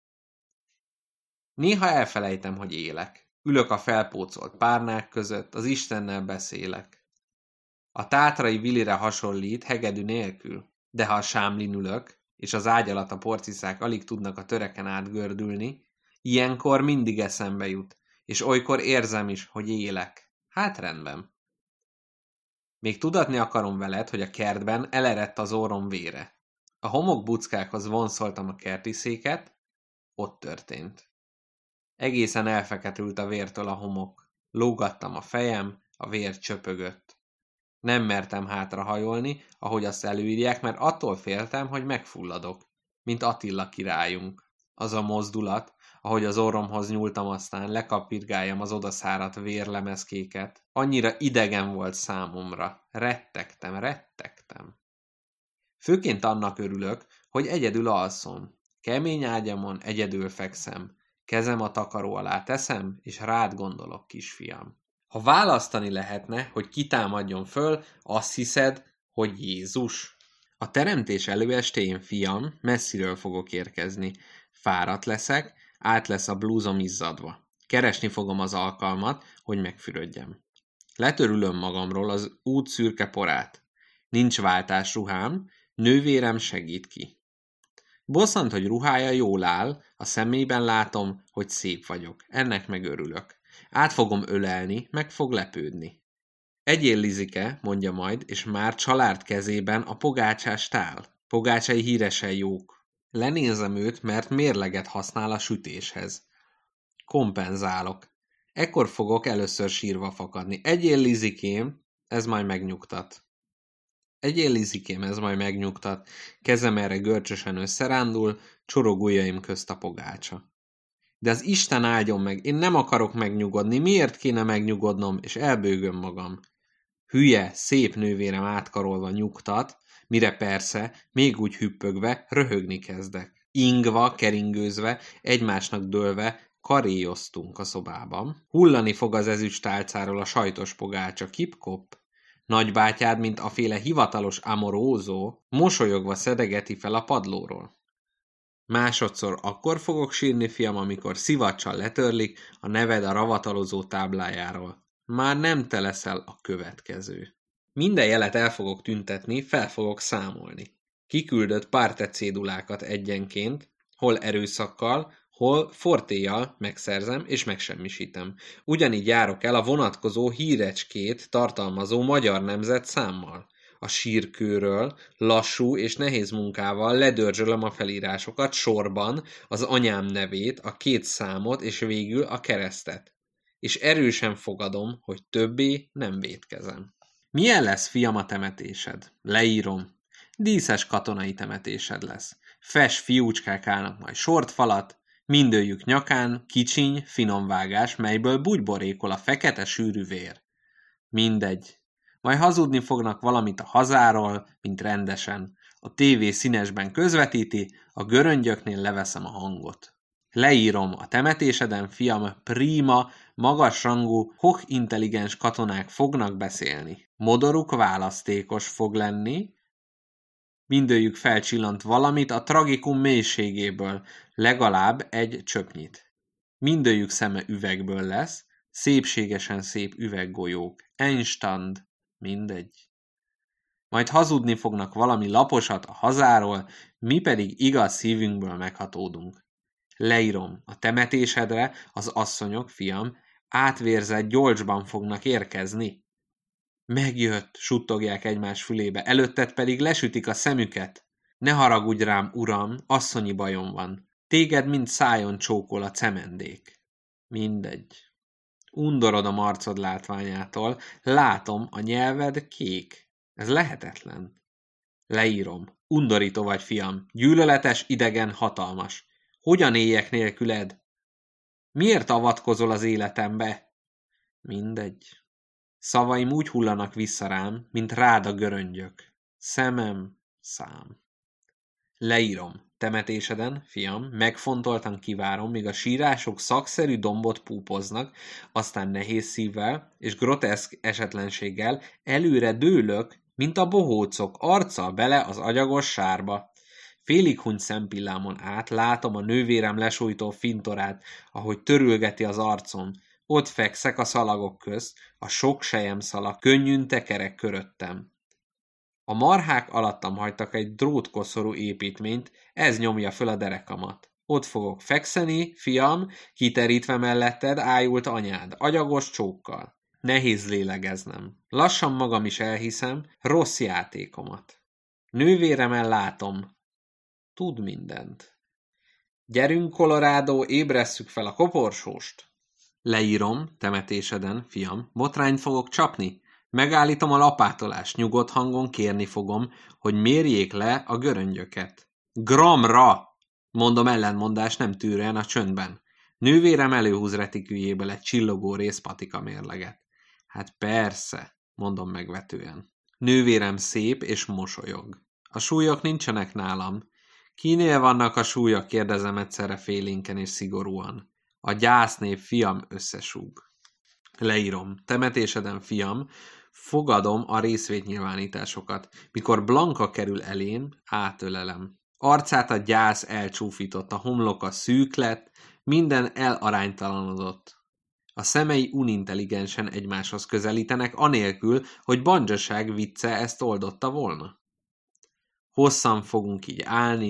Néha elfelejtem, hogy élek. Ülök a felpócolt párnák között, az Istennel beszélek. A tátrai Willire hasonlít hegedű nélkül, de ha a sámlin ülök, és az ágy alatt a porciszák alig tudnak a töreken átgördülni, ilyenkor mindig eszembe jut, és olykor érzem is, hogy élek. Hát rendben. Még tudatni akarom veled, hogy a kertben elerett az orrom vére. A homokbuckákhoz vonszoltam a kertiszéket, ott történt. Egészen elfeketült a vértől a homok. Lógattam a fejem, a vér csöpögött. Nem mertem hátrahajolni, ahogy azt előírják, mert attól féltem, hogy megfulladok, mint Attila királyunk. Az a mozdulat, ahogy az orromhoz nyúltam, aztán lekapirgáljam az odaszáradt vérlemezkéket, annyira idegen volt számomra. Rettegtem. Főként annak örülök, hogy egyedül alszom. Kemény ágyamon egyedül fekszem. Kezem a takaró alá teszem, és rád gondolok, kisfiam. Ha választani lehetne, hogy kitámadjon föl, azt hiszed, hogy Jézus? A teremtés előestéjén, fiam, messziről fogok érkezni. Fáradt leszek, át lesz a blúzom izzadva. Keresni fogom az alkalmat, hogy megfürödjem. Letörülöm magamról az út szürke porát. Nincs váltásruhám, nővérem segít ki. Bosszant, hogy ruhája jól áll, a szemében látom, hogy szép vagyok. Ennek meg örülök. Át fogom ölelni, meg fog lepődni. Egyél, Lizike, mondja majd, és már család kezében a pogácsást áll. Pogácsai híresen jók. Lenézem őt, mert mérleget használ a sütéshez. Kompenzálok. Ekkor fogok először sírva fakadni. Egyél, Lizikém, ez majd megnyugtat. Egyél, Lizikém, ez majd megnyugtat. Kezem erre görcsösen összerándul, csorog ujjaim közt a pogácsa. De az Isten áldjon meg, én nem akarok megnyugodni, miért kéne megnyugodnom, és elbőgöm magam. Hülye, szép nővérem átkarolva nyugtat, mire persze, még úgy hüppögve, röhögni kezdek. Ingva, keringőzve, egymásnak dőlve, karéjoztunk a szobában. Hullani fog az ezüstálcáról a sajtos pogácsa, kip-kop. Nagybátyád, mint aféle hivatalos amorózó, mosolyogva szedegeti fel a padlóról. Másodszor akkor fogok sírni, fiam, amikor szivacsal letörlik a neved a ravatalozó táblájáról. Már nem te leszel a következő. Minden jelet el fogok tüntetni, fel fogok számolni. Kiküldött pártecédulákat egyenként, hol erőszakkal, hol fortéjjal megszerzem és megsemmisítem. Ugyanígy járok el a vonatkozó hírecskét tartalmazó magyar nemzet számmal. A sírkőről lassú és nehéz munkával ledörzsölöm a felírásokat sorban, az anyám nevét, a 2 számot és végül a keresztet. És erősen fogadom, hogy többé nem vétkezem. Milyen lesz, fiam, a temetésed? Leírom. Díszes katonai temetésed lesz. Fes fiúcskák állnak majd sortfalat, mindőjük nyakán kicsiny, finom vágás, melyből bugyborékol a fekete sűrű vér. Mindegy. Majd hazudni fognak valamit a hazáról, mint rendesen. A tévé színesben közvetíti, a göröngyöknél leveszem a hangot. Leírom, a temetéseden, fiam, prima, magasrangú, hoch-intelligens katonák fognak beszélni. Modoruk választékos fog lenni, mindőjük felcsillant valamit a tragikum mélységéből, legalább egy csöpnyit. Mindőjük szeme üvegből lesz, szépségesen szép üveggolyók, Einstand, mindegy. Majd hazudni fognak valami laposat a hazáról, mi pedig igaz szívünkből meghatódunk. Leírom, a temetésedre az asszonyok, fiam, átvérzett gyolcsban fognak érkezni. Megjött, suttogják egymás fülébe, előtted pedig lesütik a szemüket. Ne haragudj rám, uram, asszonyi bajom van. Téged mind szájon csókol a cemendék. Mindegy. Undorodom arcod látványától, látom, a nyelved kék. Ez lehetetlen. Leírom. Undorító vagy, fiam, gyűlöletes, idegen, hatalmas. Hogyan éljek nélküled? Miért avatkozol az életembe? Mindegy. Szavaim úgy hullanak vissza rám, mint rád a göröngyök. Szemem, szám. Leírom. Temetéseden, fiam, megfontoltan kivárom, míg a sírások szakszerű dombot púpoznak, aztán nehéz szívvel és groteszk esetlenséggel előre dőlök, mint a bohócok, arccal bele az agyagos sárba. Félig huny szempillámon át látom a nővérem lesújtó fintorát, ahogy törülgeti az arcom. Ott fekszek a szalagok közt, a sok selyemszalag könnyűn tekerek köröttem. A marhák alattam hagytak egy drótkoszorú építményt, ez nyomja föl a derekamat. Ott fogok fekszeni, fiam, kiterítve melletted ájult anyád, agyagos csókkal. Nehéz lélegeznem. Lassan magam is elhiszem rossz játékomat. Nővéremen látom. Tud mindent. Gyerünk, Colorado, ébresszük fel a koporsóst. Leírom, temetéseden, fiam, botrányt fogok csapni. Megállítom a lapátolást, nyugodt hangon kérni fogom, hogy mérjék le a göröngyöket. Gramra! Mondom ellentmondás nem tűrően a csöndben. Nővérem előhúz retikűjéből egy csillogó részpatika mérleget. Hát persze, mondom megvetően. Nővérem szép és mosolyog. A súlyok nincsenek nálam. Kinél vannak a súlyok, kérdezem egyszerre félénken és szigorúan. A gyásznép, fiam, összesúg. Leírom. Temetéseden, fiam, fogadom a részvétnyilvánításokat. Mikor Blanka kerül elém, átölelem. Arcát a gyász elcsúfított, a homloka szűk lett, minden elaránytalanodott. A szemei unintelligensen egymáshoz közelítenek, anélkül, hogy Bandzsaság vicce ezt oldotta volna. Hosszan fogunk így állni,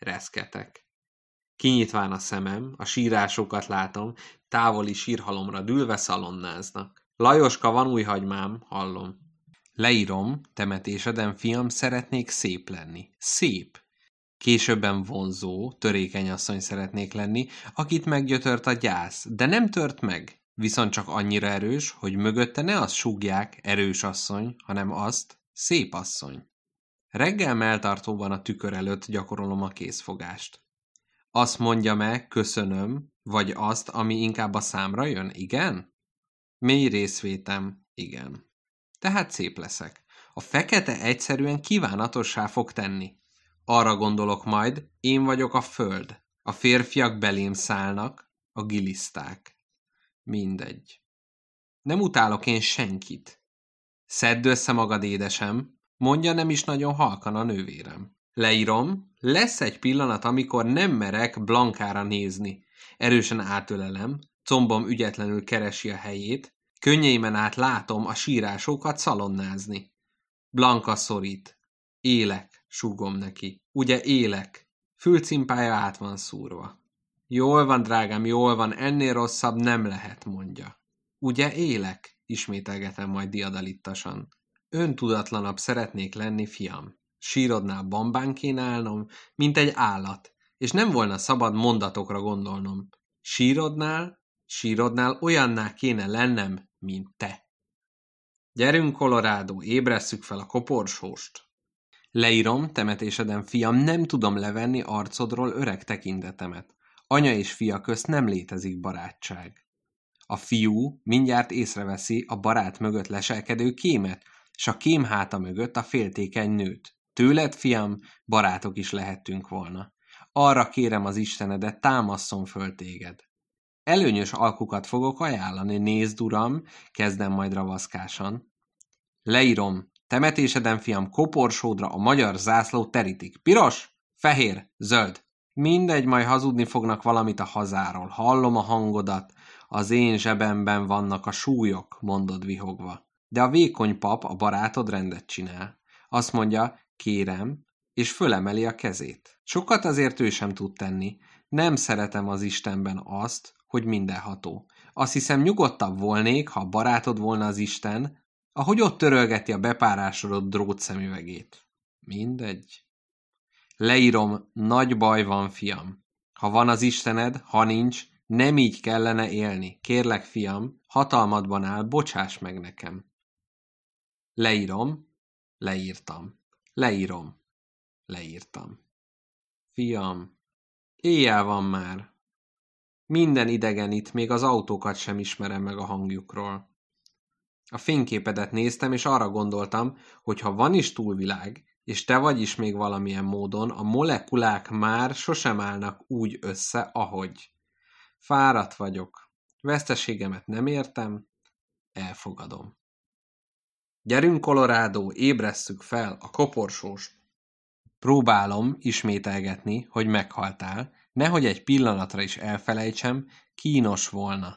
reszketek. Kinyitván a szemem, a sírásokat látom, távoli sírhalomra dülve szalonnáznak. Lajoska, van új hagymám, hallom. Leírom, temetéseden, fiam, szeretnék szép lenni. Szép. Későbben vonzó, törékeny asszony szeretnék lenni, akit meggyötört a gyász, de nem tört meg, viszont csak annyira erős, hogy mögötte ne azt súgják, erős asszony, hanem azt, szép asszony. Reggel melltartóban a tükör előtt gyakorolom a kézfogást. Azt mondja meg, köszönöm, vagy azt, ami inkább a számra jön, igen? Mély részvétem, igen. Tehát szép leszek. A fekete egyszerűen kívánatossá fog tenni. Arra gondolok majd, én vagyok a föld. A férfiak belém szállnak, a giliszták. Mindegy. Nem utálok én senkit. Szedd össze magad, édesem, mondja nem is nagyon halkan a nővérem. Leírom, lesz egy pillanat, amikor nem merek Blankára nézni. Erősen átölelem, combom ügyetlenül keresi a helyét, könnyeimen át látom a sírásokat szalonnázni. Blanka szorít. Élek, súgom neki. Ugye élek? Fülcimpája át van szúrva. Jól van, drágám, jól van, ennél rosszabb nem lehet, mondja. Ugye élek? Ismételgetem majd diadalittasan. Öntudatlanabb szeretnék lenni, fiam. Sírodnál bambán kéne állnom, mint egy állat, és nem volna szabad mondatokra gondolnom. Sírodnál olyanná kéne lennem, mint te. Gyerünk, Colorado, ébresszük fel a koporsóst. Leírom, temetéseden, fiam, nem tudom levenni arcodról öreg tekintetemet. Anya és fia közt nem létezik barátság. A fiú mindjárt észreveszi a barát mögött leselkedő kémet, s a kém háta mögött a féltékeny nőt. Tőled, fiam, barátok is lehettünk volna. Arra kérem az Istenedet, támasszon föl téged. Előnyös alkukat fogok ajánlani, nézd, uram, kezdem majd ravaszkásan. Leírom, temetéseden, fiam, koporsódra a magyar zászló terítik. Piros, fehér, zöld. Mindegy, majd hazudni fognak valamit a hazáról. Hallom a hangodat, az én zsebemben vannak a súlyok, mondod vihogva. De a vékony pap, a barátod rendet csinál. Azt mondja, kérem, és fölemeli a kezét. Sokat azért ő sem tud tenni. Nem szeretem az Istenben azt, hogy mindenható. Azt hiszem, nyugodtabb volnék, ha a barátod volna az Isten, ahogy ott törölgeti a bepárásodott drótszemüvegét. Mindegy. Leírom, nagy baj van, fiam. Ha van az Istened, ha nincs, nem így kellene élni. Kérlek, fiam, hatalmadban áll, bocsáss meg nekem. Leírom, leírtam. Leírom, leírtam. Fiam, éjjel van már. Minden idegen itt, még az autókat sem ismerem meg a hangjukról. A fényképedet néztem, és arra gondoltam, hogy ha van is túlvilág, és te vagy is még valamilyen módon, a molekulák már sosem állnak úgy össze, ahogy. Fáradt vagyok. Veszteségemet nem értem, elfogadom. Gyerünk, Colorado, ébresszük fel a koporsóst. Próbálom ismételgetni, hogy meghaltál, nehogy egy pillanatra is elfelejtsem, kínos volna.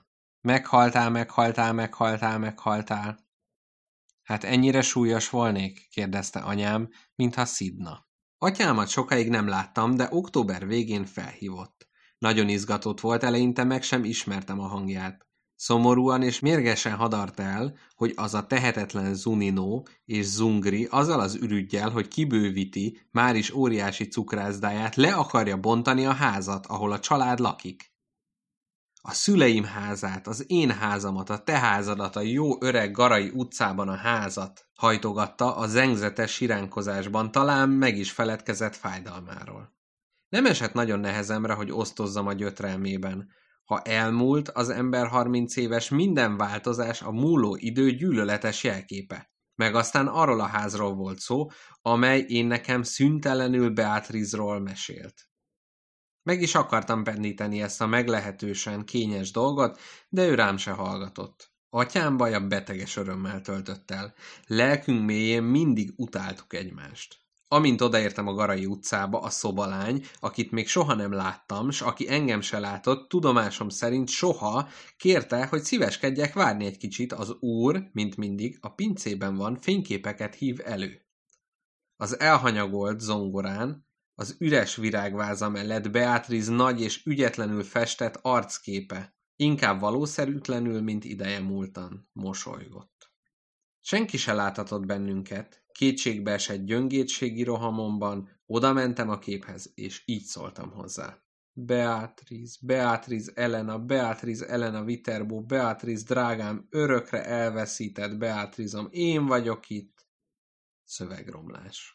Meghaltál. Hát ennyire súlyos volnék? Kérdezte anyám, mintha szidna. Atyámat sokáig nem láttam, de október végén felhívott. Nagyon izgatott volt, eleinte meg sem ismertem a hangját. Szomorúan és mérgesen hadart el, hogy az a tehetetlen Zuninó és Zungri azzal az ürüggyel, hogy kibővíti már is óriási cukrászdáját, le akarja bontani a házat, ahol a család lakik. A szüleim házát, az én házamat, a te házadat, a jó öreg Garai utcában a házat hajtogatta a zengzetes siránkozásban, talán meg is feledkezett fájdalmáról. Nem esett nagyon nehezemre, hogy osztozzam a gyötrelmében. Ha elmúlt az ember 30 éves, minden változás a múló idő gyűlöletes jelképe. Meg aztán arról a házról volt szó, amely én nekem szüntelenül Beatrice-ról mesélt. Meg is akartam pendíteni ezt a meglehetősen kényes dolgot, de ő rám se hallgatott. Atyám baja beteges örömmel töltött el. Lelkünk mélyén mindig utáltuk egymást. Amint odaértem a Garai utcába, a szobalány, akit még soha nem láttam, s aki engem se látott, tudomásom szerint soha, kérte, hogy szíveskedjek várni egy kicsit, az úr, mint mindig, a pincében van, fényképeket hív elő. Az elhanyagolt zongorán Az üres virágváza mellett Beatrice nagy és ügyetlenül festett arcképe, inkább valószerűtlenül, mint ideje múltan, mosolygott. Senki se láthatott bennünket, kétségbeesett gyöngétségi rohamomban odamentem a képhez, és így szóltam hozzá. Beatrice, Beatrice Elena Viterbo, Beatrice drágám, örökre elveszített Beatrizom, én vagyok itt. Szövegromlás.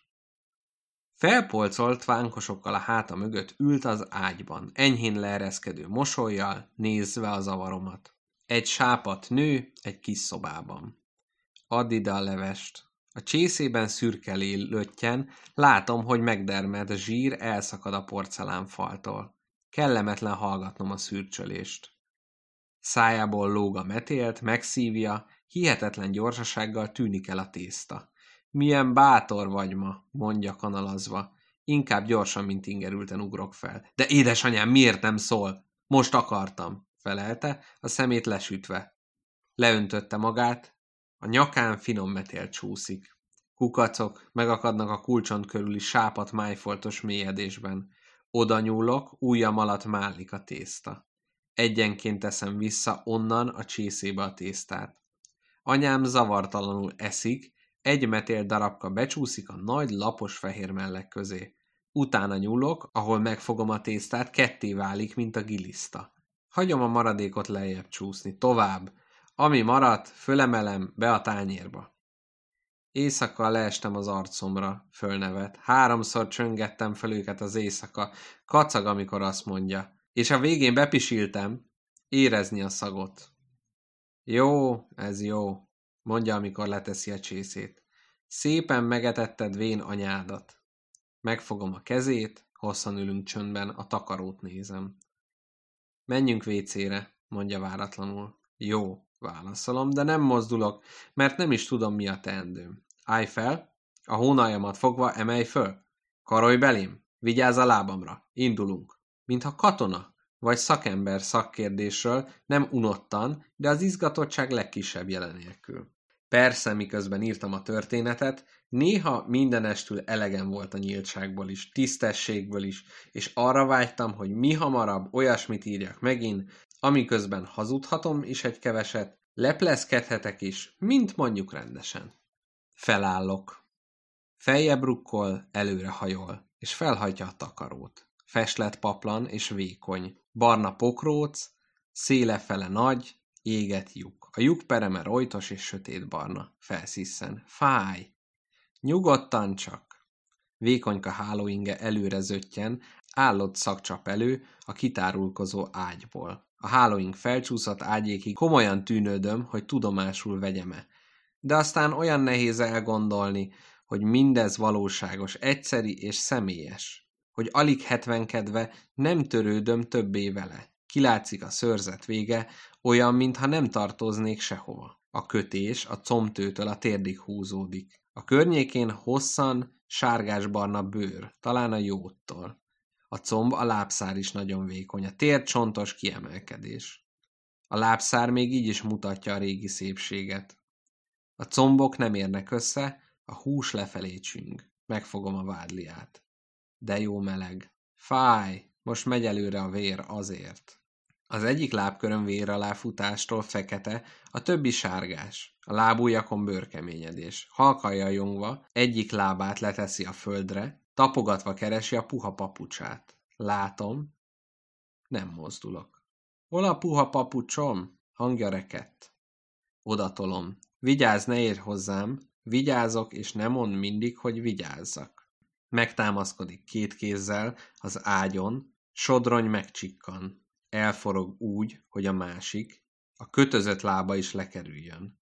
Felpolcolt vánkosokkal a háta mögött ült az ágyban, enyhén leereszkedő mosollyal, nézve a zavaromat. Egy sápadt nő egy kis szobában. Add ide a levest. A csészében szürke löttyen, látom, hogy megdermed zsír elszakad a porcelánfaltól. Kellemetlen hallgatnom a szürcsölést. Szájából lóg a metélt, megszívja, hihetetlen gyorsasággal tűnik el a tészta. Milyen bátor vagy ma, mondja kanalazva. Inkább gyorsan, mint ingerülten ugrok fel. De édesanyám, miért nem szól? Most akartam, felelte, a szemét lesütve. Leöntötte magát, a nyakán finom metél csúszik. Kukacok megakadnak a kulcsont körüli sápat májfoltos mélyedésben. Oda nyúlok, ujjam alatt mállik a tészta. Egyenként teszem vissza onnan a csészébe a tésztát. Anyám zavartalanul eszik, egy metél darabka becsúszik a nagy, lapos fehér mellek közé. Utána nyúlok, ahol megfogom a tésztát, ketté válik, mint a giliszta. Hagyom a maradékot lejjebb csúszni, tovább. Ami maradt, fölemelem be a tányérba. Éjszaka leestem az arcomra, fölnevet. 3-szor csöngettem fel őket az éjszaka. Kacag, amikor azt mondja. És a végén bepisiltem, érezni a szagot. Jó, ez jó, mondja, amikor leteszi a csészét. Szépen megetetted vén anyádat. Megfogom a kezét, hosszan ülünk csöndben, a takarót nézem. Menjünk vécére, mondja váratlanul. Jó, válaszolom, de nem mozdulok, mert nem is tudom, mi a teendőm. Állj fel, a hónaljamat fogva emelj föl. Karolj belém, vigyázz a lábamra, indulunk. Mintha katona vagy szakember szakkérdésről, nem unottan, de az izgatottság legkisebb jele nélkül. Persze, miközben írtam a történetet, néha mindenestül elegem volt a nyíltságból is, tisztességből is, és arra vágytam, hogy mihamarabb olyasmit írjak megint, amiközben hazudhatom is egy keveset, leplezkedhetek is, mint mondjuk rendesen. Felállok. Feljebb rukkol, előre hajol, és felhajtja a takarót. Feslet paplan és vékony, barna pokróc, széle fele nagy, éget lyuk. A lyukpereme rojtos és sötétbarna. Felszisszen. Fáj! Nyugodtan csak! Vékonyka hálóinge előre zöttyen, állott szagcsap elő a kitárulkozó ágyból. A hálóing felcsúszott ágyékig, komolyan tűnődöm, hogy tudomásul vegyem-e. De aztán olyan nehéz elgondolni, hogy mindez valóságos, egyszeri és személyes. Hogy alig hetvenkedve nem törődöm többé vele. Kilátszik a szőrzet vége, olyan, mintha nem tartoznék sehova. A kötés a combtőtől a térdig húzódik. A környékén hosszan sárgásbarna bőr, talán a jóttól. A comb, a lábszár is nagyon vékony, a tér csontos kiemelkedés. A lábszár még így is mutatja a régi szépséget. A combok nem érnek össze, a hús lefelé csüng. Megfogom a vádliát. De jó meleg. Fáj, most megy előre a vér azért. Az egyik lábköröm vér alá futástól fekete, a többi sárgás. A lábujjakon bőrkeményedés. Halkan jongva, egyik lábát leteszi a földre, tapogatva keresi a puha papucsát. Látom, nem mozdulok. Hol a puha papucsom? Hangja rekett. Odatolom. Vigyázz, ne érj hozzám. Vigyázok, és ne mondd mindig, hogy vigyázzak. Megtámaszkodik 2 kézzel az ágyon, sodrony megcsikkan. Elforog úgy, hogy a másik, a kötözött lába is lekerüljön.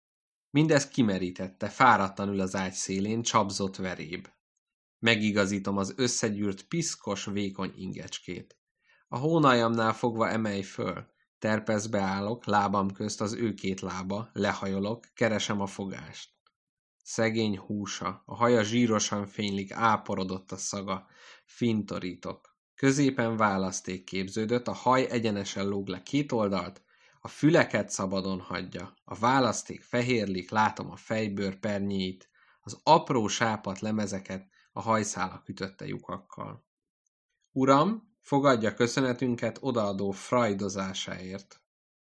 Mindez kimerítette, fáradtan ül az ágy szélén, csapzott veréb. Megigazítom az összegyűrt, piszkos, vékony ingecskét. A hónaljamnál fogva emelj föl. Terpeszbe állok, lábam közt az ő 2 lába, lehajolok, keresem a fogást. Szegény húsa, a haja zsírosan fénylik, áporodott a szaga. Fintorítok. Középen választék képződött, a haj egyenesen lóg le 2 oldalt, a füleket szabadon hagyja. A választék fehérlik, látom a fejbőr pernyéit, az apró sápadt lemezeket, a hajszálak ütötte lyukakkal. Uram, fogadja köszönetünket odaadó frajdozásáért.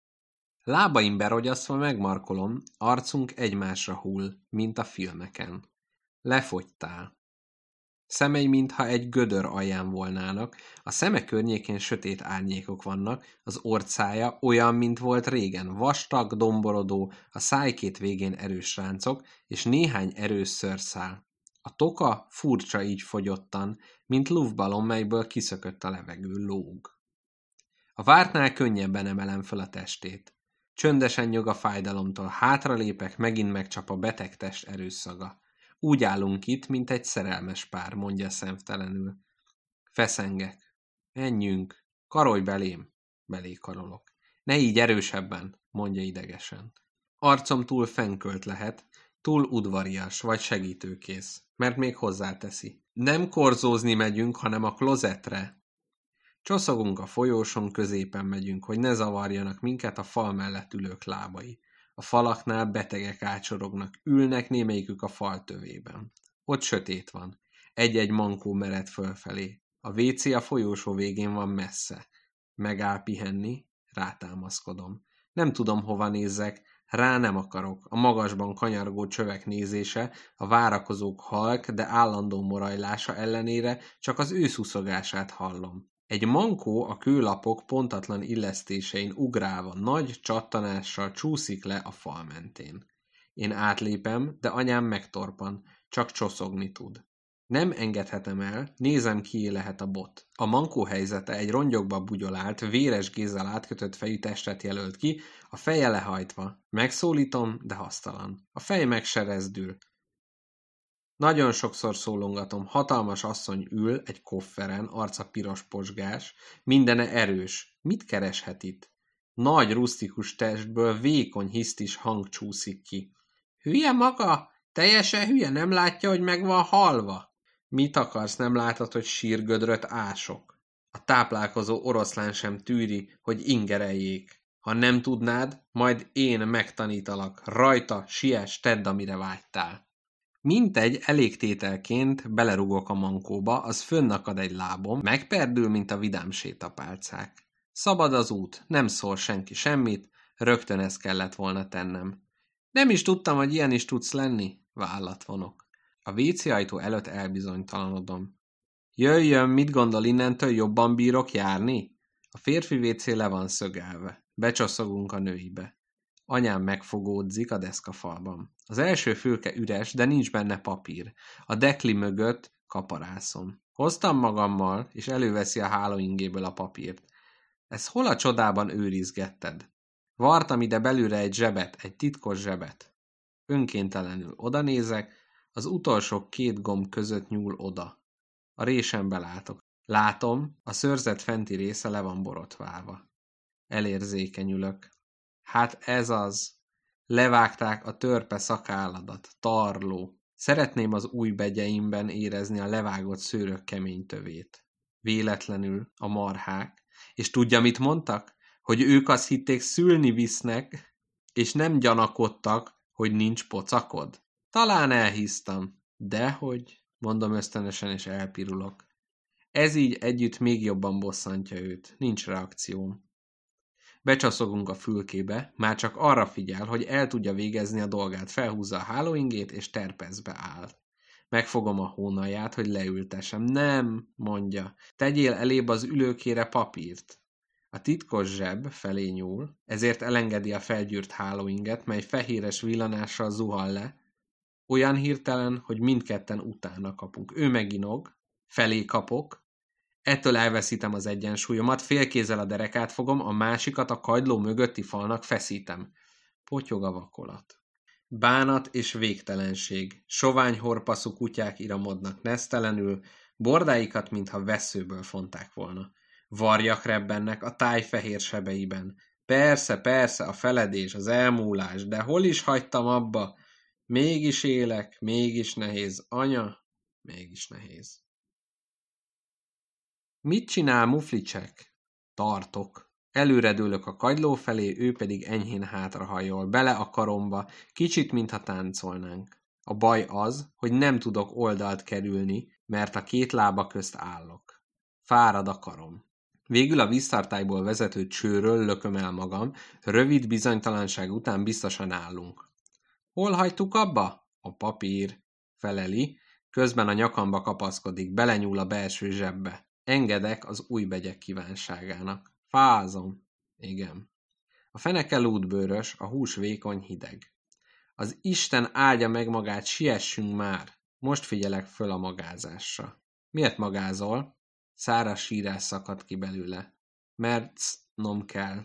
Lábaim berogyasztva megmarkolom, arcunk egymásra hull, mint a filmeken. Lefogytál. Szemei mintha egy gödör alján volnának, a szeme környékén sötét árnyékok vannak, az orcája olyan, mint volt régen, vastag, domborodó, a száj két végén erős ráncok, és néhány erős szőrszál. A toka furcsa így fogyottan, mint luftballon, melyből kiszökött a levegő, lóg. A vártnál könnyebben emelem fel a testét. Csöndesen nyog a fájdalomtól, hátralépek, megint megcsap a beteg test erősszaga. Úgy állunk itt, mint egy szerelmes pár, mondja szemtelenül. Feszengek. Menjünk. Karolj belém. Belé karolok. Ne így erősebben, mondja idegesen. Arcom túl fenkölt lehet, túl udvarias vagy segítőkész, mert még hozzáteszi. Nem korzózni megyünk, hanem a klozetre. Csoszogunk a folyóson, középen megyünk, hogy ne zavarjanak minket a fal mellett ülők lábai. A falaknál betegek ácsorognak, ülnek némelyikük a fal tövében. Ott sötét van. Egy-egy mankó mered fölfelé. A WC a folyósó végén van messze. Megáll pihenni, rátámaszkodom. Nem tudom, hova nézzek, rá nem akarok. A magasban kanyargó csövek nézése, a várakozók halk, de állandó morajlása ellenére csak az ő szuszogását hallom. Egy mankó a kőlapok pontatlan illesztésein ugrálva nagy csattanással csúszik le a fal mentén. Én átlépem, de anyám megtorpan, csak csoszogni tud. Nem engedhetem el, nézem, kié lehet a bot. A mankó helyzete egy rongyokba bugyolált, véres gézzel átkötött fejű testet jelölt ki, a feje lehajtva. Megszólítom, de hasztalan. A fej megserezdül. Nagyon sokszor szólongatom, hatalmas asszony ül egy kofferen, arca piros posgás, mindene erős. Mit kereshet itt? Nagy, rusztikus testből vékony, hisztis hang csúszik ki. Hülye maga? Teljesen hülye, nem látja, hogy meg van halva? Mit akarsz, nem látod, hogy sírgödröt ások? A táplálkozó oroszlán sem tűri, hogy ingereljék. Ha nem tudnád, majd én megtanítalak. Rajta, siess, tedd, amire vágytál. Mintegy elégtételként belerugok a mankóba, az fönnakad egy lábom, megperdül, mint a vidám sétapálcák. Szabad az út, nem szól senki semmit, rögtön ezt kellett volna tennem. Nem is tudtam, hogy ilyen is tudsz lenni, vállat vonok. A WC ajtó előtt elbizonytalanodom. Jöjjön, mit gondol, innentől jobban bírok járni? A férfi WC le van szögelve. Becsoszogunk a nőibe. Anyám megfogódzik a deszkafalban. Az első fülke üres, de nincs benne papír. A dekli mögött kaparászom. Hoztam magammal, és előveszi a hálóingéből a papírt. Ez hol a csodában őrizgetted? Vartam ide belülre egy zsebet, egy titkos zsebet. Önkéntelenül odanézek, az utolsó két gomb között nyúl oda. A résembe látok. Látom, a szőrzet fenti része le van borotválva. Elérzékenyülök. Hát ez az. Levágták a törpe szakálladat, tarló. Szeretném az új begyeimben érezni a levágott szőrök kemény tövét. Véletlenül a marhák. És tudja, mit mondtak? Hogy ők azt hitték, szülni visznek, és nem gyanakodtak, hogy nincs pocakod. Talán elhisztam. Dehogy, mondom ösztönösen, és elpirulok. Ez így együtt még jobban bosszantja őt. Nincs reakcióm. Becsaszogunk a fülkébe, már csak arra figyel, hogy el tudja végezni a dolgát, felhúzza a hálóingét, és terpezbe áll. Megfogom a hónalját, hogy leültessem. Nem, mondja, tegyél elébb az ülőkére papírt. A titkos zseb felé nyúl, ezért elengedi a felgyűrt hálóinget, mely fehéres villanással zuhan le, olyan hirtelen, hogy mindketten utána kapunk. Ő meginog, felé kapok, ettől elveszítem az egyensúlyomat, félkézzel a derekát fogom, a másikat a kagyló mögötti falnak feszítem. Potyog a vakolat. Bánat és végtelenség. Sovány horpaszú kutyák iramodnak nesztelenül, bordáikat, mintha vesszőből fonták volna. Varjak rebbennek a táj fehér sebeiben. Persze, persze, a feledés, az elmúlás, de hol is hagytam abba? Mégis élek, mégis nehéz. Anya, mégis nehéz. Mit csinál Muflicsek? Tartok. Előredőlök a kagyló felé, ő pedig enyhén hátrahajol, bele a karomba, kicsit, mintha táncolnánk. A baj az, hogy nem tudok oldalt kerülni, mert a két lába közt állok. Fárad a karom. Végül a víztartályból vezető csőről lököm el magam, rövid bizonytalanság után biztosan állunk. Hol hagytuk abba? A papír, feleli, közben a nyakamba kapaszkodik, belenyúl a belső zsebbe. Engedek az új begyek kívánságának. Fázom. Igen. A feneke lúdbőrös, a hús vékony, hideg. Az Isten áldja meg magát, siessünk már! Most figyelek föl a magázásra. Miért magázol? Száraz sírás szakadt ki belőle. Mert sznom kell.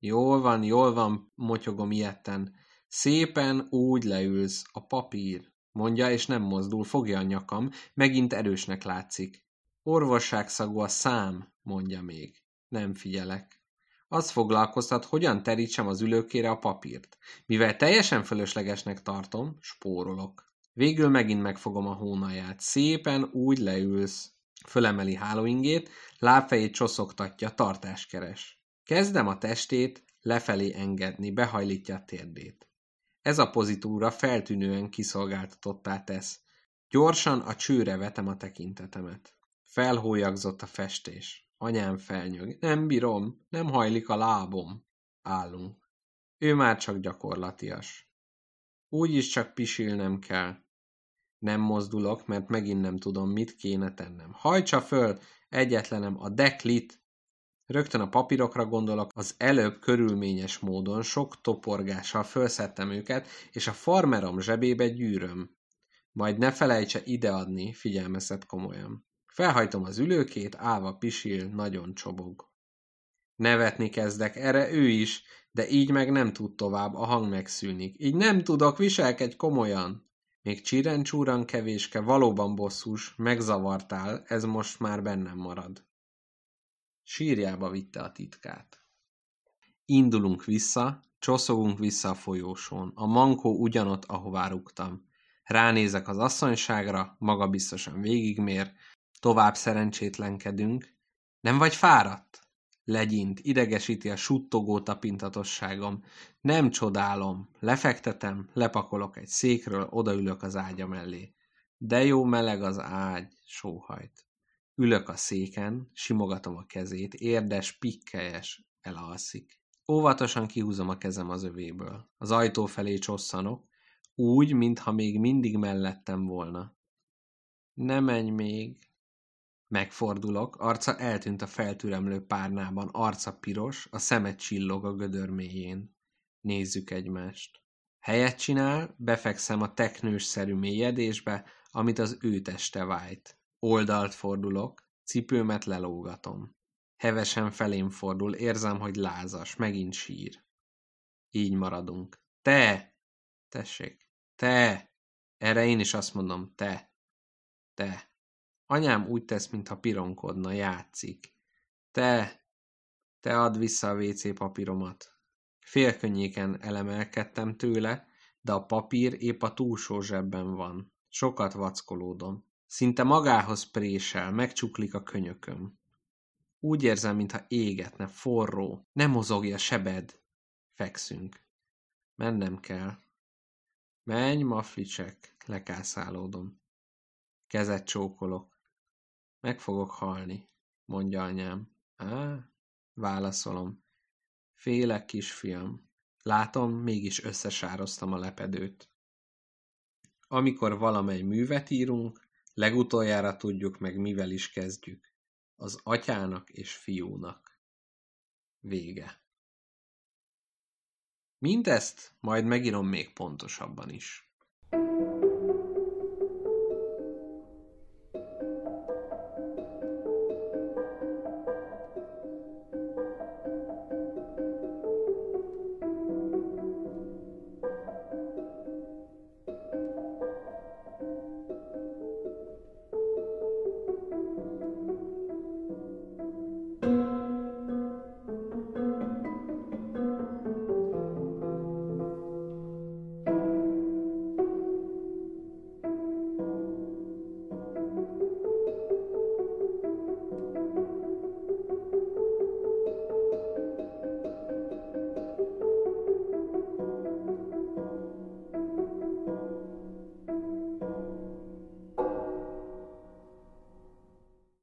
Jól van, motyogom ilyetten. Szépen úgy leülsz, a papír. Mondja, és nem mozdul, fogja a nyakam, megint erősnek látszik. Orvosságszagú a szám, mondja még. Nem figyelek. Az foglalkoztat, hogyan terítsem az ülőkére a papírt. Mivel teljesen fölöslegesnek tartom, spórolok. Végül megint megfogom a hónalját. Szépen úgy leülsz. Fölemeli hálóingét, lábfejét csoszogtatja, tartást keres. Kezdem a testét lefelé engedni, behajlítja a térdét. Ez a pozitúra feltűnően kiszolgáltatottá tesz. Gyorsan a csőre vetem a tekintetemet. Felhólyagzott a festés. Anyám felnyög. Nem bírom, nem hajlik a lábom. Állunk. Ő már csak gyakorlatias. Úgyis csak pisilnem kell. Nem mozdulok, mert megint nem tudom, mit kéne tennem. Hajtsa föl, egyetlenem, a deklit. Rögtön a papírokra gondolok, az előbb körülményes módon sok toporgással fölszedtem őket, és a farmerom zsebébe gyűröm. Majd ne felejtse ideadni, figyelmeztet komolyan. Felhajtom az ülőkét, állva pisil, nagyon csobog. Nevetni kezdek, erre ő is, de így meg nem tud tovább, a hang megszűnik. Így nem tudok, viselkedj komolyan. Még csirencsúran kevéske, valóban bosszús, megzavartál, ez most már bennem marad. Sírjába vitte a titkát. Indulunk vissza, csoszogunk vissza a folyósón. A mankó ugyanott, ahová rúgtam. Ránézek az asszonyságra, magabiztosan végigmér, tovább szerencsétlenkedünk. Nem vagy fáradt? Legyint, idegesíti a suttogó tapintatosságom. Nem csodálom. Lefektetem, lepakolok egy székről, odaülök az ágya mellé. De jó meleg az ágy, sóhajt. Ülök a széken, simogatom a kezét, érdes, pikkelyes, elalszik. Óvatosan kihúzom a kezem az övéből. Az ajtó felé csosszanok, úgy, mintha még mindig mellettem volna. Ne menj még! Megfordulok, arca eltűnt a feltüremlő párnában, arca piros, a szeme csillog a gödör mélyén. Nézzük egymást. Helyet csinál, befekszem a teknősszerű mélyedésbe, amit az ő teste vájt. Oldalt fordulok, cipőmet lelógatom. Hevesen felém fordul, érzem, hogy lázas, megint sír. Így maradunk. Te! Tessék, te! Erre én is azt mondom, te! Te! Anyám úgy tesz, mintha pironkodna, játszik. Te add vissza a WC papíromat. Félkönnyéken elemelkedtem tőle, de a papír épp a túlsó zsebben van. Sokat vackolódom. Szinte magához présel, megcsuklik a könyököm. Úgy érzem, mintha égetne, forró. Ne mozogja, sebed. Fekszünk. Mennem kell. Menj, maflicsek, lekászálódom. Kezet csókolok. Meg fogok halni, mondja anyám. Válaszolom. Félek, kisfiam. Látom, mégis összesároztam a lepedőt. Amikor valamely művet írunk, legutoljára tudjuk meg, mivel is kezdjük. Az atyának és fiúnak. Vége. Mindezt majd megírom még pontosabban is.